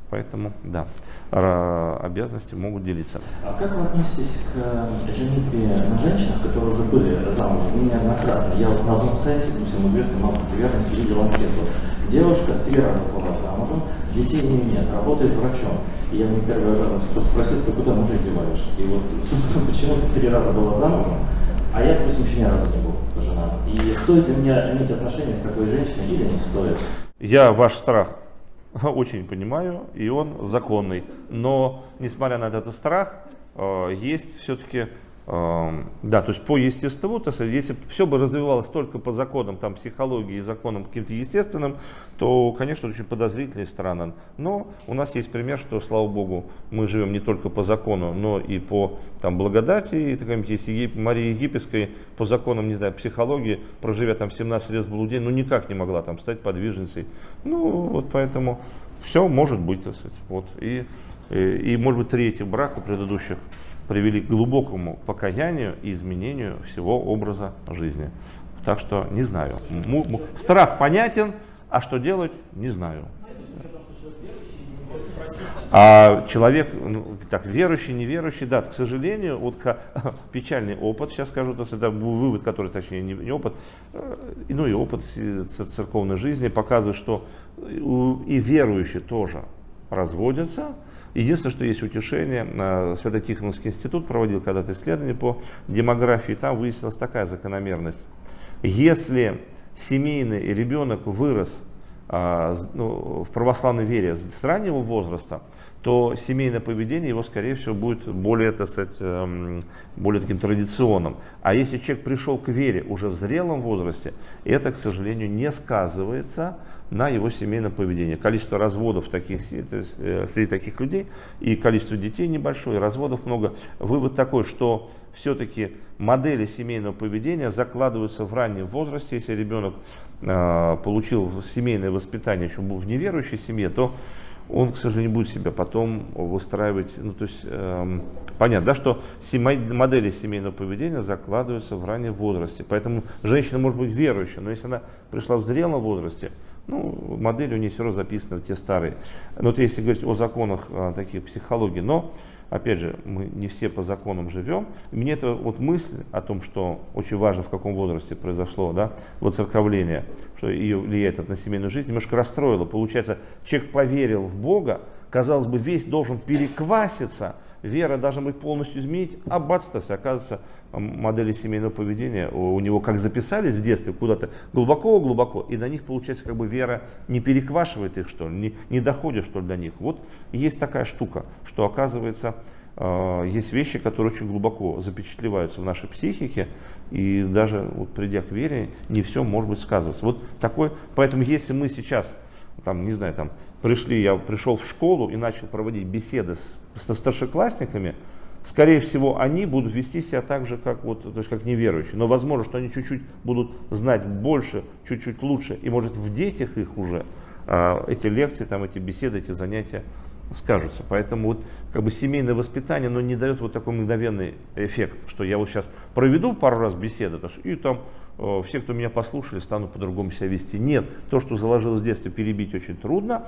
Поэтому, да, обязанности могут делиться. А как вы относитесь к женитьбе на женщинах, которые уже были замужем, и неоднократно? Я вот на одном сайте, ну, всем известно, «Маска верности», видел анкету. Девушка три раза была замужем, детей у нее нет, работает врачом. И я мне первый раз спросил, ты куда мужей деваешь? И вот, собственно, почему ты три раза была замужем, а я, допустим, еще ни разу не был женат. И стоит ли мне иметь отношения с такой женщиной или не стоит? Я ваш страх очень понимаю, и он законный. Но, несмотря на этот страх, есть все-таки, да, то есть по естеству, то есть, если все бы развивалось только по законам там, психологии и законам каким-то естественным, то, конечно, очень подозрительно и странно. Но у нас есть пример, что, слава богу, мы живем не только по закону, но и по там, благодати. И, так, есть Мария Египетская по законам, не знаю, психологии, проживя там семнадцать лет в блуде, ну никак не могла там стать подвижницей. Ну, вот поэтому все может быть, так сказать. Вот. И, и, и, может быть, третий брак у предыдущих привели к глубокому покаянию и изменению всего образа жизни. Так что не знаю. Страх понятен, а что делать, не знаю. А человек, ну, так, верующий, неверующий, да, к сожалению, вот печальный опыт, сейчас скажу, то есть это вывод, который, точнее, не, не опыт, ну и опыт церковной жизни показывает, что и верующие тоже разводятся. Единственное, что есть утешение, Свято-Тихоновский институт проводил когда-то исследование по демографии, там выяснилась такая закономерность. Если семейный ребенок вырос ну, в православной вере с раннего возраста, то семейное поведение его, скорее всего, будет более, так сказать, более таким традиционным. А если человек пришел к вере уже в зрелом возрасте, это, к сожалению, не сказывается на его семейном поведении. Количество разводов таких, среди таких людей и количество детей небольшое, разводов много. Вывод такой, что все-таки модели семейного поведения закладываются в раннем возрасте. Если ребенок э, получил семейное воспитание, еще был в неверующей семье, то он, к сожалению, будет себя потом выстраивать. Ну, то есть, э, понятно, да, что семей, модели семейного поведения закладываются в раннем возрасте. Поэтому женщина может быть верующей, но если она пришла в зрелом возрасте, ну, модели у нее все равно записаны, те старые. Но вот если говорить о законах а, таких психологии, но, опять же, мы не все по законам живем. Мне эта вот мысль о том, что очень важно, в каком возрасте произошло, да, воцерковление, что ее влияет это на семейную жизнь, немножко расстроило. Получается, человек поверил в Бога, казалось бы, весь должен перекваситься, вера должна быть полностью изменить, а бац-то, оказывается, модели семейного поведения у него как записались в детстве куда-то глубоко-глубоко, и на них, получается, как бы вера не переквашивает их, что ли, не, не доходит, что ли, до них. Вот есть такая штука, что, оказывается, э, есть вещи, которые очень глубоко запечатлеваются в нашей психике, и даже вот, придя к вере, не все может быть сказываться. Вот такой, поэтому если мы сейчас, там, не знаю, там, пришли, я пришел в школу и начал проводить беседы с, со старшеклассниками, скорее всего, они будут вести себя так же, как, вот, то есть, как неверующие. Но возможно, что они чуть-чуть будут знать больше, чуть-чуть лучше. И может в детях их уже э, эти лекции, там, эти беседы, эти занятия скажутся. Поэтому вот, как бы, семейное воспитание, оно не дает вот такой мгновенный эффект, что я вот сейчас проведу пару раз беседы, и там э, все, кто меня послушали, станут по-другому себя вести. Нет, то, что заложилось в детстве, перебить очень трудно.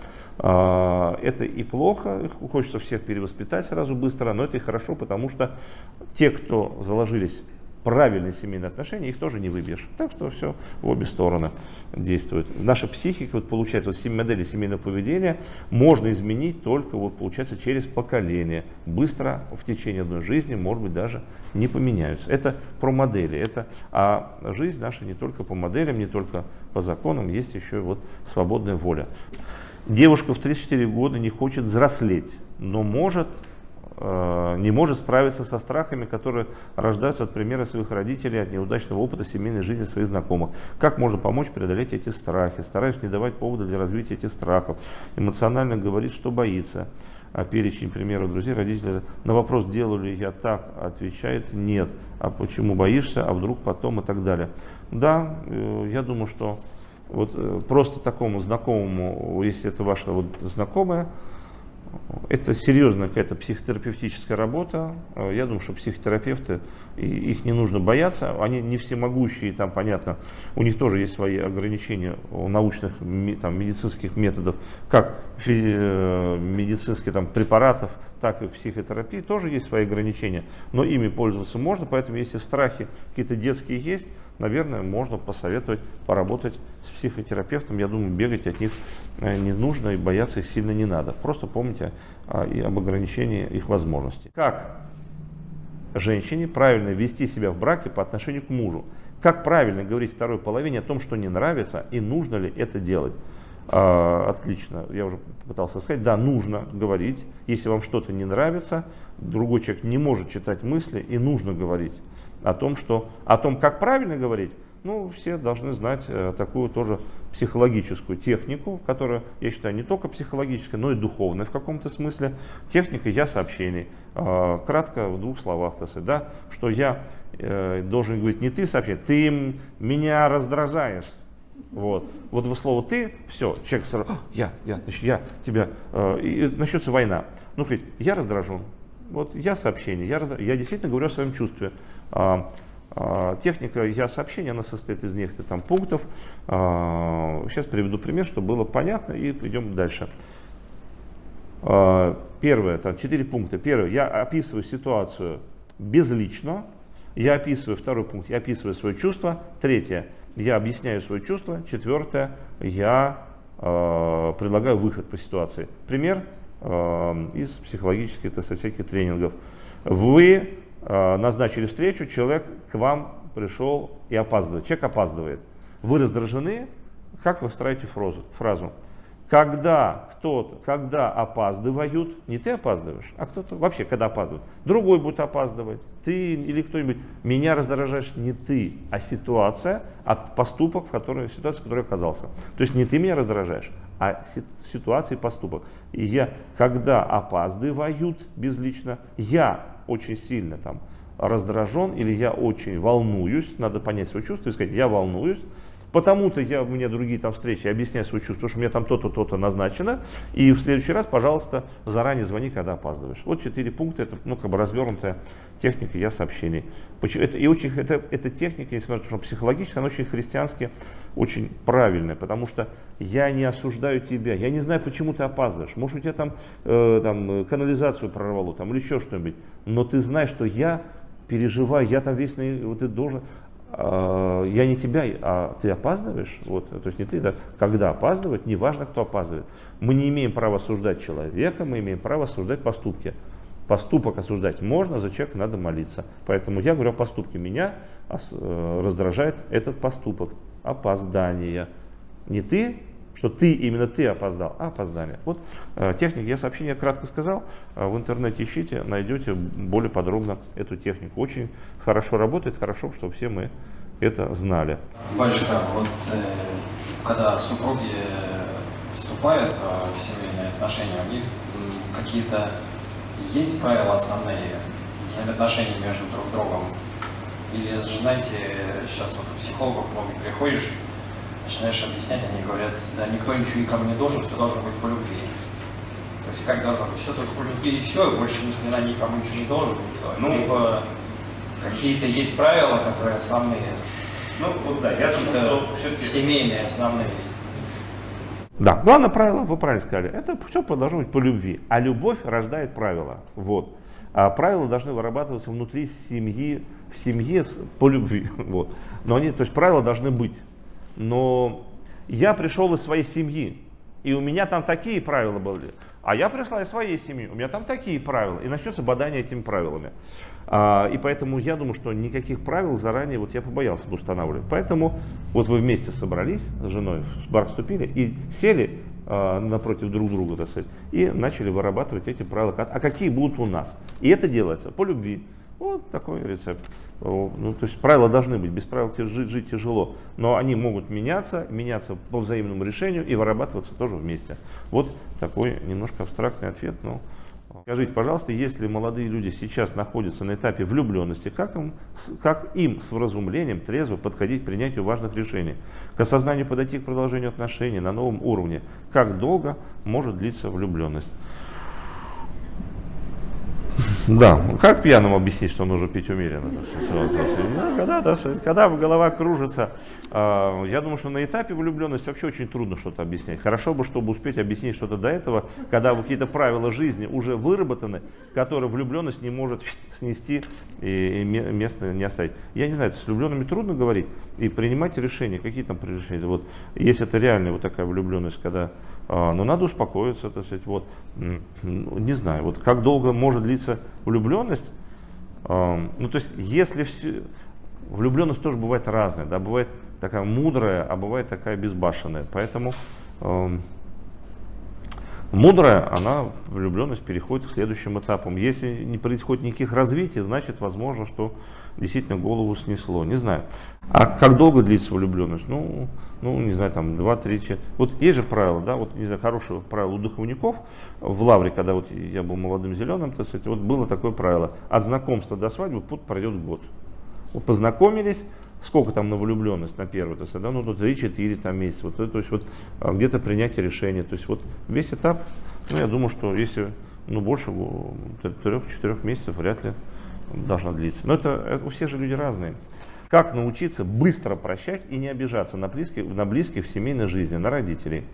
Э, это и плохо, хочется всех перевоспитать сразу быстро, но это и хорошо, потому что те, кто заложились правильные семейные отношения, их тоже не выбьешь. Так что все в обе стороны действует. Наша психика, вот, получается, вот, модели семейного поведения можно изменить только, вот, получается, через поколение. Быстро в течение одной жизни, может быть, даже не поменяются. Это про модели. Это, а жизнь наша не только по моделям, не только по законам, есть еще и вот свободная воля. Девушка в тридцать четыре года не хочет взрослеть, но может не может справиться со страхами, которые рождаются от примера своих родителей, от неудачного опыта семейной жизни своих знакомых. Как можно помочь преодолеть эти страхи? Стараюсь не давать повода для развития этих страхов. Эмоционально говорит, что боится. А перечень примеров друзей, родителей. На вопрос, делаю ли я так, отвечает нет. А почему боишься, а вдруг потом и так далее. Да, я думаю, что вот просто такому знакомому, если это ваша вот знакомая, Это серьезная какая-то психотерапевтическая работа. Я думаю, что психотерапевты, их не нужно бояться. Они не всемогущие, там понятно, у них тоже есть свои ограничения научных, там, медицинских методов, как медицинских там, препаратов, так и в психотерапии тоже есть свои ограничения, но ими пользоваться можно, поэтому если страхи какие-то детские есть, наверное, можно посоветовать поработать с психотерапевтом. Я думаю, бегать от них не нужно и бояться их сильно не надо. Просто помните а, и об ограничении их возможностей. Как женщине правильно вести себя в браке по отношению к мужу? Как правильно говорить второй половине о том, что не нравится и нужно ли это делать? А, отлично, я уже пытался сказать, да, нужно говорить. Если вам что-то не нравится, другой человек не может читать мысли, и нужно говорить о том, что, о том, как правильно говорить. Ну, все должны знать э, такую тоже психологическую технику, которая, я считаю, не только психологическая, но и духовная в каком-то смысле. Техника «я сообщений». Э, кратко, в двух словах, так сказать, да, что я э, должен говорить не ты сообщение, ты меня раздражаешь. Вот, вот в слово ты, все, человек сразу, я, я, значит, я тебя, э, и начнется война. Ну, говорит, я раздражен. Вот я сообщение, я, раздражен, я действительно говорю о своем чувстве. А, а, техника я сообщение, она состоит из некоторых там пунктов. А, сейчас приведу пример, чтобы было понятно, и пойдем дальше. А, первое, там четыре пункта. Первое, я описываю ситуацию безлично. Я описываю, второй пункт, я описываю свое чувство. Третье, я объясняю свое чувство. Четвертое, я э, предлагаю выход по ситуации. Пример э, из психологических, так сказать, всяких тренингов. Вы э, назначили встречу, человек к вам пришел и опаздывает. Человек опаздывает. Вы раздражены, как вы строите фразу? фразу? Когда кто-то, когда опаздывают, не ты опаздываешь, а кто-то вообще, когда опаздывает, другой будет опаздывать, ты или кто-нибудь, меня раздражаешь не ты, а ситуация, от поступок, в которой, ситуация, в которой я оказался. То есть не ты меня раздражаешь, а ситуация и поступок. И я, когда опаздывают безлично, я очень сильно там раздражен или я очень волнуюсь, надо понять свое чувство и сказать, я волнуюсь. Потому-то я, у меня другие там встречи, я объясняю свое чувство, потому что у меня там то-то, то-то назначено. И в следующий раз, пожалуйста, заранее звони, когда опаздываешь. Вот четыре пункта, это ну, как бы развернутая техника я сообщений. Это, и очень, это, эта техника, несмотря на то, что психологическая, она очень христиански, очень правильная. Потому что я не осуждаю тебя, я не знаю, почему ты опаздываешь. Может, у тебя там, э, там канализацию прорвало там, или еще что-нибудь. Но ты знаешь, что я переживаю, я там весь, вот ты должен... Я не тебя, а ты опаздываешь, вот, то есть не ты, да, когда опаздывать, неважно, кто опаздывает. Мы не имеем права осуждать человека, мы имеем право осуждать поступки. Поступок осуждать можно, за человека надо молиться. Поэтому я говорю о поступке. Меня раздражает этот поступок, опоздание. Не ты, что ты, именно ты опоздал, а опоздание. Вот э, техника, я сообщение кратко сказал, э, в интернете ищите, найдете более подробно эту технику. Очень хорошо работает, хорошо, чтобы все мы это знали. Батюшка, вот э, когда супруги вступают э, в семейные отношения, у них э, какие-то есть правила основные взаимоотношений между друг другом? Или, знаете, сейчас вот у психологов много приходишь, начинаешь объяснять, они говорят, да никто ничего никому не должен, все должно быть по любви. То есть как должно быть? Все только по любви и все, и больше ни хрена никому ничего не должен никто. Ну, либо какие-то есть правила, которые основные. Ну, вот да, я думаю, что все-таки... семейные основные. Да, главное правило, вы правильно сказали, это все должно быть по любви, а любовь рождает правила. Вот. А правила должны вырабатываться внутри семьи, в семье по любви. Вот. Но они, то есть правила должны быть. Но я пришел из своей семьи, и у меня там такие правила были, а я пришла из своей семьи, у меня там такие правила, и начнется бадание этими правилами. А, и поэтому я думаю, что никаких правил заранее вот я побоялся бы устанавливать. Поэтому вот вы вместе собрались с женой, в бар вступили и сели а, напротив друг друга, так сказать, и начали вырабатывать эти правила. А какие будут у нас? И это делается по любви. Вот такой рецепт. Ну, то есть правила должны быть, без правил жить, жить тяжело, но они могут меняться, меняться по взаимному решению и вырабатываться тоже вместе. Вот такой немножко абстрактный ответ. Но скажите, пожалуйста, если молодые люди сейчас находятся на этапе влюбленности, как им, как им с вразумлением трезво подходить к принятию важных решений, к осознанию подойти к продолжению отношений на новом уровне? Как долго может длиться влюбленность? Да, как пьяному объяснить, что нужно пить умеренно? Когда, да, когда голова кружится, я думаю, что на этапе влюбленности вообще очень трудно что-то объяснять. Хорошо бы, чтобы успеть объяснить что-то до этого, когда какие-то правила жизни уже выработаны, которые влюбленность не может снести и место не оставить. Я не знаю, с влюбленными трудно говорить и принимать решения. Какие там решения? Вот, если это реальная вот такая влюбленность, когда ну, надо успокоиться, так сказать, вот, не знаю, вот как долго может длиться влюбленность, ну, то есть, если все, влюбленность тоже бывает разная, да, бывает такая мудрая, а бывает такая безбашенная, поэтому э, мудрая, она, влюбленность переходит к следующим этапам. Если не происходит никаких развитий, значит, возможно, что действительно голову снесло, не знаю. А как долго длится влюбленность? Ну, ну не знаю, там два-три часа. Вот есть же правило, да, вот, не знаю, хорошее правило у духовников в Лавре, когда вот я был молодым зеленым, так сказать, вот было такое правило: от знакомства до свадьбы путь пройдет год. Вот познакомились, сколько там на влюбленность, на первую, то есть, да, ну, три-четыре там месяца, вот, то есть, вот, где-то принятие решения, то есть, вот, весь этап, ну, я думаю, что если, ну, больше трех-четырех месяцев вряд ли должна длиться. Но это, это, у всех же люди разные. Как научиться быстро прощать и не обижаться на близких, на близких в семейной жизни, на родителей?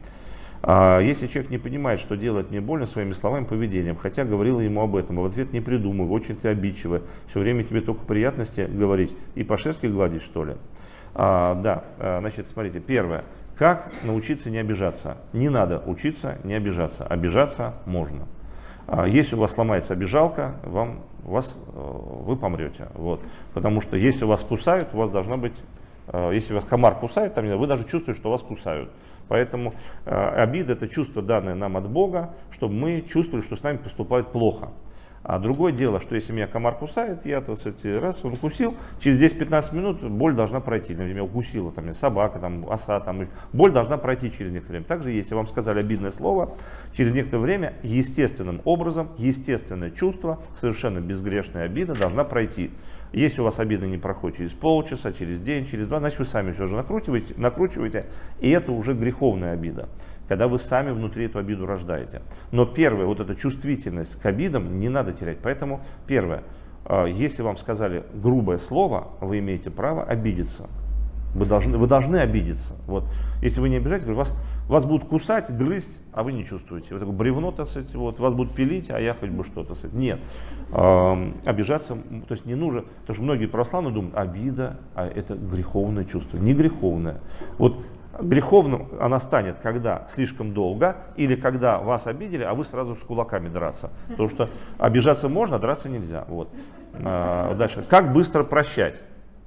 А если человек не понимает, что делать мне больно своими словами, поведением, хотя говорила ему об этом, а в ответ не придумывай, очень ты обидчивая, все время тебе только приятности говорить и по шерстке гладить, что ли? А, да, а, значит, смотрите, первое. Как научиться не обижаться? Не надо учиться не обижаться. Обижаться можно. А если у вас сломается обижалка, вам, у вас, вы помрете. Вот. Потому что если вас кусают, у вас должна быть, если вас комар кусает, там, вы даже чувствуете, что вас кусают. Поэтому э, обида — это чувство, данное нам от Бога, чтобы мы чувствовали, что с нами поступают плохо. А другое дело, что если меня комар кусает, я, так сказать, раз он укусил, через десять-пятнадцать минут боль должна пройти. Например, меня укусила там, собака, там, оса, там, боль должна пройти через некоторое время. Также, если вам сказали обидное слово, через некоторое время естественным образом, естественное чувство, совершенно безгрешная обида должна пройти. Если у вас обида не проходит через полчаса, через день, через два, значит, вы сами все же накручиваете, накручиваете, и это уже греховная обида, когда вы сами внутри эту обиду рождаете. Но первое, вот эта чувствительность к обидам не надо терять. Поэтому первое, если вам сказали грубое слово, вы имеете право обидеться. Вы должны, вы должны обидеться. Вот. Если вы не обижаетесь, говорю, вас, вас будут кусать, грызть, а вы не чувствуете. Вы такое бревно, так сказать, вот, вас будут пилить, а я хоть бы что-то. Нет. Эм, обижаться, то есть не нужно, потому что многие православные думают, обида, а это греховное чувство. Не греховное. Вот греховным она станет, когда слишком долго, или когда вас обидели, а вы сразу с кулаками драться. Потому что обижаться можно, а драться нельзя. Вот. Э, дальше. Как быстро прощать?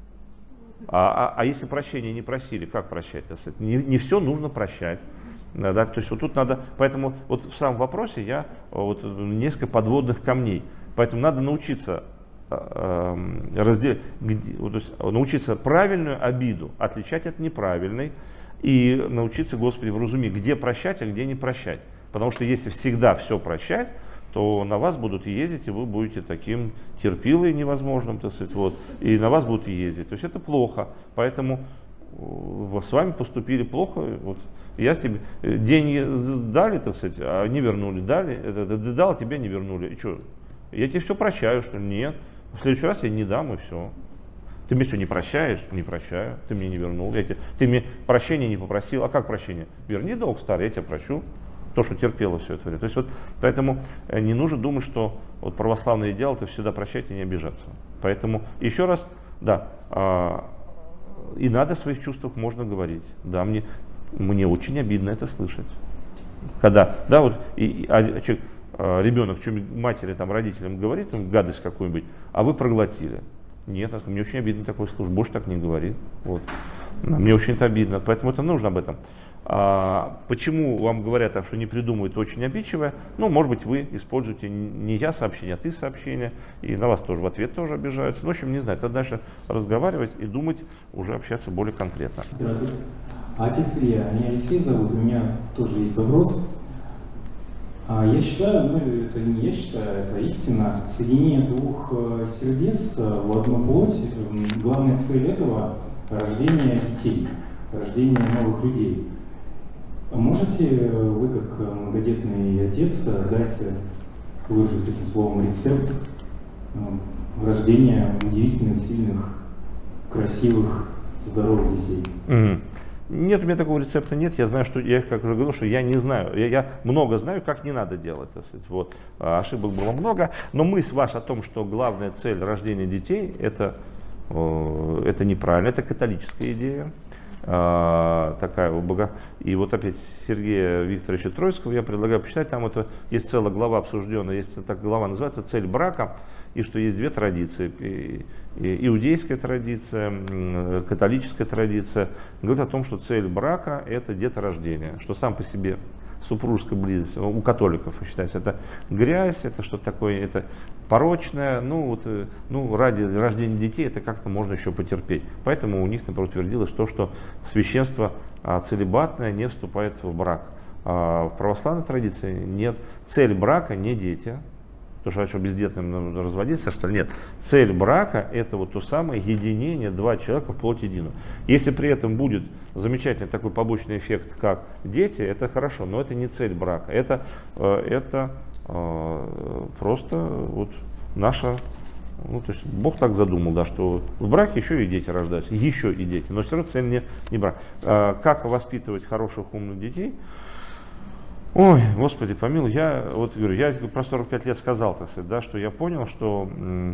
А, а, а если прощения не просили, как прощать? Не, не все нужно прощать. Да, то есть вот тут надо, поэтому вот в самом вопросе я вот, несколько подводных камней. Поэтому надо научиться, э, раздел, где, то есть, научиться правильную обиду отличать от неправильной и научиться, Господи, вразуми, где прощать, а где не прощать. Потому что если всегда все прощать, то на вас будут ездить, и вы будете таким терпилой невозможным, так сказать, вот, и на вас будут ездить. То есть это плохо, поэтому с вами поступили плохо, вот, я тебе деньги дали, так сказать, а не вернули, дали, это, дал, тебе не вернули, и что, я тебе все прощаю, что ли? Нет, в следующий раз я не дам, и все. Ты мне что, не прощаешь? Не прощаю, ты мне не вернул, я тебе, ты мне прощения не попросил, а как прощение? Верни долг старый, я тебя прощу. То, что терпело все это время. То есть вот, поэтому не нужно думать, что вот православный идеал — это всегда прощать и не обижаться. Поэтому еще раз, да, а, и надо о своих чувствах можно говорить. Да, мне, мне очень обидно это слышать. Когда, да, вот, и, а, человек, а, ребенок что-нибудь матери, там, родителям говорит, там, гадость какую-нибудь, а вы проглотили. Нет, мне очень обидно такое слушать, больше так не говорит. Вот. Мне очень это обидно, поэтому это нужно об этом. А почему вам говорят, что не придумывают очень обидчивое? Ну, может быть, вы используете не я сообщение, а ты сообщение, и на вас тоже в ответ тоже обижаются. Ну, в общем, не знаю, тогда дальше разговаривать и думать, уже общаться более конкретно. Здравствуйте. Отец Илья, меня Алексей зовут, у меня тоже есть вопрос. Я считаю, ну это не я считаю, это истина, соединение двух сердец в одну плоть, главная цель этого – рождение детей, рождение новых людей. Можете вы, как многодетный отец, дать, выражусь таким словом, рецепт рождения удивительных, сильных, красивых, здоровых детей. Mm-hmm. Нет, у меня такого рецепта нет. Я знаю, что я как уже говорил, что я не знаю. Я, я много знаю, как не надо делать. Так сказать. Вот. Ошибок было много. Но мысль ваша о том, что главная цель рождения детей, это, это неправильно, это католическая идея. А, такая бога. И вот опять Сергея Викторовича Троицкого я предлагаю почитать. Там это есть целая глава обсужденная, есть так глава называется «Цель брака», и что есть две традиции. И, и, иудейская традиция, католическая традиция говорит о том, что цель брака это деторождение, что сам по себе супружеская близость у католиков считается это грязь, это что-то такое, это порочное, ну вот, ну ради рождения детей это как-то можно еще потерпеть. Поэтому у них, например, утвердилось то, что священство а, целибатное не вступает в брак. А в православной традиции нет, цель брака не дети. Потому что, что бездетным разводиться, что нет. Цель брака это вот то самое единение два человека в плоть единую. Если при этом будет замечательный такой побочный эффект, как дети, это хорошо, но это не цель брака. Это, это просто вот наша, ну, то есть Бог так задумал, да, что в браке еще и дети рождаются, еще и дети, но все равно цель не, не брак. Как воспитывать хороших умных детей? Ой, Господи, помилуй, я вот говорю, я про сорок пять лет сказал, так сказать, да, что я понял, что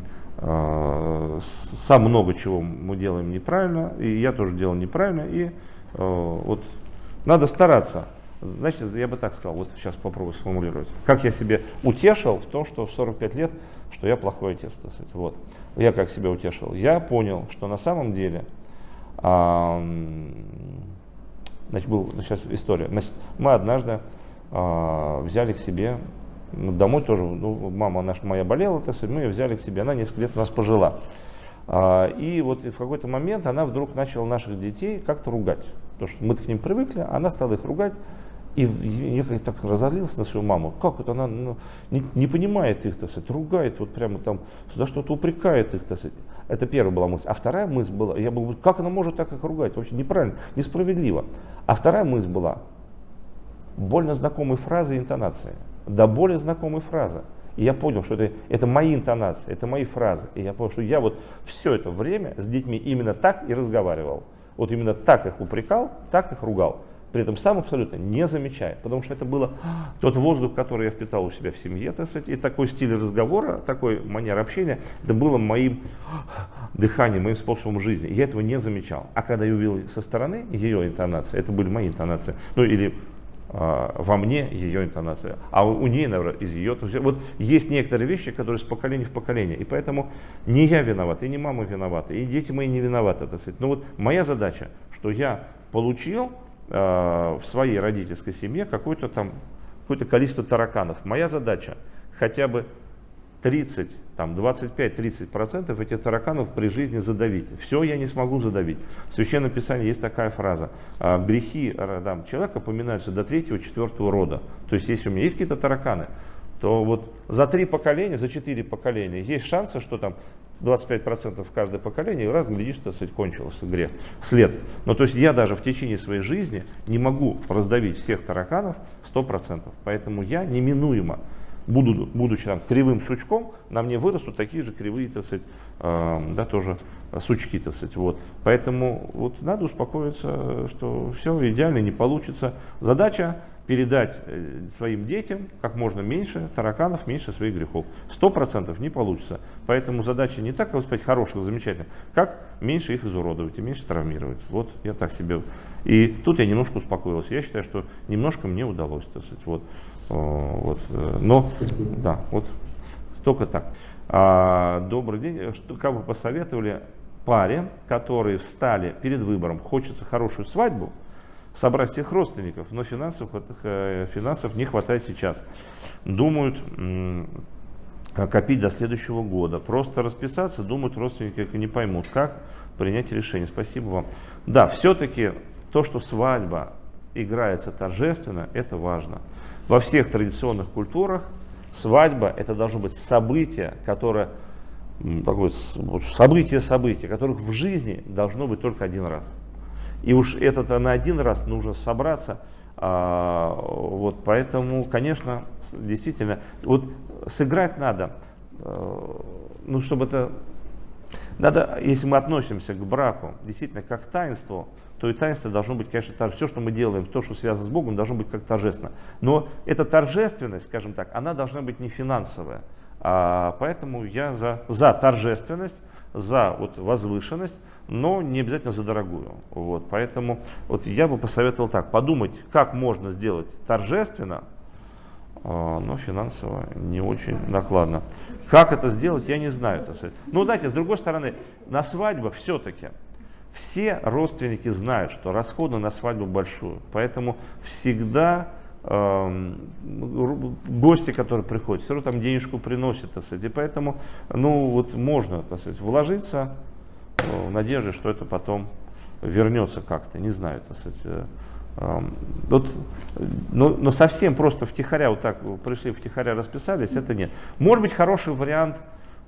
э, сам много чего мы делаем неправильно, и я тоже делал неправильно, и э, вот надо стараться. Значит, я бы так сказал, вот сейчас попробую сформулировать. Как я себе утешил в том, что в сорок пять лет, что я плохой отец, так сказать, вот. Я как себя утешил? Я понял, что на самом деле, э, значит, была сейчас история, значит, мы однажды взяли к себе, ну, домой тоже, ну, мама наша моя болела, так сказать, мы ее взяли к себе, она несколько лет у нас пожила. А, и вот в какой-то момент она вдруг начала наших детей как-то ругать. Потому что мы-то к ним привыкли, она стала их ругать, и я как-то так разозлился на свою маму. Как это она ну, не, не понимает их, так сказать, ругает, вот прямо там, за что-то упрекает их, так сказать. Это первая была мысль. А вторая мысль была, я был, как она может так их ругать? Вообще неправильно, несправедливо. А вторая мысль была, больно знакомые фразы и интонации. Да более знакомые фразы. И я понял, что это, это мои интонации, это мои фразы. И я понял, что я вот все это время с детьми именно так и разговаривал. Вот именно так их упрекал, так их ругал. При этом сам абсолютно не замечая. Потому что это был тот воздух, который я впитал у себя в семье, так сказать, и такой стиль разговора, такой манера общения, это было моим дыханием, моим способом жизни. Я этого не замечал. А когда я увидел со стороны ее интонации, это были мои интонации. Ну или во мне ее интонация, а у, у нее, наверное, из ее. То есть, вот есть некоторые вещи, которые с поколения в поколение, и поэтому не я виноват, и не мама виновата, и дети мои не виноваты, так сказать. Но вот моя задача, что я получил э, в своей родительской семье какое-то там какое-то количество тараканов. Моя задача хотя бы тридцать, там, двадцать пять тридцать процентов этих тараканов при жизни задавить. Все я не смогу задавить. В Священном Писании есть такая фраза. Грехи там, человека поминаются до третьего, четвертого рода. То есть, если у меня есть какие-то тараканы, то вот за три поколения, за четыре поколения есть шансы, что там двадцать пять процентов в каждое поколение, и раз, глядишь, так сказать, кончился грех, след. Но то есть я даже в течение своей жизни не могу раздавить всех тараканов сто процентов. Поэтому я неминуемо, Буду, будучи там, кривым сучком, на мне вырастут такие же кривые, так сказать, э, да, тоже сучки, так сказать, вот. Поэтому вот надо успокоиться, что все идеально не получится. Задача передать своим детям как можно меньше тараканов, меньше своих грехов. Сто процентов не получится. Поэтому задача не так, как сказать, хороших, замечательных, как меньше их изуродовать и меньше травмировать. Вот я так себе. И тут я немножко успокоился. Я считаю, что немножко мне удалось, так сказать, вот. Вот, но, Спасибо. Да, вот только так. А, добрый день. Что, как бы посоветовали паре, которые встали перед выбором, хочется хорошую свадьбу, собрать всех родственников, но финансов, финансов не хватает сейчас. Думают копить до следующего года. Просто расписаться, думают родственники, не поймут, как принять решение. Спасибо вам. Да, все-таки то, что свадьба играется торжественно, это важно. Во всех традиционных культурах свадьба это должно быть событие, которое такое событие событие, которых в жизни должно быть только один раз. И уж это на один раз нужно собраться. А, вот поэтому, конечно, действительно, вот сыграть надо. ну, чтобы это, надо, если мы относимся к браку действительно как к таинству, то и таинство должно быть, конечно, торж... все, что мы делаем, то, что связано с Богом, должно быть как торжественно. Но эта торжественность, скажем так, она должна быть не финансовая. А, поэтому я за, за торжественность, за вот, возвышенность, но не обязательно за дорогую. Вот, поэтому вот, я бы посоветовал так, подумать, как можно сделать торжественно, а, но финансово не очень накладно. Как это сделать, я не знаю. Ну, знаете, с другой стороны, на свадьбах все-таки все родственники знают, что расходы на свадьбу большую, поэтому всегда э, гости, которые приходят, все равно там денежку приносят, так сказать, и поэтому, ну вот можно, так сказать, вложиться в надежде, что это потом вернется как-то, не знаю, так сказать. Э, вот, но, но совсем просто втихаря, вот так пришли втихаря, расписались, это нет. Может быть, хороший вариант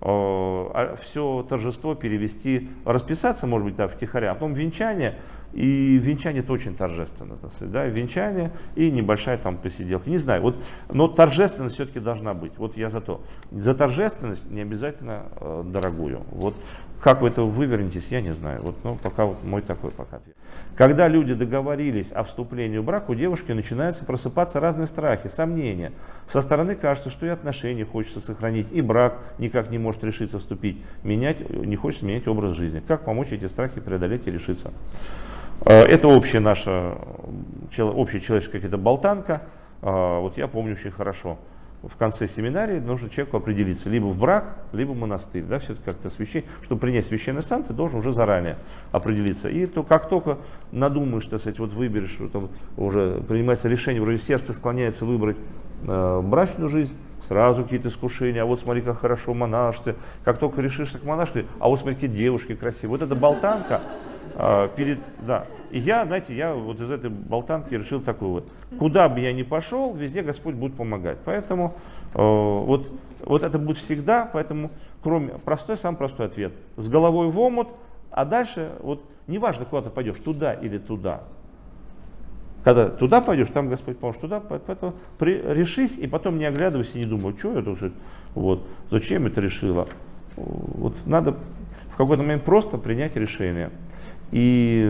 все торжество перевести, расписаться, может быть, да, втихаря, а потом венчание, и венчание это очень торжественно, так сказать, да, венчание и небольшая там посиделка, не знаю, вот, но торжественность все-таки должна быть, вот я за то, за торжественность не обязательно э, дорогую, вот, как вы это вывернетесь, я не знаю, вот, ну, пока вот мой такой пока ответ. Когда люди договорились о вступлении в брак, у девушки начинаются просыпаться разные страхи, сомнения. Со стороны кажется, что и отношения хочется сохранить, и брак никак не может решиться вступить, менять, не хочется менять образ жизни. Как помочь эти страхи преодолеть и решиться? Это общая наша, общая человеческая какая-то болтанка, вот я помню очень хорошо. В конце семинарии нужно человеку определиться либо в брак, либо в монастырь. Да, все это как-то священник. Чтобы принять священный сан, ты должен уже заранее определиться. И то, как только надумаешь, так сказать, вот выберешь, что там уже принимается решение, вроде сердце склоняется выбрать э, брачную жизнь, сразу какие-то искушения, а вот смотри, как хорошо монашество. Как только решишься к монашеству, а вот смотри, какие девушки красивые. Вот эта болтанка э, перед, да. И я, знаете, я вот из этой болтанки решил такой вот, куда бы я ни пошел, везде Господь будет помогать. Поэтому э, вот, вот это будет всегда, поэтому кроме, простой, самый простой ответ, с головой в омут, а дальше вот неважно, куда ты пойдешь, туда или туда. Когда туда пойдешь, там Господь поможет, туда, поэтому при, решись и потом не оглядывайся и не думай, что я тут, вот, зачем это решила. Вот надо в какой-то момент просто принять решение. И,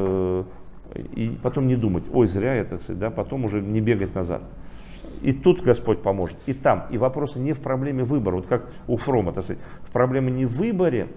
и потом не думать, ой, зря это, да, потом уже не бегать назад. И тут Господь поможет, и там. И вопрос не в проблеме выбора, вот как у Фрома, так сказать, в проблеме не в выборе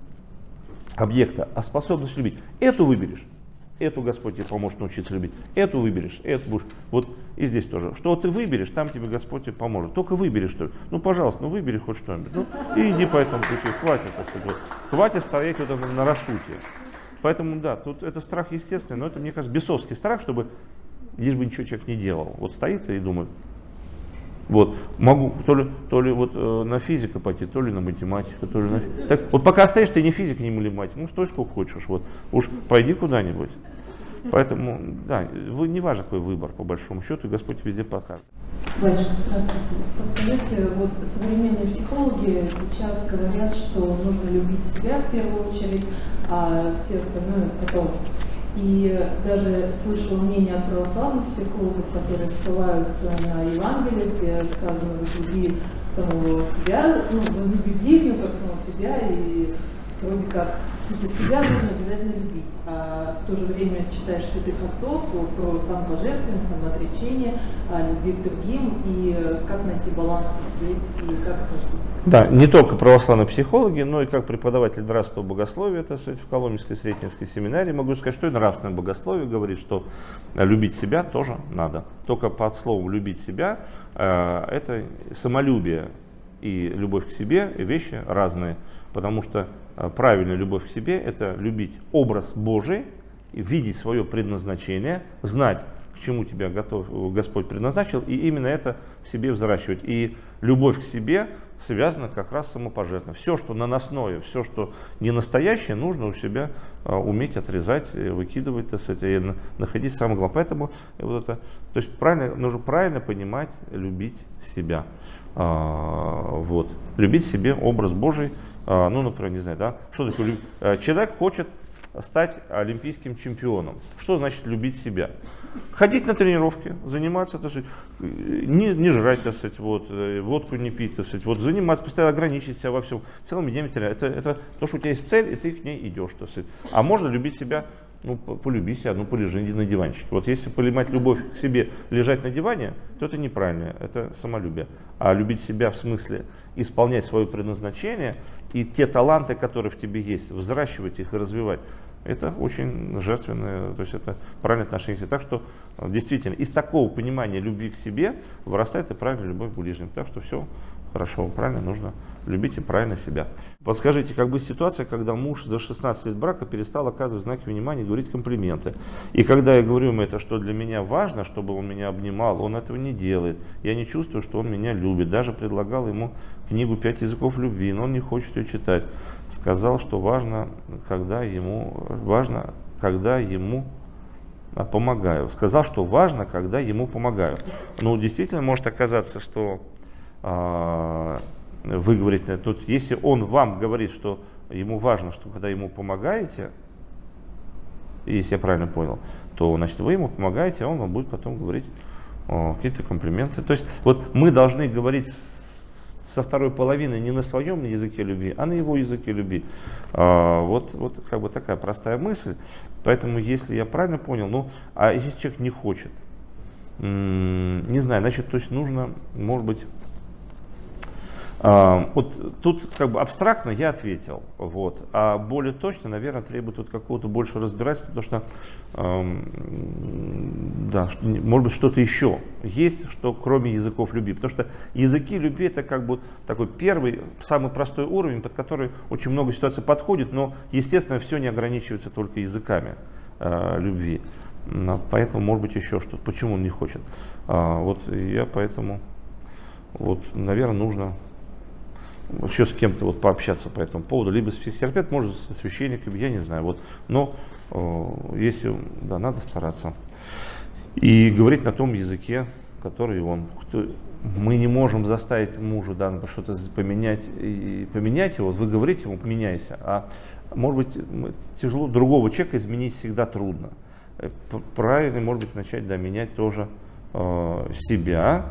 объекта, а способность любить. Эту выберешь, эту Господь тебе поможет научиться любить, эту выберешь, эту будешь. Вот и здесь тоже. Что ты выберешь, там тебе Господь тебе поможет. Только выберешь что-то. Ну, пожалуйста, ну выбери хоть что-нибудь. Ну, и иди по этому пути, хватит, так сказать, вот. Хватит стоять вот на распутье. Поэтому, да, тут это страх естественный, но это, мне кажется, бесовский страх, чтобы лишь бы ничего человек не делал. Вот стоит и думает, вот, могу то ли, то ли вот э, на физику пойти, то ли на математику, то ли на... Так, вот пока стоишь, ты не физик, не математик, ну стой сколько хочешь, вот, уж пойди куда-нибудь. Поэтому, да, вы, не важно какой выбор, по большому счету, Господь везде покажет. Батюшка, здравствуйте. Подскажите, вот современные психологи сейчас говорят, что нужно любить себя в первую очередь, а все остальное потом. И даже слышала мнение от православных психологов, которые ссылаются на Евангелие, где сказано «возлюби самого себя», ну, «возлюби ближнего как самого себя», и вроде как типа себя нужно обязательно любить. А в то же время читаешь святых отцов про самопожертвование, самоотречение, любви к другим, и как найти баланс здесь и как относиться. Да, не только православные психологи, но и как преподаватель нравственного богословия, так сказать, в Коломенской Сретенской семинарии, могу сказать, что и нравственное богословие говорит, что любить себя тоже надо. Только под словом «любить себя» э, это самолюбие и любовь к себе вещи разные, потому что правильная любовь к себе – это любить образ Божий, видеть свое предназначение, знать, к чему тебя готов, Господь предназначил, и именно это в себе взращивать. И любовь к себе связана как раз с самопожертвованием. Все, что наносное, все, что не настоящее, нужно у себя уметь отрезать, выкидывать, так сказать, и находить самое главное. Поэтому вот это, то есть правильно, нужно правильно понимать, любить себя. Вот. Любить в себе образ Божий. Ну, например, не знаю, да, что такое, человек хочет стать олимпийским чемпионом. Что значит любить себя? Ходить на тренировки, заниматься, так сказать, не, не жрать, так сказать, вот, водку не пить, так сказать, вот, заниматься, постоянно ограничить себя во всем, целыми днями. Это, это то, что у тебя есть цель, и ты к ней идешь, так сказать. А можно любить себя, ну, полюби себя, ну, полежи на диванчике. Вот если понимать любовь к себе, лежать на диване, то это неправильно, это самолюбие. А любить себя в смысле исполнять свое предназначение и те таланты, которые в тебе есть, взращивать их и развивать, это очень жертвенное, то есть это правильное отношение к себе. Так что действительно из такого понимания любви к себе вырастает и правильная любовь к ближним. Так что все хорошо, правильно, нужно любить и правильно себя. Подскажите, как быть ситуация, когда муж за шестнадцать лет брака перестал оказывать знаки внимания, говорить комплименты. И когда я говорю ему это, что для меня важно, чтобы он меня обнимал, он этого не делает. Я не чувствую, что он меня любит. Даже предлагал ему книгу «Пять языков любви», но он не хочет ее читать. Сказал, что важно, когда ему, важно, когда ему помогаю. Сказал, что важно, когда ему помогаю. Ну, действительно может оказаться, что а, вы говорите, тут, если он вам говорит, что ему важно, что когда ему помогаете, если я правильно понял, то значит вы ему помогаете, а он вам будет потом говорить о, какие-то комплименты. То есть вот мы должны говорить со второй половины не на своем языке любви, а на его языке любви. А, вот, вот как бы такая простая мысль. Поэтому, если я правильно понял, ну, а если человек не хочет, м- не знаю, значит, то есть нужно, может быть, а, вот тут как бы абстрактно я ответил, вот, а более точно, наверное, требует вот какого-то больше разбирательства, потому что, эм, да, может быть, что-то еще есть, что кроме языков любви, потому что языки любви это как бы такой первый, самый простой уровень, под который очень много ситуаций подходит, но, естественно, все не ограничивается только языками э, любви, поэтому, может быть, еще что-то, почему он не хочет, а, вот я поэтому, вот, наверное, нужно еще с кем-то вот пообщаться по этому поводу, либо с психотерапевтом, может со священником, я не знаю, вот, но э, если, да, надо стараться и говорить на том языке, который он, кто, мы не можем заставить мужа, да, что-то поменять и поменять его, вот вы говорите ему, поменяйся, а может быть тяжело, другого человека изменить всегда трудно, правильно, может быть, начать, да, менять тоже э, себя,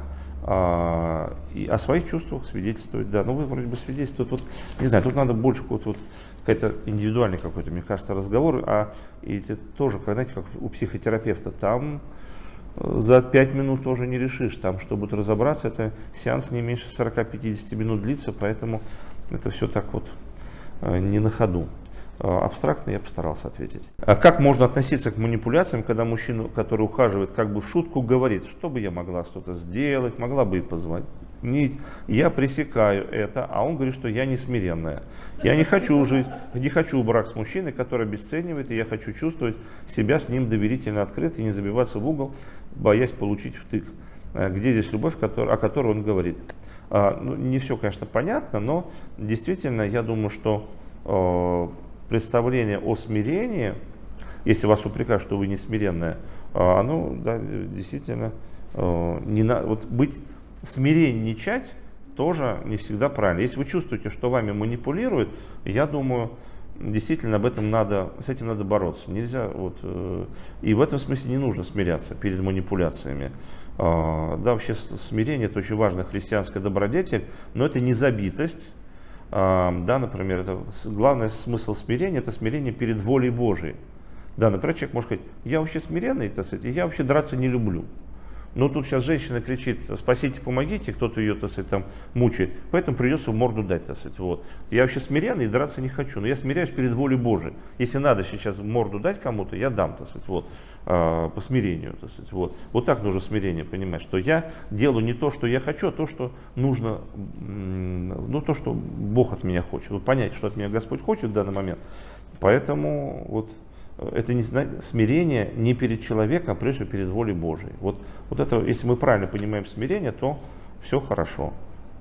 А, и о своих чувствах свидетельствовать, да, ну вы вроде бы свидетельствуете, вот, не знаю, тут надо больше вот, вот какой-то индивидуальный какой-то, мне кажется, разговор, а и это тоже, знаете, как у психотерапевта, там за пять минут тоже не решишь, там, чтобы разобраться, это сеанс не меньше сорок-пятьдесят минут длится, поэтому это все так вот не на ходу. Абстрактно я постарался ответить. А как можно относиться к манипуляциям, когда мужчина, который ухаживает, как бы в шутку говорит, что бы я могла что-то сделать, могла бы и позвонить, я пресекаю это, а он говорит, что я не смиренная. Я не хочу жить, не хочу брак с мужчиной, который обесценивает, и я хочу чувствовать себя с ним доверительно открыто и не забиваться в угол, боясь получить втык. Где здесь любовь, о которой он говорит? Ну, не все, конечно, понятно, но действительно, я думаю, что представление о смирении, если вас упрекают, что вы не смиренная, оно, да, действительно, не на, вот быть смиренничать тоже не всегда правильно. Если вы чувствуете, что вами манипулируют, я думаю, действительно об этом надо, с этим надо бороться. Нельзя, вот, и в этом смысле не нужно смиряться перед манипуляциями. Да, вообще смирение это очень важная христианская добродетель, но это не забитость. Да, например, это главный смысл смирения, это смирение перед волей Божией. Да, например, человек может сказать, я вообще смиренный, так сказать, я вообще драться не люблю. Но тут сейчас женщина кричит, спасите, помогите, кто-то ее, так сказать, там мучает, поэтому придется в морду дать, так сказать, вот. Я вообще смиренный и драться не хочу, но я смиряюсь перед волей Божией. Если надо сейчас в морду дать кому-то, я дам, так сказать, вот, по смирению, так сказать, вот. Вот так нужно смирение понимать, что я делаю не то, что я хочу, а то, что нужно, ну, то, что Бог от меня хочет. Вот понять, что от меня Господь хочет в данный момент. Поэтому вот это не смирение не перед человеком, а прежде всего перед волей Божией. Вот, вот это, если мы правильно понимаем смирение, то все хорошо.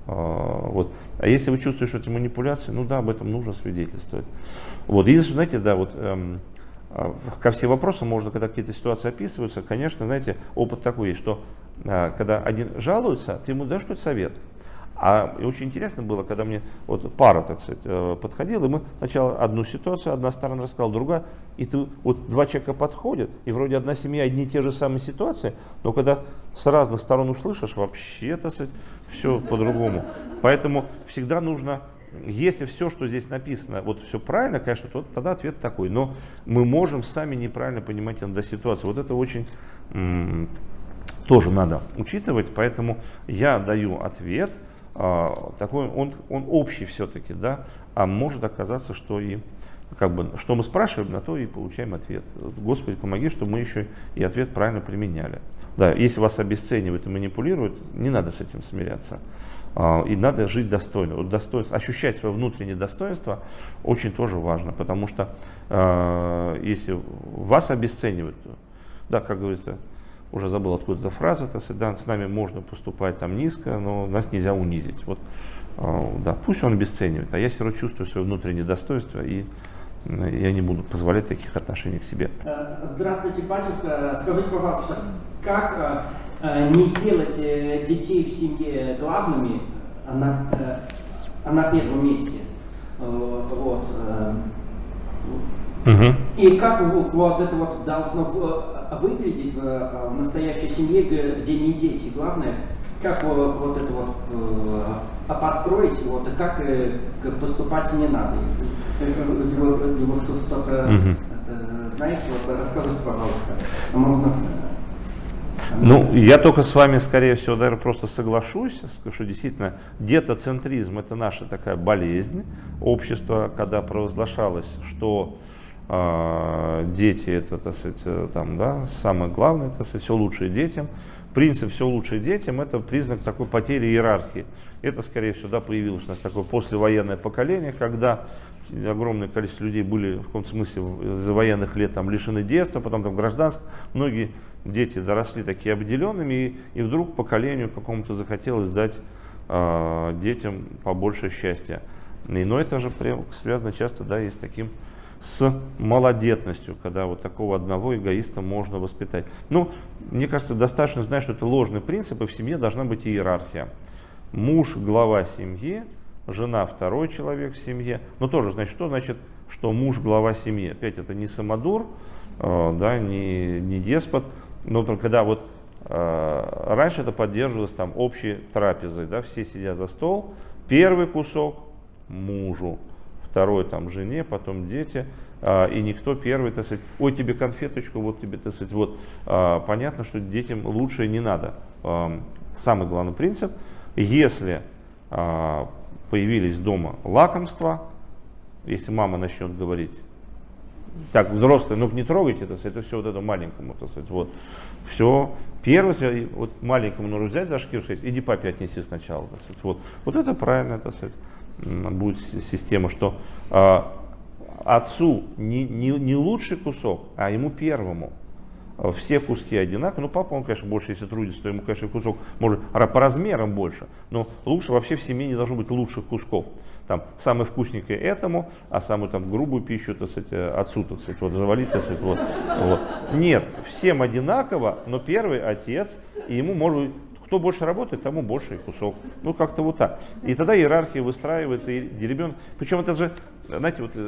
А, вот. А если вы чувствуете, что это манипуляции, ну да, об этом нужно свидетельствовать. Вот. Единственное, знаете, да, вот эм, ко всем вопросам можно, когда какие-то ситуации описываются, конечно, знаете, опыт такой есть, что э, когда один жалуется, ты ему даешь какой-то совет, А и очень интересно было, когда мне вот пара, так сказать, подходила, и мы сначала одну ситуацию, одна сторона рассказала, другая, и ты, вот два человека подходят, и вроде одна семья, одни и те же самые ситуации, но когда с разных сторон услышишь, вообще, так сказать, все по-другому. Поэтому всегда нужно, если все, что здесь написано, вот все правильно, конечно, то тогда ответ такой. Но мы можем сами неправильно понимать иногда ситуацию. Вот это очень м- тоже надо учитывать, поэтому я даю ответ, а, такой, он, он общий все-таки, да, а может оказаться, что и как бы, что мы спрашиваем, на то и получаем ответ. Господи, помоги, чтобы мы еще и ответ правильно применяли. Да, если вас обесценивают и манипулируют, не надо с этим смиряться. И надо жить достойно. Вот достоинство, ощущать свое внутреннее достоинство очень тоже важно, потому что э, если вас обесценивают, то, да, как говорится, уже забыл откуда эта фраза, то есть, да, с нами можно поступать там низко, но нас нельзя унизить. Вот, э, да, пусть он обесценивает, а я все равно чувствую свое внутреннее достоинство, и э, я не буду позволять таких отношений к себе. Здравствуйте, батюшка. Скажите, пожалуйста, как не сделать детей в семье главными, а на, а на первом месте? Вот. Угу. И как вот это вот должно выглядеть в, в настоящей семье, где не дети? Главное, как вот это вот построить, вот, и как поступать не надо, если, если вы что-то угу. знаете, вот расскажите, пожалуйста. Можно... Ну, я только с вами, скорее всего, наверное, просто соглашусь, что действительно детоцентризм — это наша такая болезнь общества, когда провозглашалось, что э, дети — это, так сказать, там, да, самое главное, так сказать, все лучшее детям. Принцип «все лучшее детям» — это признак такой потери иерархии. Это, скорее всего, да, появилось у нас такое послевоенное поколение, когда огромное количество людей были в каком-то смысле из-за военных лет там лишены детства, потом там гражданских. Многие дети доросли такие обделенными, и, и вдруг поколению какому-то захотелось дать э, детям побольше счастья. И, но это же прям связано часто, да, и с таким, с малодетностью, когда вот такого одного эгоиста можно воспитать. Ну, мне кажется, достаточно знать, что это ложный принцип, и в семье должна быть иерархия. Муж — глава семьи, жена — второй человек в семье. Но тоже, значит, что значит, что муж — глава семьи? Опять, это не самодур, э, да, не, не деспот. Но только когда вот э, раньше это поддерживалось там общей трапезой, да, все сидят за стол, первый кусок мужу, второй там жене, потом дети, э, и никто первый, так сказать, ой, тебе конфеточку, вот тебе, так сказать, вот. Э, понятно, что детям лучше не надо. Э, самый главный принцип, если э, появились дома лакомства, если мама начнет говорить, так, взрослые, ну не трогайте, это, это все вот это маленькому, так сказать, вот, все, первое, вот маленькому нужно взять за шкирку, сказать, иди папе отнеси сначала, так сказать, вот, вот это правильно, так сказать, будет система, что э, отцу не, не, не лучший кусок, а ему первому. Все куски одинаковые. Ну, папа, он, конечно, больше, если трудится, то ему, конечно, кусок может по размерам больше. Но лучше вообще в семье не должно быть лучших кусков. Там самый вкусненький этому, а самую там грубую пищу, так сказать, отцу, так сказать, вот завалить, так сказать, вот, вот. Нет, всем одинаково, но первый отец, и ему может быть, кто больше работает, тому больше кусок. Ну, как-то вот так. И тогда иерархия выстраивается, и ребенок, причем это же, знаете, вот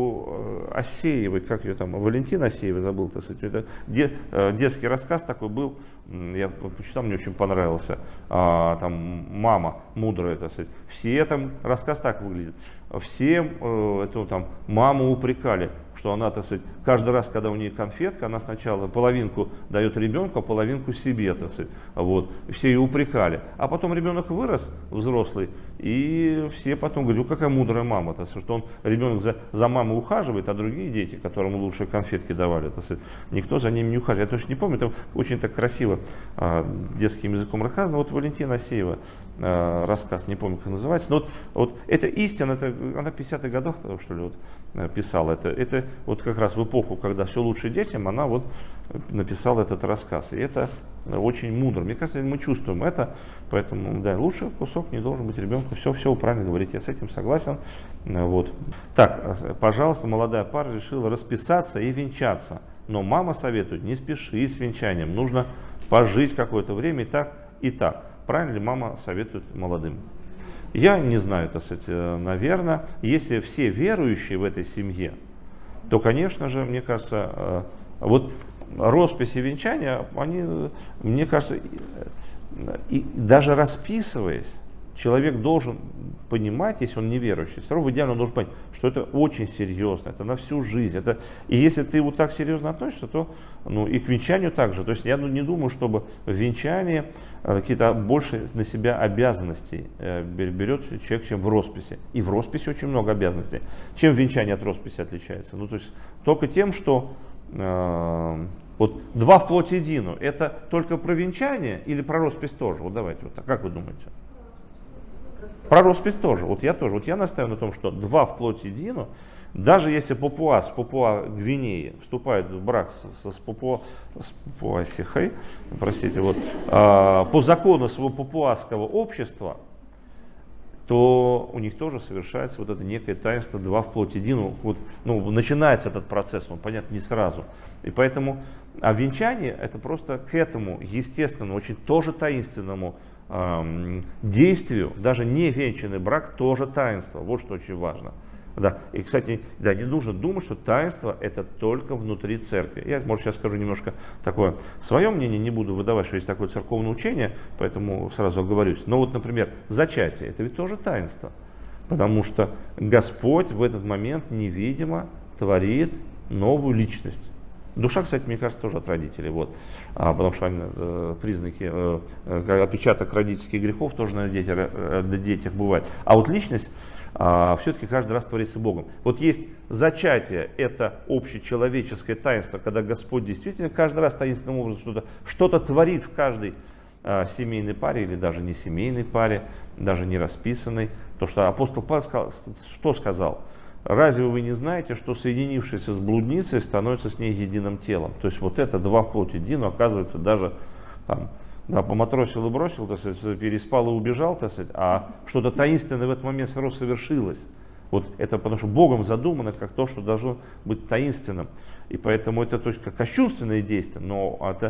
у Асеевой, как ее там, Валентина Асеева, забыл, так сказать, это детский рассказ такой был, я почитал, мне очень понравился, а, там мама мудрая, так сказать, все там, рассказ так выглядит, все э, эту там маму упрекали, что она, так сказать, каждый раз, когда у нее конфетка, она сначала половинку дает ребенку, а половинку себе, так сказать, вот, все ее упрекали, а потом ребенок вырос, взрослый, и все потом говорят, ну какая мудрая мама, так сказать, что он, ребенок за, за мамой ухаживает, а другие дети, которым лучшие конфетки давали, так сказать, никто за ними не ухаживает. Я точно не помню, это очень так красиво э, детским языком рассказано. Вот Валентина Асеева э, рассказ, не помню, как называется, но вот, вот это истина, это, она в пятидесятых годах, что ли, вот, писала это, это вот как раз в эпоху, когда все лучше детям, она вот написала этот рассказ, и это очень мудро. Мне кажется, мы чувствуем это, поэтому, да, лучше кусок не должен быть ребенку. Все, все вы правильно говорите, я с этим согласен. Вот. Так, пожалуйста, молодая пара решила расписаться и венчаться, но мама советует, не спеши с венчанием, нужно пожить какое-то время и так, и так. Правильно ли мама советует молодым? Я не знаю, так сказать, наверное, если все верующие в этой семье, то, конечно же, мне кажется, вот роспись и венчание, они, мне кажется, и даже расписываясь, человек должен понимать, если он неверующий, все равно в идеале он должен понять, что это очень серьезно, это на всю жизнь. Это, и если ты вот так серьезно относишься, то ну, и к венчанию также. То есть я ну, не думаю, чтобы в венчании э, какие-то больше на себя обязанностей э, берет человек, чем в росписи. И в росписи очень много обязанностей. Чем венчание от росписи отличается? Ну, то есть только тем, что э, вот два в плоти едино, это только про венчание или про роспись тоже? Вот давайте вот так, как вы думаете? Про роспись тоже. Вот я тоже. Вот я настаиваю на том, что два в плоти едино, даже если Папуас, Папуа Гвинеи вступает в брак с, с, Папуа, с Папуасихой, простите, вот, а, по закону своего папуасского общества, то у них тоже совершается вот это некое таинство два в плоти едино. Вот, ну, начинается этот процесс, он, понятно, не сразу. И поэтому, а венчание это просто к этому естественному, очень тоже таинственному эм, действию, даже не венчанный брак тоже таинство. Вот что очень важно. Да. И, кстати, да, не нужно думать, что таинство это только внутри церкви. Я, может, сейчас скажу немножко такое свое мнение, не буду выдавать, что есть такое церковное учение, поэтому сразу оговорюсь. Но вот, например, зачатие, это ведь тоже таинство. Потому что Господь в этот момент невидимо творит новую личность. Душа, кстати, мне кажется, тоже от родителей. Вот. А, потому что они, э, признаки, э, э, отпечаток родительских грехов тоже на детях, э, на детях бывает. А вот личность а, все-таки каждый раз творится Богом. Вот есть зачатие, это общечеловеческое таинство, когда Господь действительно каждый раз таинственным образом что-то, что-то творит в каждой а, семейной паре или даже не семейной паре, даже не расписанной. То, что апостол Павел сказал, что сказал? Разве вы не знаете, что соединившийся с блудницей становится с ней единым телом? То есть вот это два в плоти едино, оказывается, даже там, да, поматросил и бросил, так сказать, переспал и убежал, так сказать, а что-то таинственное в этот момент сразу совершилось. Вот это потому что Богом задумано как то, что должно быть таинственным. И поэтому это то есть, как кощунственное действие, но это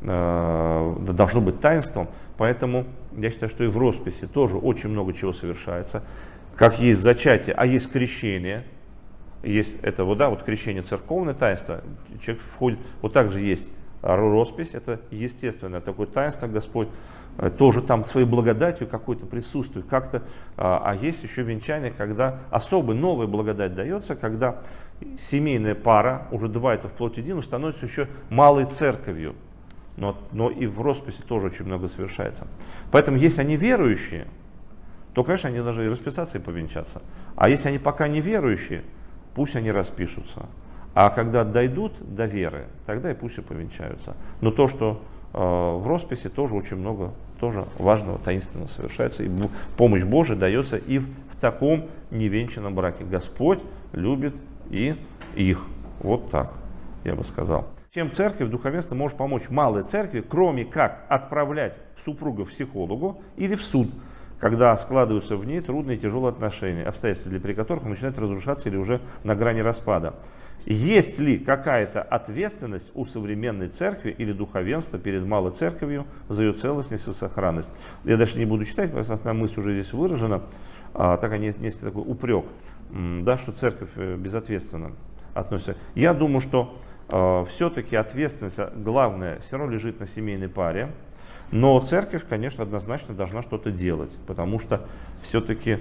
э, должно быть таинством. Поэтому я считаю, что и в росписи тоже очень много чего совершается. Как есть зачатие, а есть крещение. Есть это вот, да, вот крещение церковное таинство. Человек входит, вот так же есть роспись, это естественное такое таинство, Господь тоже там своей благодатью какой-то присутствует, как-то, а, а есть еще венчание, когда особая новая благодать дается, когда семейная пара, уже два это в плоти едино, становится еще малой церковью, но, но и в росписи тоже очень много совершается. Поэтому если они верующие, то, конечно, они должны и расписаться, и повенчаться. А если они пока не верующие, пусть они распишутся. А когда дойдут до веры, тогда и пусть и повенчаются. Но то, что э, в росписи, тоже очень много тоже важного, таинственного совершается. И помощь Божия дается и в, в таком невенчанном браке. Господь любит и их. Вот так, я бы сказал. Чем церковь, духовенство может помочь малой церкви, кроме как отправлять супруга к психологу или в суд, когда складываются в ней трудные и тяжелые отношения, обстоятельства, для при которых начинают разрушаться или уже на грани распада. Есть ли какая-то ответственность у современной церкви или духовенства перед малой церковью за ее целостность и сохранность? Я даже не буду читать, основная мысль уже здесь выражена, а, так есть несколько такой упрек, да, что церковь безответственно относится. Я думаю, что а, все-таки ответственность, главное, все равно лежит на семейной паре. Но церковь, конечно, однозначно должна что-то делать, потому что все-таки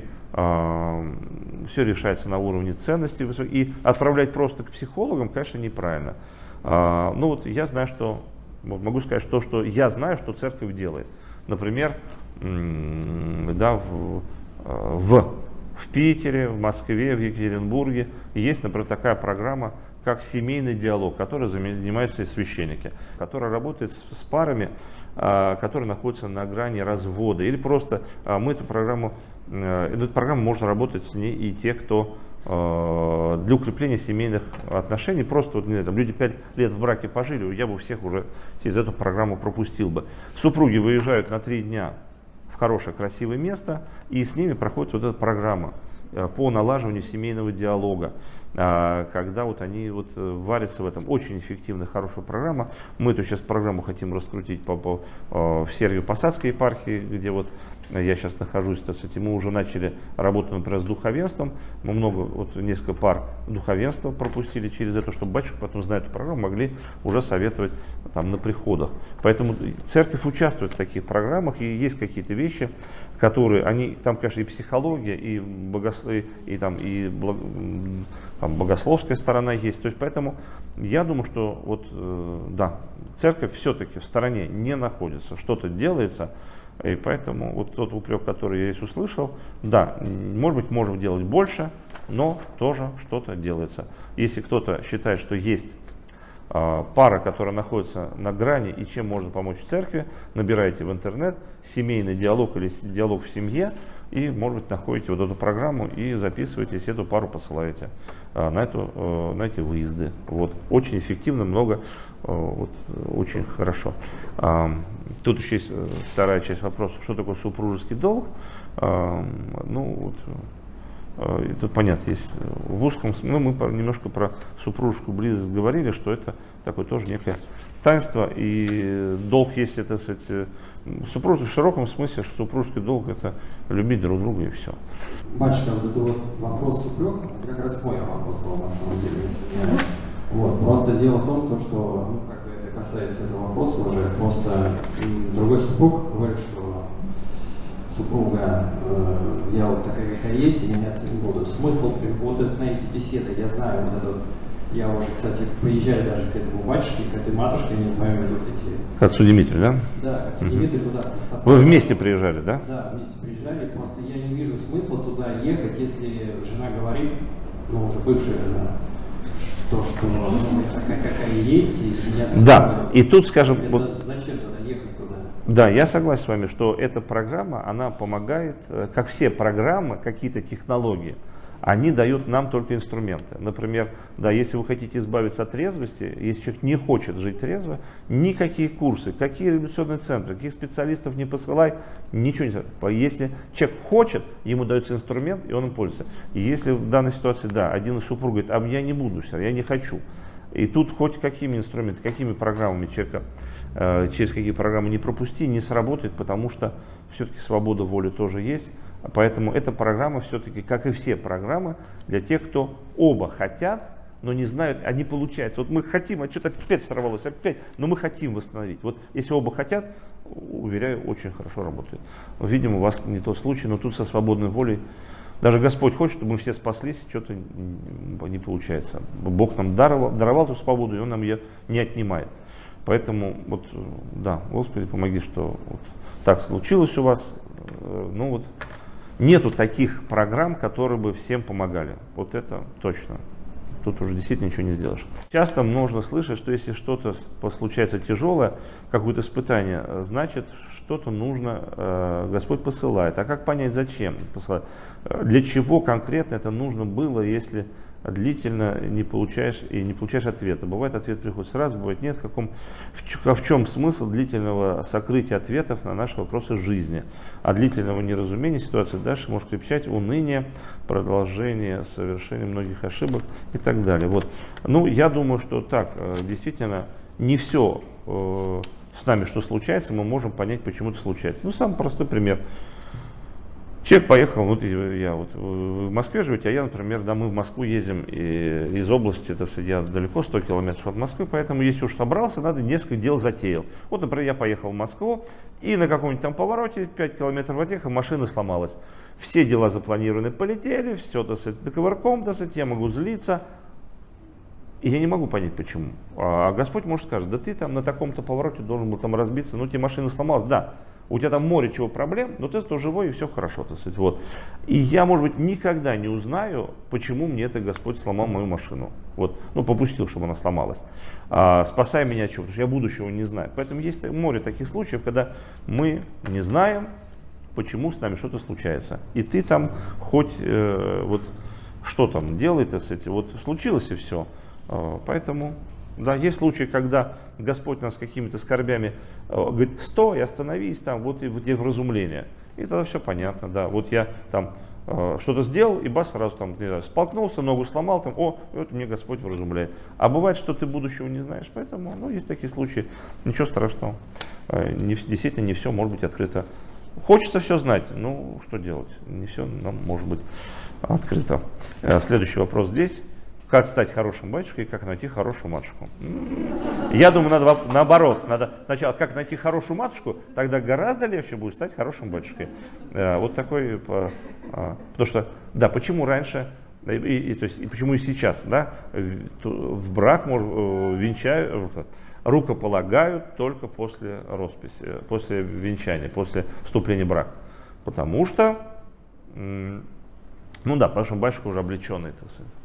э, все решается на уровне ценностей. И отправлять просто к психологам, конечно, неправильно. Э, ну вот я знаю, что, могу сказать, что, что я знаю, что церковь делает. Например, э, да, в, э, в, в Питере, в Москве, в Екатеринбурге есть, например, такая программа, как семейный диалог, который занимаются священники, который работает с, с парами, которые находятся на грани развода. Или просто мы эту программу, эту программу можно работать с ней и те, кто для укрепления семейных отношений, просто вот, там, люди пять лет в браке пожили, я бы всех уже через эту программу пропустил бы. Супруги выезжают на три дня в хорошее, красивое место, и с ними проходит вот эта программа по налаживанию семейного диалога, когда вот они вот варятся в этом. Очень эффективная, хорошая программа. Мы эту сейчас программу хотим раскрутить по, по, в Сергиево-Посадской епархии, где вот я сейчас нахожусь, так сказать, мы уже начали работу, например, с духовенством. Мы много, вот несколько пар духовенства пропустили через это, чтобы батюшка потом, зная эту программу, могли уже советовать там на приходах. Поэтому церковь участвует в таких программах, и есть какие-то вещи, которые, они, там, конечно, и психология, и, богос, и, и, там, и благ, там, богословская сторона есть. То есть, поэтому я думаю, что вот, э, да, церковь все-таки в стороне не находится, что-то делается. И поэтому вот тот упрек, который я здесь услышал, да, может быть, можем делать больше, но тоже что-то делается. Если кто-то считает, что есть э, пара, которая находится на грани и чем можно помочь в церкви, набирайте в интернет семейный диалог или диалог в семье, и, может быть, находите вот эту программу и записываетесь, эту пару посылаете э, на, эту, э, на эти выезды. Вот. Очень эффективно, много, э, вот, очень хорошо. А, тут еще есть вторая часть вопроса, что такое супружеский долг. А, ну, вот, э, тут понятно, есть в узком смысле, ну, мы немножко про супружескую близость говорили, что это такое тоже некое таинство, и долг есть, это, кстати, супружество в широком смысле, что супружеский долг — это любить друг друга и все. Батюшка, вот это вот вопрос упрек, это как раз мой вопрос был на самом деле. Вот, просто дело в том, то, что, ну, как бы это касается этого вопроса уже, просто другой супруг говорит, что супруга, э, я вот такая, какая есть, и меняться не буду. Смысл вот это, на эти беседы, я знаю, вот это вот, я уже, кстати, приезжаю даже к этому батюшке, к этой матушке, они вдвоем идут эти... К отцу Дмитрию, да? Да, к отцу Дмитрию туда. Артистопад. Вы вместе приезжали, да? Да, вместе приезжали, просто я не вижу смысла туда ехать, если жена говорит, ну, уже бывшая жена, то, что ну, такая, какая есть, и меня... Да, и тут, скажем... Это вот, зачем тогда ехать туда? Да, я согласен с вами, что эта программа, она помогает, как все программы, какие-то технологии, они дают нам только инструменты. Например, да, если вы хотите избавиться от трезвости, если человек не хочет жить трезво, никакие курсы, какие революционные центры, каких специалистов не посылай, ничего не. Если человек хочет, ему дается инструмент, и он им пользуется. И если в данной ситуации, да, один из супруг говорит, а я не буду, я не хочу. И тут хоть какими инструментами, какими программами человека, э, через какие программы не пропусти, не сработает, потому что все-таки свобода воли тоже есть. Поэтому эта программа все-таки, как и все программы, для тех, кто оба хотят, но не знают, а не получается. Вот мы хотим, а что-то опять сорвалось, опять, но мы хотим восстановить. Вот если оба хотят, уверяю, очень хорошо работает. Видимо, у вас не тот случай, но тут со свободной волей, даже Господь хочет, чтобы мы все спаслись, что-то не получается. Бог нам даровал, даровал эту свободу, и Он нам ее не отнимает. Поэтому, вот, да, Господи, помоги, что вот так случилось у вас. Ну вот, нету таких программ, которые бы всем помогали. Вот это точно. Тут уже действительно ничего не сделаешь. Часто можно слышать, что если что-то случается тяжелое, какое-то испытание, значит, что-то нужно, э, Господь посылает. А как понять, зачем посылает? Для чего конкретно это нужно было, если длительно не получаешь и не получаешь ответа? Бывает, ответ приходит сразу, бывает нет. В, каком, в, в чем смысл длительного сокрытия ответов на наши вопросы жизни? А длительного неразумения ситуации дальше может крепчать уныние, продолжение совершения многих ошибок и так далее. Вот. Ну, я думаю, что так, действительно, не все э, с нами, что случается, мы можем понять, почему это случается. Ну, самый простой пример. Человек поехал, вот я вот в Москве живете, а я, например, да, мы в Москву ездим и из области, это я далеко, сто километров от Москвы, поэтому если уж собрался, надо несколько дел затеял. Вот, например, я поехал в Москву и на каком-нибудь там повороте пять километров отъехал, машина сломалась. Все дела запланированы, полетели, все, так сказать, доковырком, так сказать, я могу злиться. И я не могу понять, почему. А Господь может сказать, да ты там на таком-то повороте должен был там разбиться, ну тебе машина сломалась, да. У тебя там море чего проблем, но ты зато живой и все хорошо, так сказать, вот. И я, может быть, никогда не узнаю, почему мне это Господь сломал мою машину. Вот, ну, попустил, чтобы она сломалась. А, спасай меня от чего, потому что я будущего не знаю. Поэтому есть море таких случаев, когда мы не знаем, почему с нами что-то случается. И ты там хоть, э, вот, что там делай, так сказать, вот случилось и все. А, поэтому... Да, есть случаи, когда Господь нас какими-то скорбями э, говорит, стой, остановись, там, вот и вот и вразумление. И тогда все понятно, да. Вот я там э, что-то сделал, и бас сразу там, не знаю, споткнулся, ногу сломал, там, о, вот мне Господь вразумляет. А бывает, что ты будущего не знаешь, поэтому, ну, есть такие случаи, ничего страшного. Э, не, действительно, не все может быть открыто хочется все знать, ну что делать, не все нам может быть открыто. Следующий вопрос здесь. Как стать хорошим батюшкой и как найти хорошую матушку? Я думаю, надо наоборот. Надо сначала как найти хорошую матушку, тогда гораздо легче будет стать хорошим батюшкой. Вот такой, потому что, да, почему раньше, и, и, то есть, и почему и сейчас, да, в, в брак может, венчают, рукополагают только после росписи, после венчания, после вступления в брак. Потому что, ну да, потому что батюшка уже облеченный, так сказать,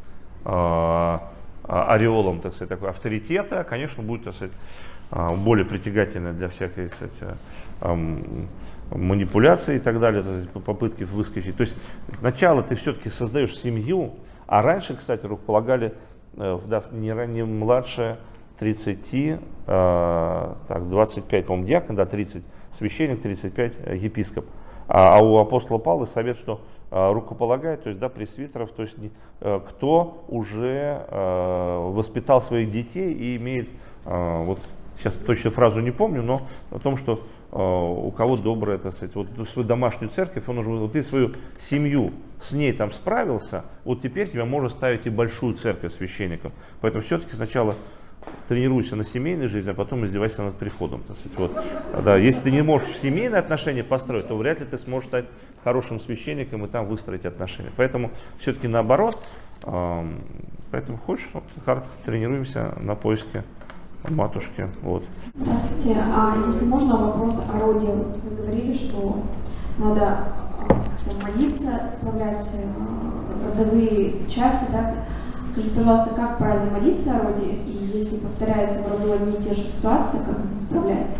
ореолом, так сказать, такой авторитета, конечно, будет, так сказать, более притягательно для всякой, так сказать, манипуляции и так далее, так сказать, попытки выскочить. То есть сначала ты все-таки создаешь семью, а раньше, кстати, рукополагали да, не, не младше тридцати, так, двадцать пять, по-моему, диакон, да, тридцать священник, тридцать пять епископ. А, а у апостола Павла совет, что а, рукополагает, то есть, да, пресвитеров, то есть, а, кто уже а, воспитал своих детей и имеет, а, вот сейчас точно фразу не помню, но о том, что а, у кого добрая, так сказать, вот свою домашнюю церковь, он уже, вот ты свою семью с ней там справился, вот теперь тебя можно ставить и большую церковь священником. Поэтому все-таки сначала тренируйся на семейной жизни, а потом издевайся над приходом. Так сказать. Вот. Да, если ты не можешь семейные отношения построить, то вряд ли ты сможешь стать хорошим священником и там выстроить отношения. Поэтому все-таки наоборот, э, поэтому хочешь, вот, тренируемся на поиске матушки. Вот. Здравствуйте. А если можно, вопрос о роде. Вот вы говорили, что надо как-то молиться, исправлять родовые печати, да? Скажите, пожалуйста, как правильно молиться о роде, и если повторяются в роду одни и те же ситуации, как их исправлять?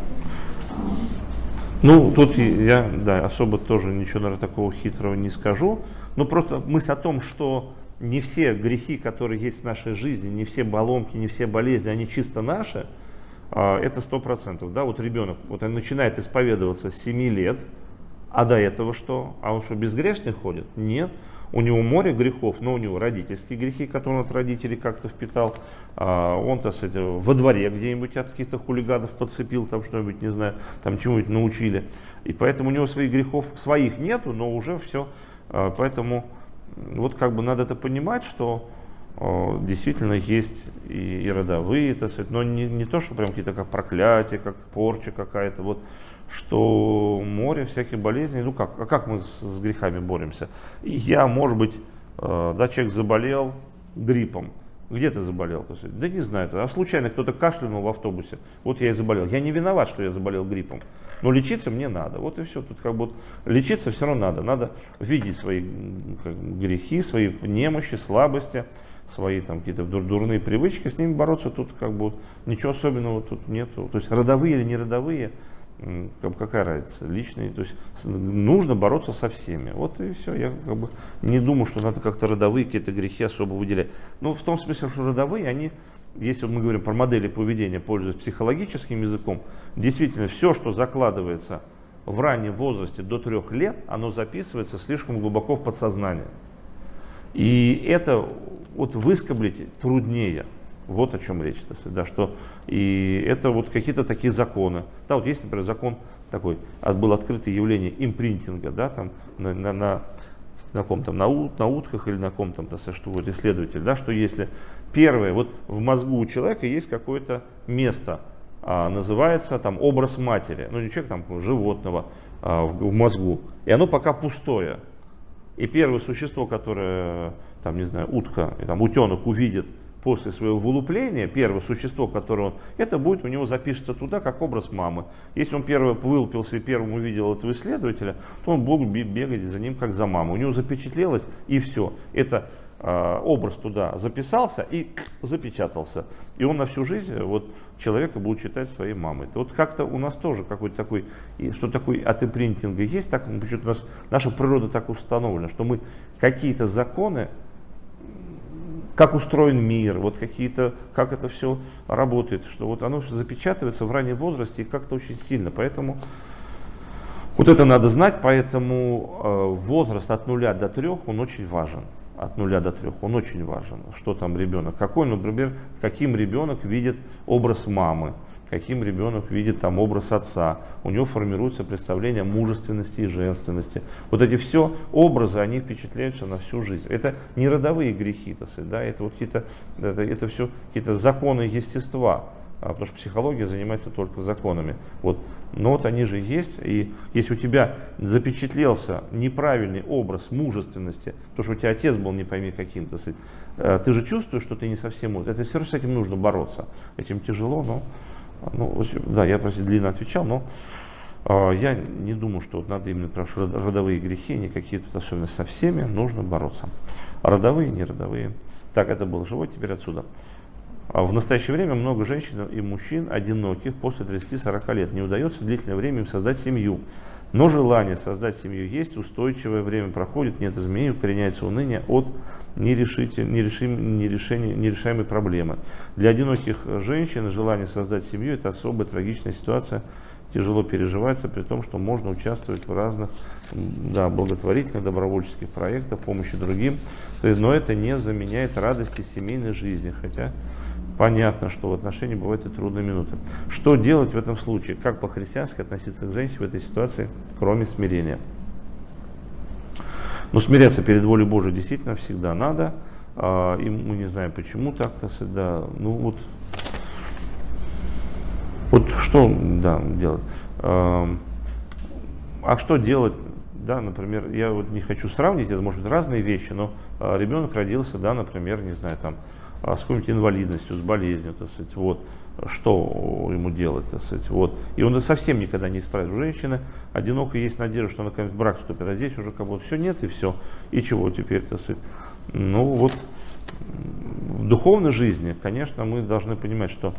Ну, тут я, да, особо тоже ничего, наверное, такого хитрого не скажу, но просто мысль о том, что не все грехи, которые есть в нашей жизни, не все баломки, не все болезни, они чисто наши, это сто процентов, да, вот ребенок, вот он начинает исповедоваться с семи лет, а до этого что? А он что, безгрешный ходит? Нет. У него море грехов, но у него родительские грехи, которые он от родителей как-то впитал. Он, так сказать, во дворе где-нибудь от каких-то хулиганов подцепил, там что-нибудь, не знаю, там чему-нибудь научили. И поэтому у него своих грехов своих нету, но уже все. Поэтому вот как бы надо это понимать, что действительно есть и, и родовые, так сказать, но не, не то, что прям какие-то как проклятия, как порча какая-то, вот, что море всяких болезней, ну как, а как мы с, с грехами боремся? Я, может быть, э, да, человек заболел гриппом. Где ты заболел? Да не знаю, а случайно кто-то кашлянул в автобусе, вот я и заболел. Я не виноват, что я заболел гриппом, но лечиться мне надо. Вот и все, тут как бы лечиться все равно надо. Надо видеть свои как, грехи, свои немощи, слабости, свои там какие-то дурные привычки, с ними бороться тут как бы ничего особенного тут нету. То есть родовые или не родовые, какая разница, личные, то есть нужно бороться со всеми. Вот и все, я как бы не думаю, что надо как-то родовые какие-то грехи особо выделять. Ну, в том смысле, что родовые, они, если мы говорим про модели поведения, пользуясь психологическим языком, действительно все, что закладывается в раннем возрасте до трех лет, оно записывается слишком глубоко в подсознание. И это вот выскоблить труднее. Вот о чем речь, да, что и это вот какие-то такие законы. Да, вот есть, например, закон такой, был открытое явление импринтинга, да, там на, на, на, на ком-то, на, на утках или на ком-то, что вот исследователь, да, что если первое, вот в мозгу у человека есть какое-то место, а, называется там образ матери, ну не человек, там животного а, в, в мозгу, и оно пока пустое. И первое существо, которое, там, не знаю, утка, там, утенок увидит после своего вылупления, первое существо, которое он, это будет у него запишется туда, как образ мамы. Если он первый вылупился и первым увидел этого исследователя, то он будет бегать за ним, как за мамой. У него запечатлелось, и все. Это э, образ туда записался и запечатался. И он на всю жизнь вот, человека будет считать своей мамой. Вот как-то у нас тоже какой-то такой, что такое от импринтинга есть, так, почему-то у нас наша природа так установлена, что мы какие-то законы, как устроен мир, вот какие-то, как это все работает, что вот оно запечатывается в раннем возрасте и как-то очень сильно. Поэтому вот это надо знать, поэтому э, возраст от нуля до трех, он очень важен. От нуля до трех, он очень важен. Что там ребенок, какой, например, каким ребенок видит образ мамы. каким ребенок видит там образ отца, у него формируется представление о мужественности и женственности. Вот эти все образы, они впечатляются на всю жизнь. Это не родовые грехи, да, это вот какие-то, это, это все какие-то законы естества, потому что психология занимается только законами. Вот. Но вот они же есть, и если у тебя запечатлелся неправильный образ мужественности, потому что у тебя отец был не пойми каким-то, ты же чувствуешь, что ты не совсем мудрый. Это все равно с этим нужно бороться. Этим тяжело, но, ну, да, я, простите, длинно отвечал, но э, я не думаю, что вот надо именно про родовые грехи, никакие тут особенности, со всеми нужно бороться. А родовые, не родовые. Так, это был живой, теперь отсюда. В настоящее время много женщин и мужчин одиноких после тридцати-сорока лет. Не удается длительное время им создать семью. Но желание создать семью есть, устойчивое время проходит, нет изменений, укореняется уныние от нерешитель, нерешим, нерешения, нерешаемой проблемы. Для одиноких женщин желание создать семью – это особая трагичная ситуация, тяжело переживается, при том, что можно участвовать в разных, да, благотворительных, добровольческих проектах, помощи другим, но это не заменяет радости семейной жизни, хотя понятно, что в отношении бывают и трудные минуты. Что делать в этом случае? Как по-христиански относиться к женщине в этой ситуации, кроме смирения? Но смиряться перед волей Божией действительно всегда надо. И мы не знаем, почему так-то. Да, ну вот, вот что, да, делать? А что делать? Да, например, я вот не хочу сравнить, это может быть разные вещи, но ребенок родился, да, например, не знаю, там, с какой-нибудь инвалидностью, с болезнью, так сказать, вот, что ему делать, так сказать, вот. И он совсем никогда не исправит. У женщины одиноко есть надежда, что она в брак вступит, а здесь уже как будто все нет и все. И чего теперь, так сказать. Ну вот, в духовной жизни, конечно, мы должны понимать, что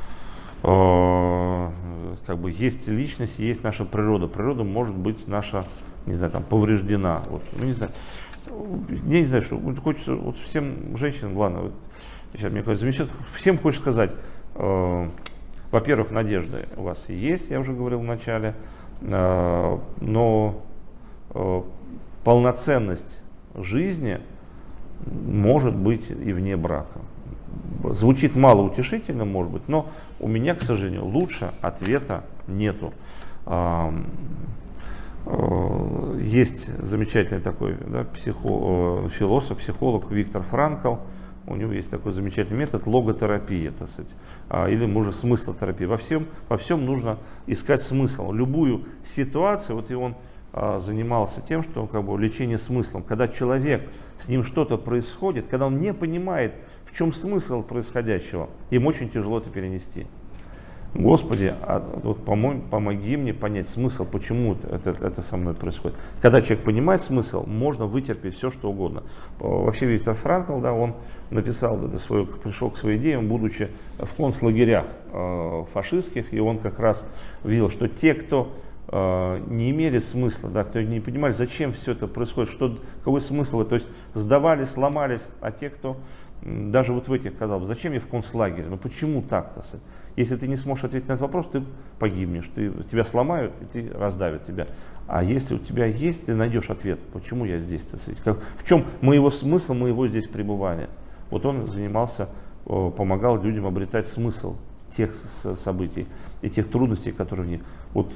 э, как бы есть личность, есть наша природа. Природа может быть наша, не знаю, там, повреждена. Вот, ну, не знаю. Я не знаю, что хочется вот всем женщинам, ладно, вот, сейчас мне кажется, замечательно, всем хочется сказать, э, во-первых, надежда у вас есть, я уже говорил в начале, э, но э, полноценность жизни может быть и вне брака. Звучит малоутешительно, может быть, но у меня, к сожалению, лучше ответа нету. Э, Есть замечательный такой, да, психо, философ, психолог Виктор Франкл. У него есть такой замечательный метод логотерапии, так сказать, или, может, смыслотерапии. Во всем, во всем нужно искать смысл. Любую ситуацию, вот и он а, занимался тем, что как бы лечение смыслом. Когда человек, с ним что-то происходит, когда он не понимает, в чем смысл происходящего, им очень тяжело это перенести. Господи, а, вот, помоги мне понять смысл, почему это, это, это со мной происходит. Когда человек понимает смысл, можно вытерпеть все, что угодно. Вообще Виктор Франкл, да, он написал, это свой, пришел к своей идее, будучи в концлагерях э, фашистских, и он как раз видел, что те, кто э, не имели смысла, да, кто не понимали, зачем все это происходит, что, какой смысл, то есть сдавались, сломались, а те, кто даже вот в этих, казалось бы, зачем я в концлагере, ну почему так-то? Если ты не сможешь ответить на этот вопрос, ты погибнешь, ты, тебя сломают и ты раздавят тебя. А если у тебя есть, ты найдешь ответ, почему я здесь, так сказать, как, в чем моего смысл, моего здесь пребывания. Вот он занимался, помогал людям обретать смысл тех событий и тех трудностей, которые в них. Вот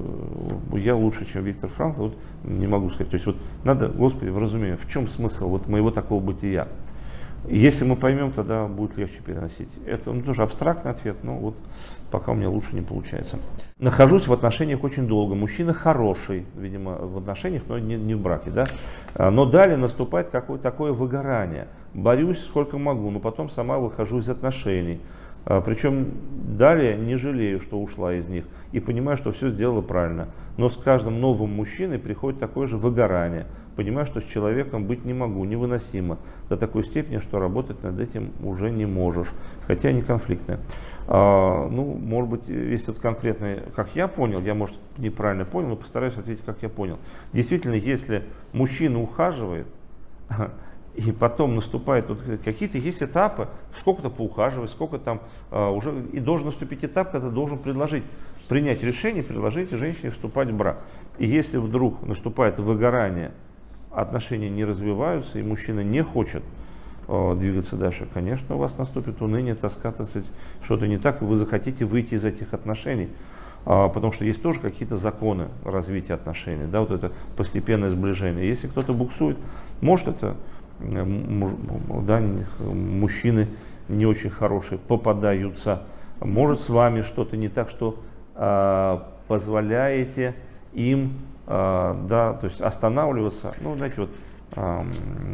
я лучше, чем Виктор Франкл, вот не могу сказать. То есть вот надо, Господи, вразумеем, в чем смысл вот моего такого бытия. Если мы поймем, тогда будет легче переносить. Это ну, тоже абстрактный ответ, но вот пока у меня лучше не получается. Нахожусь в отношениях очень долго. Мужчина хороший, видимо, в отношениях, но не, не в браке, да. Но далее наступает какое-то такое выгорание. Борюсь сколько могу, но потом сама выхожу из отношений. Причем далее не жалею, что ушла из них, и понимаю, что все сделала правильно. Но с каждым новым мужчиной приходит такое же выгорание. Понимаю, что с человеком быть не могу, невыносимо. До такой степени, что работать над этим уже не можешь. Хотя не конфликтное. А, ну, может быть, если вот конкретно, как я понял, я, может, неправильно понял, но постараюсь ответить, как я понял. Действительно, если мужчина ухаживает, и потом наступают вот какие-то есть этапы, сколько-то поухаживать, сколько там а, уже, и должен наступить этап, когда должен предложить, принять решение, предложить женщине вступать в брак. И если вдруг наступает выгорание, отношения не развиваются, и мужчина не хочет э, двигаться дальше, конечно, у вас наступит уныние, тоска, так сказать, что-то не так, и вы захотите выйти из этих отношений. А, потому что есть тоже какие-то законы развития отношений, да, вот это постепенное сближение. Если кто-то буксует, может это, муж, да, мужчины не очень хорошие попадаются, может с вами что-то не так, что а, позволяете им, а, да, то есть останавливаться, ну, знаете, вот а,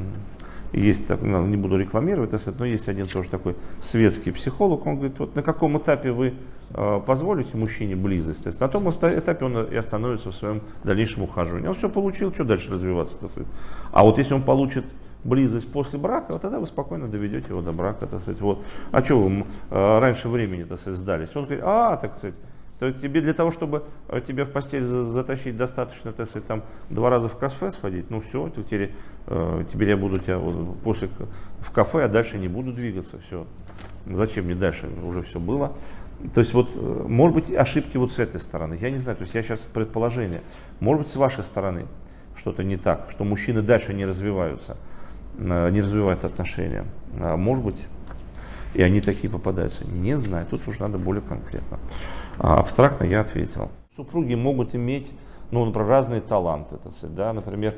есть, так, не буду рекламировать, но есть один тоже такой светский психолог, он говорит, вот на каком этапе вы позволите мужчине близость, на том этапе он и остановится в своем дальнейшем ухаживании. Он все получил, что дальше развиваться? А вот если он получит близость после брака, тогда вы спокойно доведете его до брака. Так сказать. Вот. А что вы раньше времени так сказать, сдались? Он говорит, а, так сказать, то тебе для того, чтобы тебя в постель затащить, достаточно, так сказать, там два раза в кафе сходить, ну все, теперь, теперь я буду тебя вот, после в кафе, а дальше не буду двигаться, все. Зачем мне дальше? Уже все было. То есть вот, может быть, ошибки вот с этой стороны, я не знаю, то есть я сейчас предположение, может быть, с вашей стороны что-то не так, что мужчины дальше не развиваются, не развивают отношения, а может быть, и они такие попадаются, не знаю, тут уже надо более конкретно. А абстрактно я ответил. Супруги могут иметь, ну, например, разные таланты, так сказать, да, например,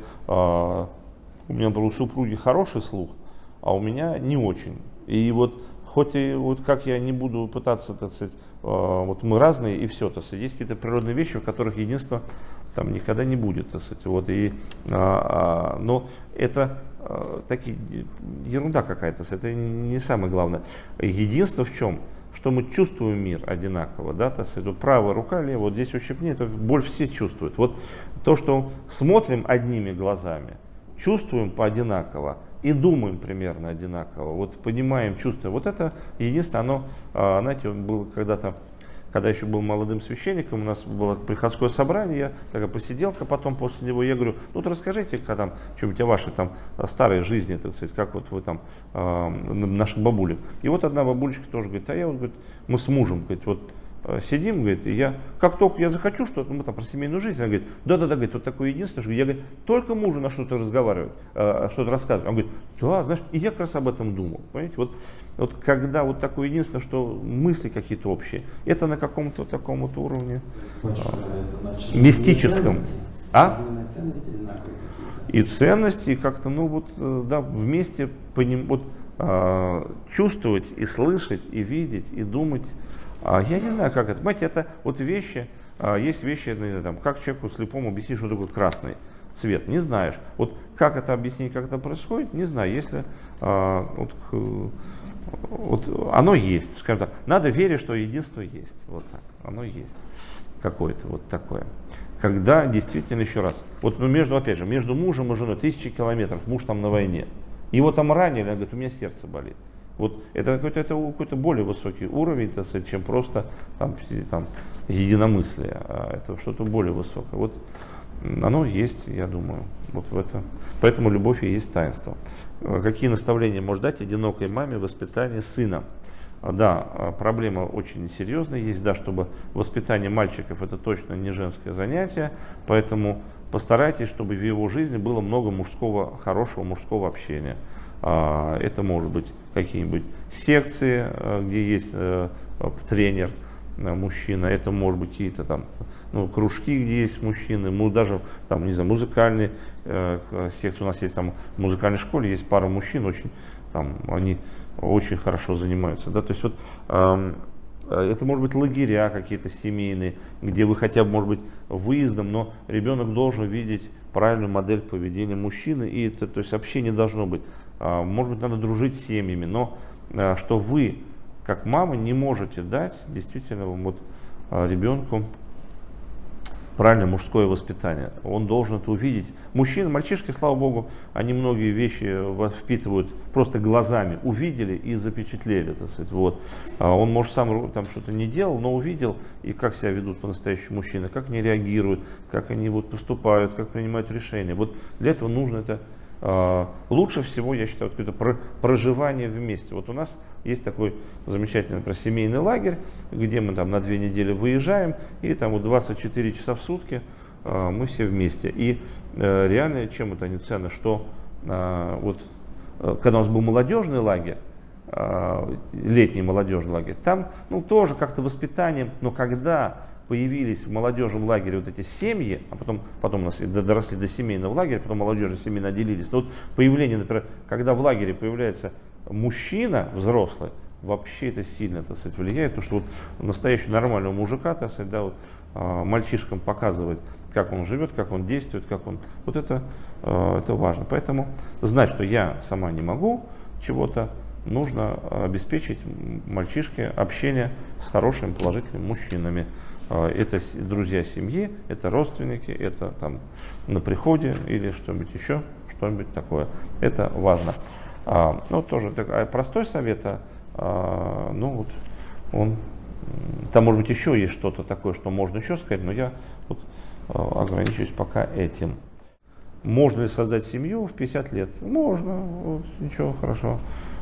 у меня был у супруги хороший слух, а у меня не очень, и вот хоть и вот как я не буду пытаться, так сказать, вот мы разные и все, так сказать, есть какие-то природные вещи, в которых единства там никогда не будет, так сказать, вот, и, а, а, но это а, такие, ерунда какая-то, это не самое главное. Единство в чем? Что мы чувствуем мир одинаково, да, так сказать, правая рука, левая, вот здесь ущипни, это боль все чувствуют. Вот то, что смотрим одними глазами, чувствуем по одинаково, и думаем примерно одинаково, вот понимаем, чувствуем. Вот это единственное, оно, знаете, было когда-то, когда еще был молодым священником, у нас было приходское собрание, я такая посиделка, потом после него я говорю, ну вот расскажите, как там, что-нибудь о вашей там старой жизни, так сказать, как вот вы там, э, наших бабулек. И вот одна бабулечка тоже говорит, а я вот, говорит, мы с мужем, говорит, вот сидим, говорит, и я, как только я захочу что-то, мы там про семейную жизнь, она говорит, да-да-да, говорит, вот такое единство, что я, говорит, только мужу на что-то разговариваю, э, что-то рассказываю. Он говорит, да, знаешь, и я как раз об этом думал, понимаете, вот, вот когда вот такое единство, что мысли какие-то общие, это на каком-то таком вот уровне Большое, а, это, мистическом. А? Ценности одинаковые какие-то. И ценности, и как-то, ну вот, да, вместе поним, вот, э, чувствовать и слышать, и видеть, и думать. Я не знаю, как это. Понимаете, это вот вещи, есть вещи, там, как человеку слепому объяснить, что такое красный цвет, не знаешь. Вот как это объяснить, как это происходит, не знаю. Если вот, вот оно есть, скажем так, надо верить, что единство есть. Вот так, оно есть. Какое-то вот такое. Когда действительно, еще раз, вот ну, между, опять же, между мужем и женой тысячи километров, муж там на войне. Его там ранили, он говорит, у меня сердце болит. Вот это какой-то, это какой-то более высокий уровень, так сказать, чем просто там, там, единомыслие, а это что-то более высокое. Вот оно есть, я думаю, вот в это. Поэтому любовь и есть таинство. Какие наставления может дать одинокой маме в воспитании сына? Да, проблема очень серьезная есть, да, чтобы воспитание мальчиков это точно не женское занятие, поэтому постарайтесь, чтобы в его жизни было много мужского, хорошего мужского общения. Это может быть какие-нибудь секции, где есть тренер, мужчина, это может быть какие-то там ну, кружки, где есть мужчины, мы даже там, не знаю, музыкальные секции, у нас есть там в музыкальной школе, есть пара мужчин, очень, там, они очень хорошо занимаются, да, то есть вот это может быть лагеря какие-то семейные, где вы хотя бы, может быть, выездом, но ребенок должен видеть правильную модель поведения мужчины, и это, то есть общение должно быть. Может быть, надо дружить с семьями, но что вы, как мама, не можете дать действительно вот, ребенку правильное мужское воспитание. Он должен это увидеть. Мужчины, мальчишки, слава богу, они многие вещи впитывают просто глазами. Увидели и запечатлели, так сказать. Вот. Он, может, сам там что-то не делал, но увидел, и как себя ведут по-настоящему мужчины, как они реагируют, как они вот поступают, как принимают решения. Вот для этого нужно это. Лучше всего, я считаю, какое-то проживание вместе. Вот у нас есть такой замечательный, например, семейный лагерь, где мы там на две недели выезжаем, и там вот двадцать четыре часа в сутки мы все вместе. И реально, чем это не ценно, что вот когда у нас был молодежный лагерь, летний молодежный лагерь, там ну, тоже как-то воспитанием, но когда появились в молодежном лагере вот эти семьи, а потом, потом у нас доросли до семейного лагеря, потом молодежные семьи наделились, но вот появление, например, когда в лагере появляется мужчина взрослый, вообще это сильно, так сказать, влияет, потому что вот настоящего нормального мужика, так сказать, да, вот, а, мальчишкам показывает, как он живет, как он действует, как он, вот это, а, это важно. Поэтому знать, что я сама не могу чего-то, нужно обеспечить мальчишке общение с хорошими положительными мужчинами. Это друзья семьи, это родственники, это там на приходе или что-нибудь еще, что-нибудь такое. Это важно. А, ну, тоже такой простой совет, а, ну вот он, там может быть еще есть что-то такое, что можно еще сказать, но я вот, а, ограничусь пока этим. Можно ли создать семью в пятьдесят лет? Можно, вот, ничего, хорошо,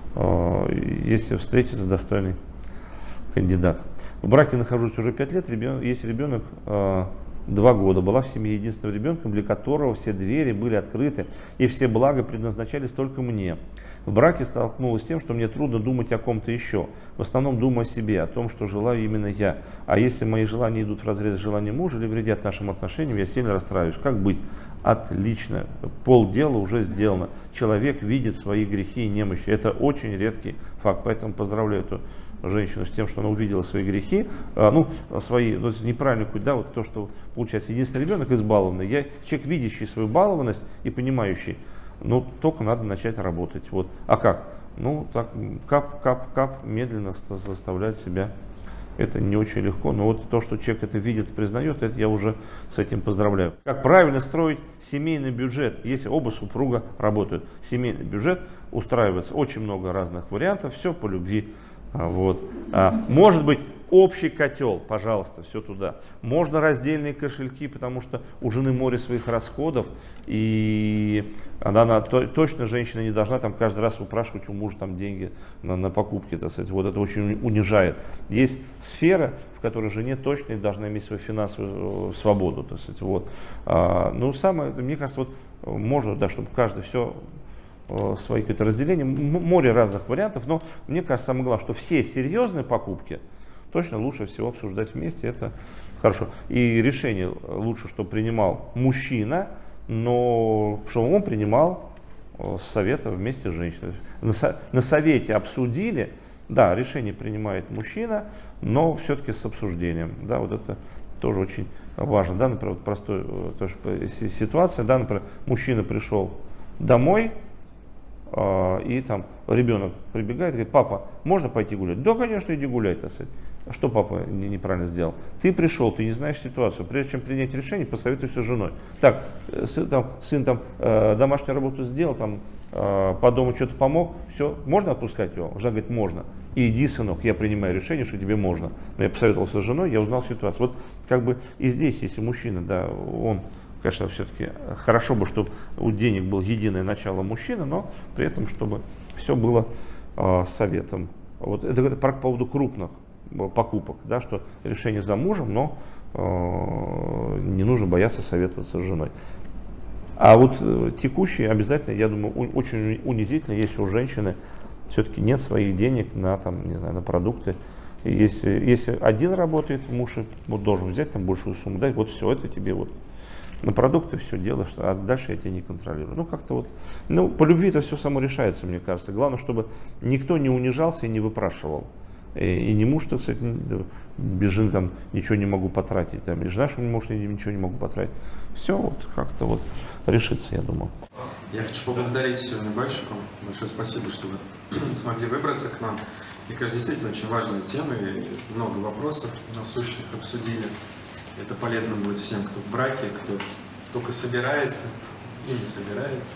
а, если встретится достойный кандидат. В браке нахожусь уже пять лет, ребен, есть ребенок э, два года. Была в семье единственным ребенком, для которого все двери были открыты и все блага предназначались только мне. В браке столкнулась с тем, что мне трудно думать о ком-то еще. В основном думаю о себе, о том, что желаю именно я. А если мои желания идут вразрез с желанием мужа или вредят нашим отношениям, я сильно расстраиваюсь. Как быть? Отлично. Полдела уже сделано. Человек видит свои грехи и немощи. Это очень редкий факт. Поэтому поздравляю эту женщину с тем, что она увидела свои грехи, а, ну, свои, ну, неправильный путь, да, вот то, что получается единственный ребенок избалованный, я человек, видящий свою балованность и понимающий, ну, только надо начать работать, вот, а как? Ну, так, кап, кап, кап, медленно заставлять себя, это не очень легко, но вот то, что человек это видит, признает, это я уже с этим поздравляю. Как правильно строить семейный бюджет, если оба супруга работают, семейный бюджет устраивается, очень много разных вариантов, все по любви. Вот. А, может быть общий котел, пожалуйста, все туда. Можно раздельные кошельки, потому что у жены море своих расходов, и она, она то, точно женщина не должна там каждый раз выпрашивать у мужа там деньги на, на покупки, так сказать. Вот это очень унижает. Есть сфера, в которой жене точно должна иметь свою финансовую свободу, так сказать. Вот. А, ну, самое, мне кажется, вот можно, да, чтобы каждый все свои какие-то разделения, море разных вариантов, но мне кажется, самое главное, что все серьезные покупки точно лучше всего обсуждать вместе, это хорошо. И решение лучше, чтобы принимал мужчина, но чтобы он принимал совета вместе с женщиной. На, со, на совете обсудили, да, решение принимает мужчина, но все-таки с обсуждением, да, вот это тоже очень важно, да, например, вот простая тоже ситуация, да, например, мужчина пришел домой, и там ребенок прибегает и говорит: папа, можно пойти гулять? Да, конечно, иди гуляй, так сказать. Что папа неправильно сделал? Ты пришел, ты не знаешь ситуацию. Прежде чем принять решение, посоветуйся с женой. Так, сын там, сын, там э, домашнюю работу сделал, там, э, по дому что-то помог, все, можно отпускать его? Жена говорит: можно. И иди, сынок, я принимаю решение, что тебе можно. Но я посоветовался с женой, я узнал ситуацию. Вот как бы и здесь, если мужчина, да, он... Конечно, все-таки хорошо бы, чтобы у денег было единое начало мужчины, но при этом, чтобы все было э, советом. Вот это, это по поводу крупных покупок, да, что решение за мужем, но э, не нужно бояться советоваться с женой. А вот э, текущие обязательно, я думаю, у, очень унизительно, если у женщины все-таки нет своих денег на, там, не знаю, на продукты. И если, если один работает, муж вот, должен взять там большую сумму, дать, вот все это тебе вот. На продукты все делаешь, а дальше я тебя не контролирую. Ну, как-то вот, ну, по любви это все само решается, мне кажется. Главное, чтобы никто не унижался и не выпрашивал. И, и не муж, так сказать, без жены там ничего не могу потратить, там, и жена, что не муж, ничего не могу потратить. Все вот как-то вот решится, я думаю. Я хочу поблагодарить сегодня батюшку. Большое спасибо, что вы смогли выбраться к нам. Мне кажется, действительно очень важные темы, много вопросов насущных обсудили. Это полезно будет всем, кто в браке, кто только собирается и не собирается.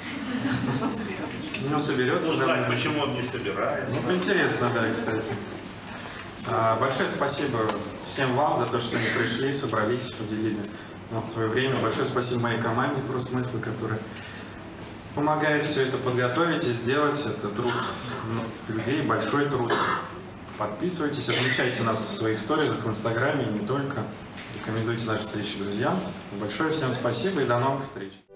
Ну, соберется. Ну, знать, почему он не собирается. Ну, это интересно, да, кстати. А, большое спасибо всем вам за то, что они пришли, собрались, уделили нам свое время. Большое спасибо моей команде «Про смыслы», которая помогает все это подготовить и сделать. Это труд людей, большой труд. Подписывайтесь, отмечайте нас в своих сторизах в Инстаграме и не только. Рекомендуйте наши встречи друзьям. Большое всем спасибо и до новых встреч.